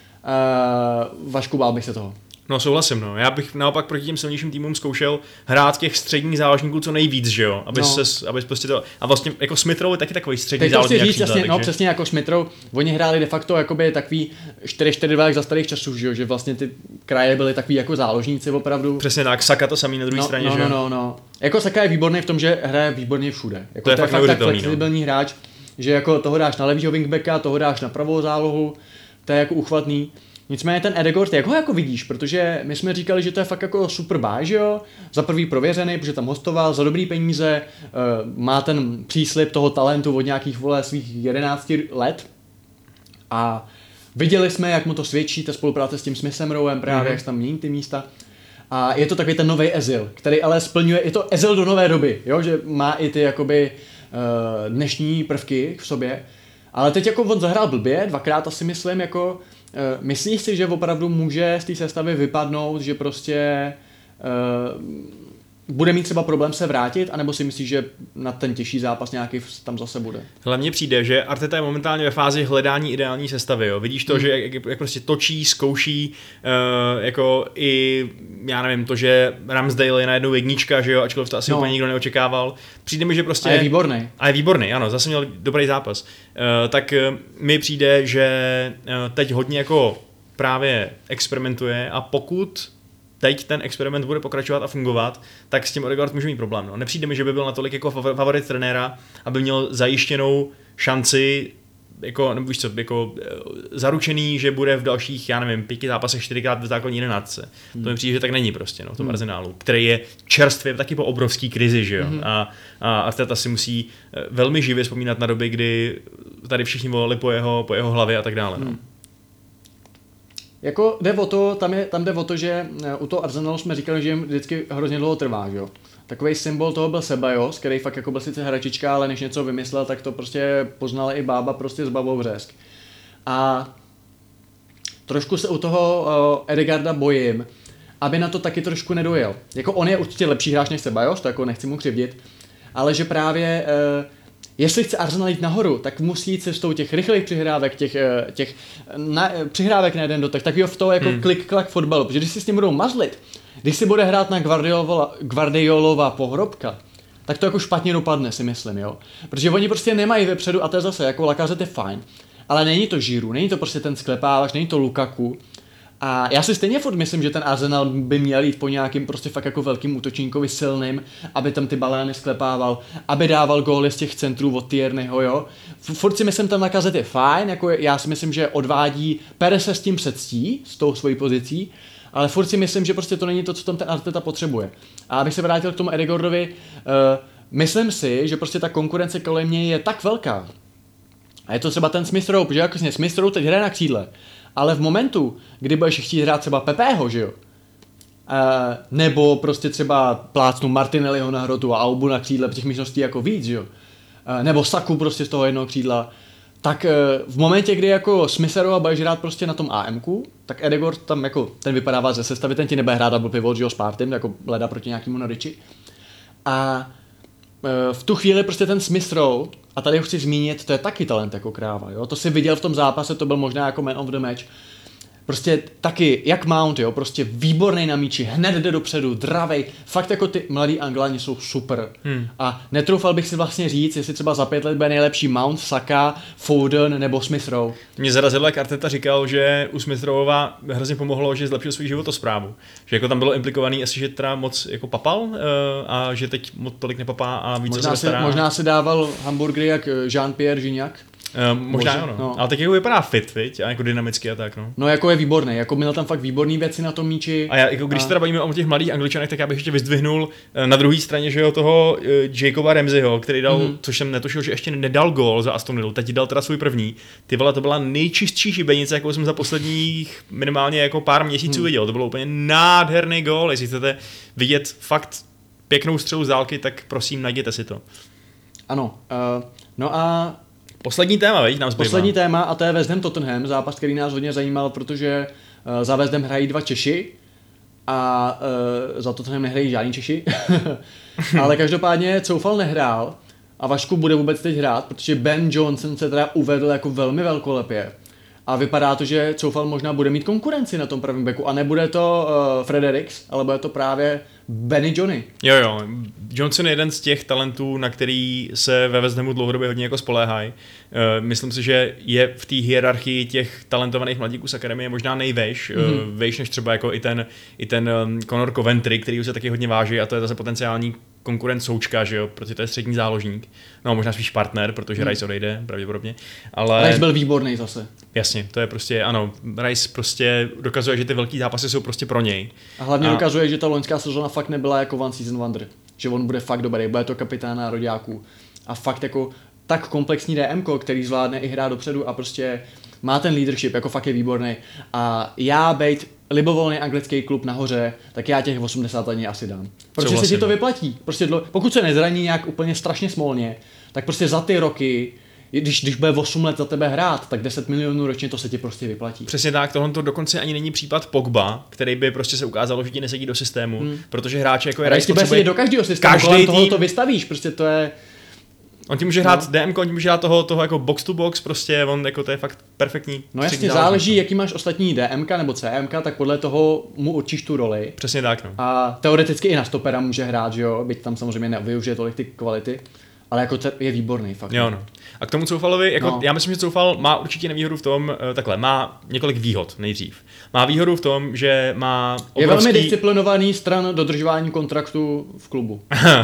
uh, Vašku, bál bych se toho. No souhlasím, no. Já bych naopak proti těm silnějším týmům zkoušel hrát těch středních záložníků co nejvíc, že jo? Aby no. se, aby prostě to, a vlastně jako Smith Rowe je taky takový střední záložník. Teď to chci říct, jasně, takže... no přesně jako Smith Rowe, oni hráli de facto jakoby takový čtyři čtyři dva jak za starých časů, že jo? Že vlastně ty kraje byly takový jako záložníci opravdu. Přesně tak, Saka to samý na druhé no, straně, no, že jo? No, no, no. Jako Saka je výborný v tom, že hraje výborně všude. Jako to je, to je fakt, fakt tak flexibilní no. hráč, že jako toho dáš na levýho wingbacka, toho dáš na pravou zálohu, to je jako uchvatný. Nicméně ten Ødegaard, jak ho jako vidíš, protože my jsme říkali, že to je fakt jako super báj, že jo? Za prvý prověřený, protože tam hostoval za dobrý peníze, má ten příslib toho talentu od nějakých vole svých jedenácti let a viděli jsme, jak mu to svědčí, ta spolupráce s tím Smithem Rowem právě, mm-hmm. jak se tam mění ty místa. A je to takový ten nový Ezil, který ale splňuje, je to Ezil do nové doby, jo? Že má i ty jakoby dnešní prvky v sobě, ale teď jako on zahrál blbě, dvakrát asi myslím, jako myslíš si, že opravdu může z té sestavy vypadnout, že prostě uh, bude mít třeba problém se vrátit, anebo si myslíš, že na ten těžší zápas nějaký tam zase bude? Hlavně přijde, že Arteta je momentálně ve fázi hledání ideální sestavy. Jo. Vidíš to, hmm. že jak, jak prostě točí, zkouší, uh, jako i, já nevím, to, že Ramsdale je najednou jednička, že jo, ačkoliv to asi no. úplně nikdo neočekával. Přijde mi, že prostě... A je výborný. A je výborný, ano, zase měl dobrý zápas. Uh, tak uh, mi přijde, že uh, teď hodně jako právě experimentuje a pokud teď ten experiment bude pokračovat a fungovat, tak s tím Ødegaard může mít problém. No. Nepřijde mi, že by byl natolik jako favorit trenéra, aby měl zajištěnou šanci, jako, nebo víš co, jako zaručený, že bude v dalších, já nevím, pěti zápasech čtyřikrát v základní jedenáctce. Hmm. To mi přijde, že tak není prostě, no, v tom hmm. Arsenálu, který je čerstvě taky po obrovský krizi, že jo. Hmm. A, a Arteta si musí velmi živě vzpomínat na doby, kdy tady všichni volali po jeho, po jeho hlavě a tak dále. No. Hmm. Jako jde o to, tam, je, tam jde o to, že u toho Arsenalu jsme říkali, že jim vždycky hrozně dlouho trvá, že jo. Takový symbol toho byl Ceballos, který fakt jako byl sice hračička, ale než něco vymyslel, tak to prostě poznala i bába prostě s babou vřesk. A trošku se u toho uh, Ødegaarda bojím, aby na to taky trošku nedojel. Jako on je určitě lepší hráč než Ceballos, to jako nechci mu křivdit, ale že právě uh, jestli chce Arsenal jít nahoru, tak musí jít cestou těch rychlých přihrávek, těch, těch na, přihrávek na jeden dotek, takového v toho jako hmm. klik-klak fotbalu, protože když si s tím budou mazlit, když si bude hrát na Guardiolova, Guardiolova pohrobka, tak to jako špatně dopadne, si myslím, jo. Protože oni prostě nemají vepředu, a to je zase, jako Lacazette je fajn, ale není to Giroud, není to prostě ten sklepávač, není to Lukaku. A já si stejně furt myslím, že ten Arsenal by měl jít po nějakým prostě fakt jako velkým útočníkovi silným, aby tam ty balény sklepával, aby dával góly z těch centrů od Tierneyho, jo. Furt si myslím, tam Lacazette je fajn, jako já si myslím, že odvádí, pere se s tím předstí, s tou svojí pozicí, ale furt si myslím, že prostě to není to, co tam ten Arteta potřebuje. A abych se vrátil k tomu Ødegaardovi, uh, myslím si, že prostě ta konkurence kolem něj je tak velká. A je to třeba ten Smith Rowe, protože jako Smith Rowe teď hraje na křídle. Ale v momentu, kdy budeš chtít hrát třeba Pepeho, že jo? E, nebo prostě třeba plácnu Martinelliho na hrotu a Aubu na křídle, těch místností jako víc, že jo? E, nebo Saku prostě z toho jednoho křídla. Tak e, v momentě, kdy jako Smith-Rowe budeš hrát prostě na tom AMku, tak Ødegaard tam jako, ten vypadává ze sestavy, ten ti nebude hrát double pivot, že jo, s Partym, jako leda proti nějakému Norwichi. A e, v tu chvíli prostě ten Smith-Rowe, a tady ho chci zmínit, to je taky talent jako kráva, jo? To si viděl v tom zápase, to byl možná jako man of the match. Prostě taky, jak Mount, jo, prostě výborný na míči, hned jde dopředu, dravej, fakt jako ty mladí Angláni jsou super. Hmm. A netroufal bych si vlastně říct, jestli třeba za pět let bude nejlepší Mount, Saka, Foden nebo Smith Rowe. Mě zarazilo, jak Arteta říkal, že u Smith Roweva hrozně pomohlo, že zlepšil svůj životosprávu. Že jako tam bylo implikovaný, asi že teda moc jako papal uh, a že teď moc tolik nepapá a víc možná se stará. Si, možná si dával hamburgery jak Jean-Pierre Gignac. Uh, možná jo, no. no. Ale tak jako vypadá fit, viď? A jako dynamicky a tak, no. No jako je výborný, jako měl tam fakt výborný věci na tom míči. A já, jako když a... teda bavíme o těch mladých Angličanech, tak já bych ještě vyzdvihnul na druhé straně, že jo, toho uh, Jacoba Ramseyho, který dal, mm. což jsem netušil, že ještě nedal gól za Aston Villa, teď dal teda svůj první. Ty vole, to byla nejčistší šibenice, jakou jsem za posledních minimálně jako pár měsíců mm. viděl. To bylo úplně nádherný gól, jestli chcete vidět fakt pěknou střelu z dálky, tak prosím, najděte si to. Ano, uh, no a Poslední téma, veď, nám zbývá. Poslední téma a to je West Ham Tottenham, zápas, který nás hodně zajímal, protože uh, za West Ham hrají dva Češi a uh, za Tottenham nehrají žádní Češi. Ale každopádně Coufal nehrál a Vašku bude vůbec teď hrát, protože Ben Johnson se teda uvedl jako velmi velkolepě. A vypadá to, že Coufal možná bude mít konkurenci na tom pravém beku a nebude to uh, Fredericks, ale bude to právě Benny Johnny. Jo, jo. Johnson je jeden z těch talentů, na který se ve West Hamu dlouhodobě hodně jako spoléhají. Uh, myslím si, že je v té hierarchii těch talentovaných mladíků z akademie možná nejvejš, mm-hmm. uh, vejš než třeba jako i ten, i ten um, Conor Coventry, který se taky hodně váží a to je zase potenciální konkurent Součka, že jo, protože to je střední záložník. No, možná spíš partner, protože hmm. Rice odejde, pravděpodobně. Ale Rice byl výborný zase. Jasně, to je prostě, ano, Rice prostě dokazuje, že ty velký zápasy jsou prostě pro něj. A hlavně a... dokazuje, že ta loňská sezóna fakt nebyla jako one season wonder. Že on bude fakt dobrý, bude to kapitán nároďáků. A fakt jako tak komplexní D M ko, který zvládne i hrát dopředu a prostě má ten leadership, jako fakt je výborný. A já bejt libovolný anglický klub nahoře, tak já těch osmdesát let asi dám. Protože si ti to vyplatí. Prostě dlo... pokud se nezraní nějak úplně strašně smolně, tak prostě za ty roky, když, když bude osm let za tebe hrát, tak deset milionů ročně to se ti prostě vyplatí. Přesně tak, tohle to dokonce ani není případ Pogba, který by prostě se ukázalo, že ti nesedí do systému, hmm. protože hráče jako je Rice potřebuje do každého systému, kolem toho to vystavíš, prostě to je... On ti může hrát no. D M ko, on ti může hrát toho, toho jako box to box, prostě on jako to je fakt perfektní. No jasně, záleží, jaký máš ostatní D M ka nebo C M ka, tak podle toho mu určíš tu roli. Přesně tak, no. A teoreticky i na stopera může hrát, že jo, byť tam samozřejmě nevyužije tolik ty kvality, ale jako je výborný fakt. Jo, no. A k tomu Coufalovi, jako no. já myslím, že Coufal má určitě nevýhodu v tom, takhle, má několik výhod nejdřív. Má výhodu v tom, že má obrovský... Je velmi disciplinovaný stran dodržování kontraktu v klubu.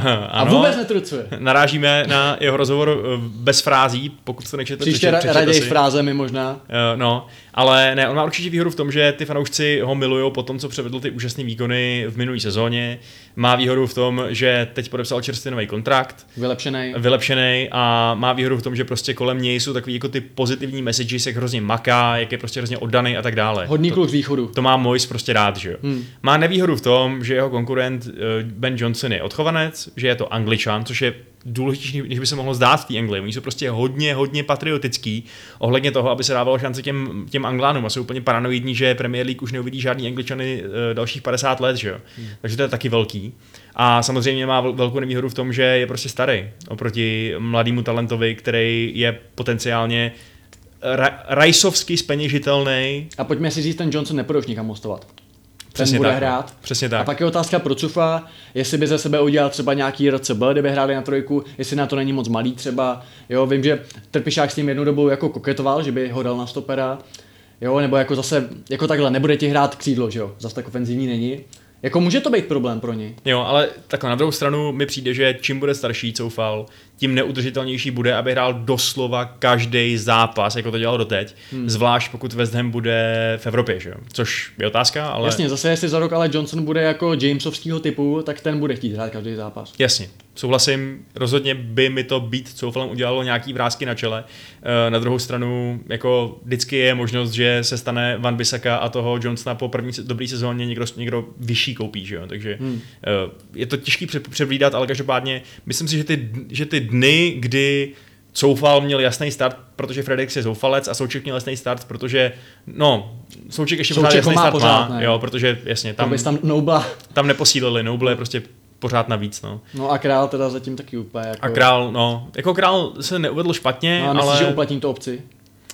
A vůbec netrucuje. Narážíme na jeho rozhovor bez frází, pokud to nečetli. Příště ra- raději s frázemi možná. Uh, no, ale ne, on má určitě výhodu v tom, že ty fanoušci ho milujou po tom, co předvedl ty úžasné výkony v minulé sezóně. Má výhodu v tom, že teď podepsal čerstvý nový kontrakt. Vylepšený. Vylepšený a má výhodu v tom, že prostě kolem něj jsou takový jako ty pozitivní messages, jak hrozně maká, jak je prostě hrozně oddaný a tak dále. Hodný kluk z východu. To má Moyes prostě rád, že jo. Hmm. Má nevýhodu v tom, že jeho konkurent Ben Johnson je odchovanec, že je to Angličan, což je důležitější, než by se mohlo zdát v té Anglii. Oni jsou prostě hodně, hodně patriotický ohledně toho, aby se dávalo šance těm, těm Anglánům a jsou úplně paranoidní, že Premier League už neuvidí žádný Angličany e, dalších padesát let, že jo. Hmm. Takže to je taky velký. A samozřejmě má velkou nevýhodu v tom, že je prostě starý oproti mladému talentovi, který je potenciálně ra- rajsovsky zpeněžitelný. A pojďme si říct, ten Johnson nepůjde nikam hostovat. Ten Přesně bude tak, hrát. Přesně tak. A pak je otázka pro Cufa, jestli by ze sebe udělal třeba nějaký R C B, kdyby hráli na trojku, jestli na to není moc malý třeba. Jo, vím, že Trpišák s tím jednou dobou jako koketoval, že by ho dal na stopera. Jo, nebo jako zase, jako takhle, nebude ti hrát křídlo, že jo, zase tak ofenzivní není. Jako může to být problém pro něj. Jo, ale takhle na druhou stranu mi přijde, že čím bude starší Coufal, tím neudržitelnější bude, aby hrál doslova každý zápas, jako to dělal doteď, hmm. zvlášť pokud West Ham bude v Evropě, že jo? Což je otázka, ale... Jasně, zase jestli za rok ale Johnson bude jako Jamesovského typu, tak ten bude chtít hrát každý zápas. Jasně, souhlasím, rozhodně by mi to být Coufalem udělalo nějaký vrásky na čele. Na druhou stranu, jako vždycky je možnost, že se stane Van Bissaka a toho Johnsona po první dobrý sezóně někdo, někdo vyšší koupí, že jo? Takže hmm. je to těžký předvídat, ale každopádně myslím si, že ty, že ty dny, kdy Coufal měl jasný start, protože Fredericks je zoufalec a Souček měl jasný start, protože no, Souček ještě Souček pořád jasný má start pořád, má, ne? jo, protože jasně, tam, tam Nobla. tam neposílili, Noble je prostě pořád navíc, no. No a Král teda zatím taky úplně jako... A Král, no, jako Král se neuvedl špatně, no, a myslíš, ale... že uplatní to opci?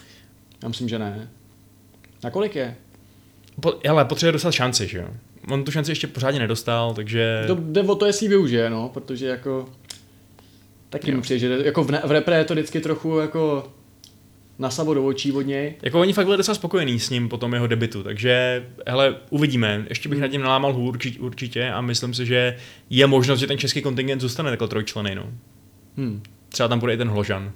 Já myslím, že ne. Na kolik je? Po, hele, potřebuje dostat šanci, že jo. On tu šanci ještě pořádně nedostal, takže... To jde o to, jestli využije, no, protože jako... Taky mi přijde, že jako v, ne, v repre je to vždycky trochu jako na sabo do očí od něj. Jako oni fakt byli docela spokojení s ním po tom jeho debutu, takže hele, uvidíme. Ještě bych nad tím nalámal hůl určitě, určitě a myslím si, že je možnost, že ten český kontingent zůstane takhle trojčlenný, no. Hmm. Třeba tam bude i ten Hložan.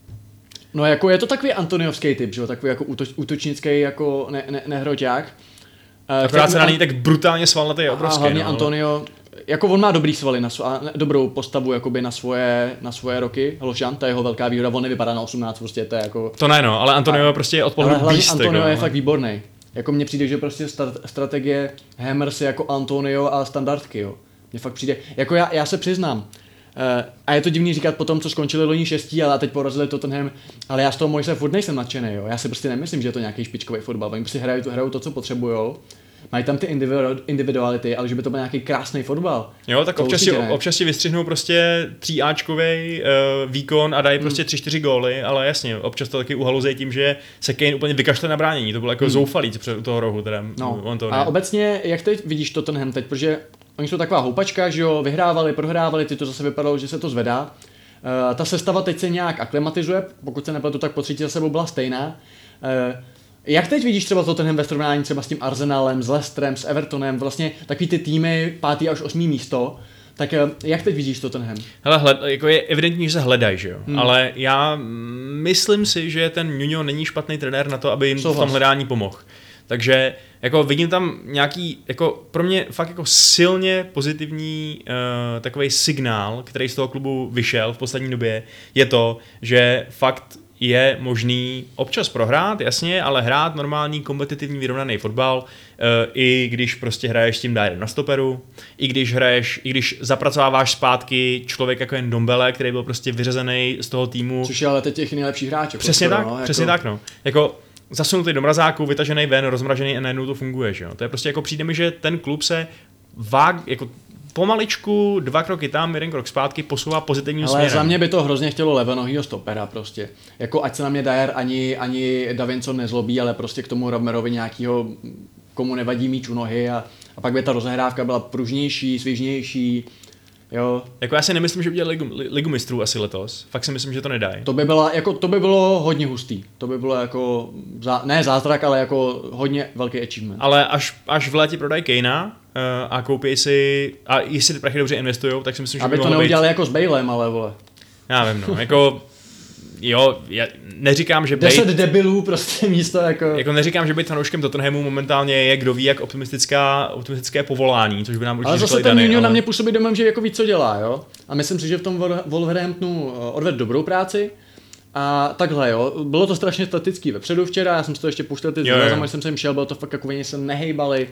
No jako je to takový Antoniovský typ, že jo, takový jako útoč, útočnický jako ne, ne, nehroťák. Akorát se na něj tak brutálně svalnatý je obrovský. A hlavně no. Antonio, jako on má dobrý svaly na a dobrou postavu jakoby na svoje, na svoje roky. Hložan, to je jeho velká výhoda, on nevypadá na osmnáct, prostě to je jako... To ne no, ale Antonio a, prostě je od pohledu hlavně beast, Antonio jako, je no. fakt výborný. Jako mně přijde, že prostě start, strategie Hammers je jako Antonio a standardky, jo. Mně fakt přijde, jako já, já se přiznám, a je to divný říkat po tom, co skončili loni šestí, ale a teď porazili Tottenham, ale já z toho Moise furt nejsem nadšený, jo. Já si prostě nemyslím, že je to nějaký špičkový fotbal, oni prostě hrajou, hrajou to, co potřebujou. Mají tam ty individuality, ale že by to byl nějaký krásný fotbal. Jo, tak občas si, občas si vystřihnou prostě tříáčkovej uh, výkon a dají hmm. prostě tři čtyři góly, ale jasně, občas to taky uhaluzej tím, že se Kane úplně vykašle na bránění, to bylo jako hmm. zoufalý před toho rohu. Teda, no. on to a obecně, jak teď vidíš Tottenham teď, protože oni jsou taková houpačka, že jo, vyhrávali, prohrávali, ty to zase vypadalo, že se to zvedá. Uh, ta sestava teď se nějak aklimatizuje, pokud se nepletu, tak po třetí za sebou byla stejná. Uh, Jak teď vidíš třeba Tottenham ve srovnání třeba s tím Arsenalem, s Leicesterem, s Evertonem, vlastně takový ty týmy pátý až osmý místo, tak jak teď vidíš Tottenham? Hele, hled, jako je evidentní, že se hledají, že jo, hmm. ale já myslím si, že ten Nuno není špatný trenér na to, aby jim v tom hledání pomohl. Takže jako vidím tam nějaký, jako pro mě fakt jako silně pozitivní uh, takovej signál, který z toho klubu vyšel v poslední době, je to, že fakt je možný občas prohrát, jasně, ale hrát normální, kompetitivní, vyrovnaný fotbal, e, i když prostě hraješ tím Dierem na stoperu, i když hraješ, i když zapracováváš zpátky člověk jako jen Dombele, který byl prostě vyřazený z toho týmu. Což je ale teď těch nejlepších hráčů. Přesně tak, no, přesně jako... tak, no. Jako zasunutý do mrazáku, vytažený ven, rozmražený a najednou to funguje, že jo. To je prostě jako přijde mi, že ten klub se vág, jako pomaličku, dva kroky tam, jeden krok zpátky, posouvá pozitivním ale směrem. Ale za mě by to hrozně chtělo levonohýho stopera prostě. Jako ať se na mě Dier ani, ani Davinson nezlobí, ale prostě k tomu Romerovi nějakýho, komu nevadí míč u nohy a, a pak by ta rozehrávka byla pružnější, svižnější. Jo. Jako já si nemyslím, že udělali ligu, ligu mistrů asi letos. Fakt si myslím, že to nedají. To by byla, jako to by bylo hodně hustý. To by bylo jako zá, ne zázrak, ale jako hodně velký achievement. Ale až, až v létě prodají Kanea uh, a koupí si a jestli ty prachy dobře investujou, tak si myslím, že aby by to neudělali být... jako s Balem, ale vole. Já vím, no, jako jo, já neříkám, že deset bejt, debilů prostě místo jako... Jako neříkám, že být fanouškem Tottenhamu momentálně je kdo ví jak optimistická, optimistické povolání, což by nám určitě ale říkali zase ten Dany, Nuno ale... na mě působí domem, že jako ví, co dělá, jo. A myslím si, že v tom Wolverhamptonu odvedl dobrou práci. A takhle, jo, bylo to strašně statický vepředu včera, já jsem si to ještě pouštěl ty zvězama, když jsem sem šel, bylo to fakt jako oni se nehejbali.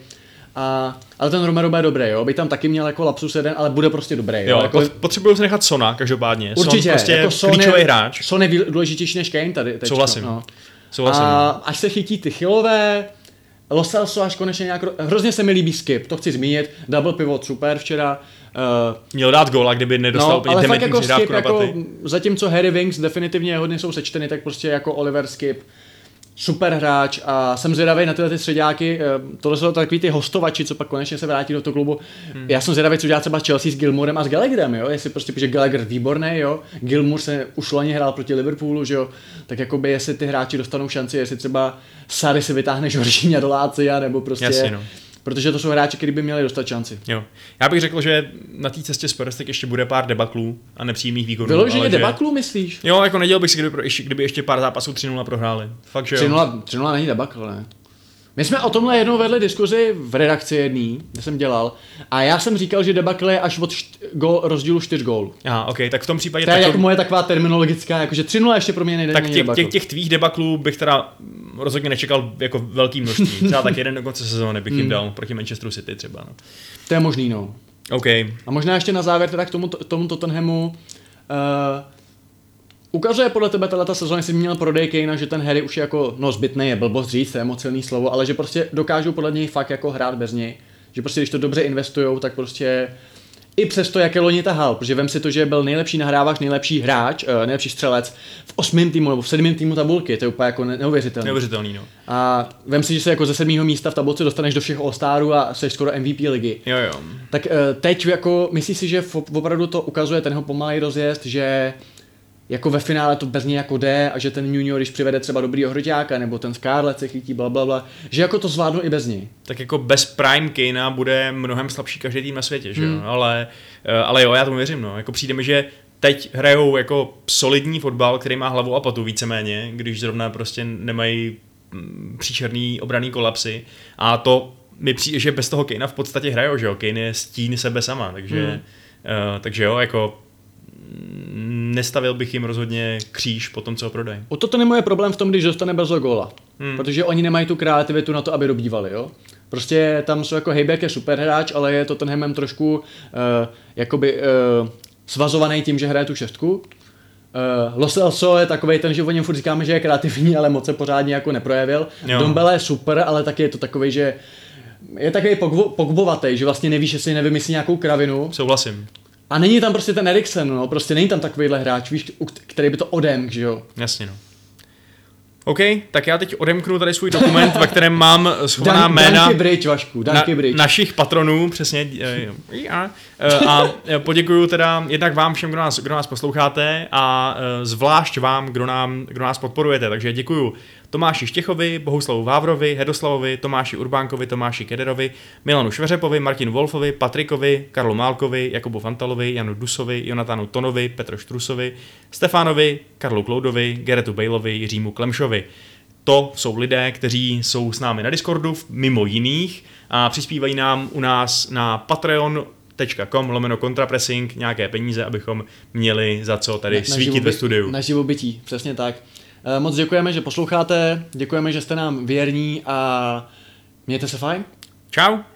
A, ale ten Romero bude dobrý, jo, by tam taky měl jako lapsus jeden, ale bude prostě dobrý. Jo, jo jako... potřebují se nechat Sona, každopádně. Určitě, Son prostě jako Son klíčový je, hráč. Son je důležitější než Kane tady. Teďko, Souhlasím. No. Souhlasím. A až se chytí ty chylové, Lo Celso až konečně nějak, hrozně se mi líbí skip, to chci zmínit, double pivot super včera. Uh, Měl dát góla, kdyby nedostal no, úplně dementní jako přihrávku na paty. Jako, zatímco Harry Winks definitivně hodně jsou sečteny, tak prostě jako Oliver Skip. Super hráč a jsem zvědavý na tyhle ty středáky, tohle jsou takový ty hostovači, co pak konečně se vrátí do toho klubu. Hmm. Já jsem zvědavý, co dělá třeba Chelsea s Gilmourem a s Gallagherem, jo, jestli prostě píše Gallagher výborný, jo, Gilmour se už loni hrál proti Liverpoolu, že jo, tak jakoby jestli ty hráči dostanou šanci, jestli třeba Sarri si vytáhne Jorginha do Lácia, nebo prostě... Jasně, no. Protože to jsou hráči, kteří by měli dostat šanci. Jo. Já bych řekl, že na té cestě Spurs tak ještě bude pár debaklů a nepřímých výkonů. Vyloženě debaklů, že... myslíš? Jo, jako nedělal bych si, kdyby, kdyby ještě pár zápasů tři nula prohráli. Fakt, že jo. tři nula není debakl, ne? My jsme o tomhle jednou vedli diskuzi v redakci jedný, kde jsem dělal, a já jsem říkal, že debakl je až od št- go, rozdílu čtyř gólů. Aha, ok, tak v tom případě... To je tak jako moje taková terminologická, jakože tři nula ještě pro mě nejde. Tak těch, těch, těch tvých debaklů bych teda rozhodně nečekal jako velký množství. Třeba tak jeden do konce sezóny bych jim hmm. dal proti Manchesteru City třeba. No. To je možný, no. Ok. A možná ještě na závěr teda k tomu, tomu Tottenhamu. Uh, ukazuje podle tebe tato sezóna, jestli měl prodej Kanea, že ten Harry už je jako, no zbytný je blbost říct, to je moc silný slovo, ale že prostě dokážou podle něj fakt jako hrát bez něj. Že prostě když to dobře investujou, tak prostě i přesto, jak je loni tahal, protože vem si to, že byl nejlepší nahrávač, nejlepší hráč, uh, nejlepší střelec v osmém týmu nebo v sedmém týmu tabulky, to je úplně jako neuvěřitelné. Neuvěřitelný, no. A vem si, že se jako ze sedmého místa v tabulce dostaneš do všech All-Starů a jsi skoro M V P ligy. Jo, jo. Tak uh, teď jako, myslíš si, že opravdu to ukazuje ten jeho pomalej rozjezd, že jako ve finále to bez něj jako jde a že ten Nuno, když přivede třeba dobrýho hroťáka nebo ten Scarlett se chytí bla, bla, bla, že jako to zvládnu i bez něj. Tak jako bez prime Kanea bude mnohem slabší každý tým na světě, že jo, hmm. ale, ale jo, já tomu věřím, no, jako přijde mi, že teď hrajou jako solidní fotbal, který má hlavu a patu víceméně, když zrovna prostě nemají příšerný obranný kolapsy a to mi přijde, že bez toho Kanea v podstatě hrajou, že jo, Kane je stín sebe sama, takže, hmm. uh, takže jo, jako nestavil bych jim rozhodně kříž po tom, co ho prodají. O to to nemůže problém v tom, když dostane brzo góla. Hmm. Protože oni nemají tu kreativitu na to, aby dobývali, jo. Prostě tam jsou jako Hejbek je super hráč, ale je Tottenhamem trošku uh, jakoby uh, svazovaný tím, že hraje tu šestku. Uh, Lo Celso je takovej ten, že o něm furt říkáme, že je kreativní, ale moc se pořádně jako neprojevil. Dombele je super, ale taky je to takovej, že je takový pogbovatý, že vlastně nevíš, jestli nevymyslí nějakou kravinu. Souhlasím. A není tam prostě ten Eriksen, no, prostě není tam takovýhle hráč, víš, který by to odemk, že jo. Jasně, no. OK, tak já teď odemknu tady svůj dokument, ve kterém mám schovaná Dan, jména Danky Bridge, Vašku, Danky na, Bridge. našich patronů, přesně. A, a poděkuju teda jednak vám všem, kdo nás, kdo nás posloucháte a zvlášť vám, kdo, nám, kdo nás podporujete. Takže děkuju Tomáši Štěchovi, Bohuslavu Vávrovi, Hedoslavovi, Tomáši Urbánkovi, Tomáši Kederovi, Milanu Šveřepovi, Martinu Wolfovi, Patrikovi, Karlu Málkovi, Jakubu Fantalovi, Janu Dusovi, Jonatanu Tonovi, Petru Štrusovi, Stefánovi, Karlu Kloudovi, Geretu Bejlovi, Jiřímu Klemšovi. To jsou lidé, kteří jsou s námi na Discordu, mimo jiných, a přispívají nám u nás na Patreon tečka com lomeno kontrapressing nějaké peníze, abychom měli za co tady na, svítit na ve studiu. Na živobytí, přesně tak. Moc děkujeme, že posloucháte, děkujeme, že jste nám věrní a mějte se fajn. Čau.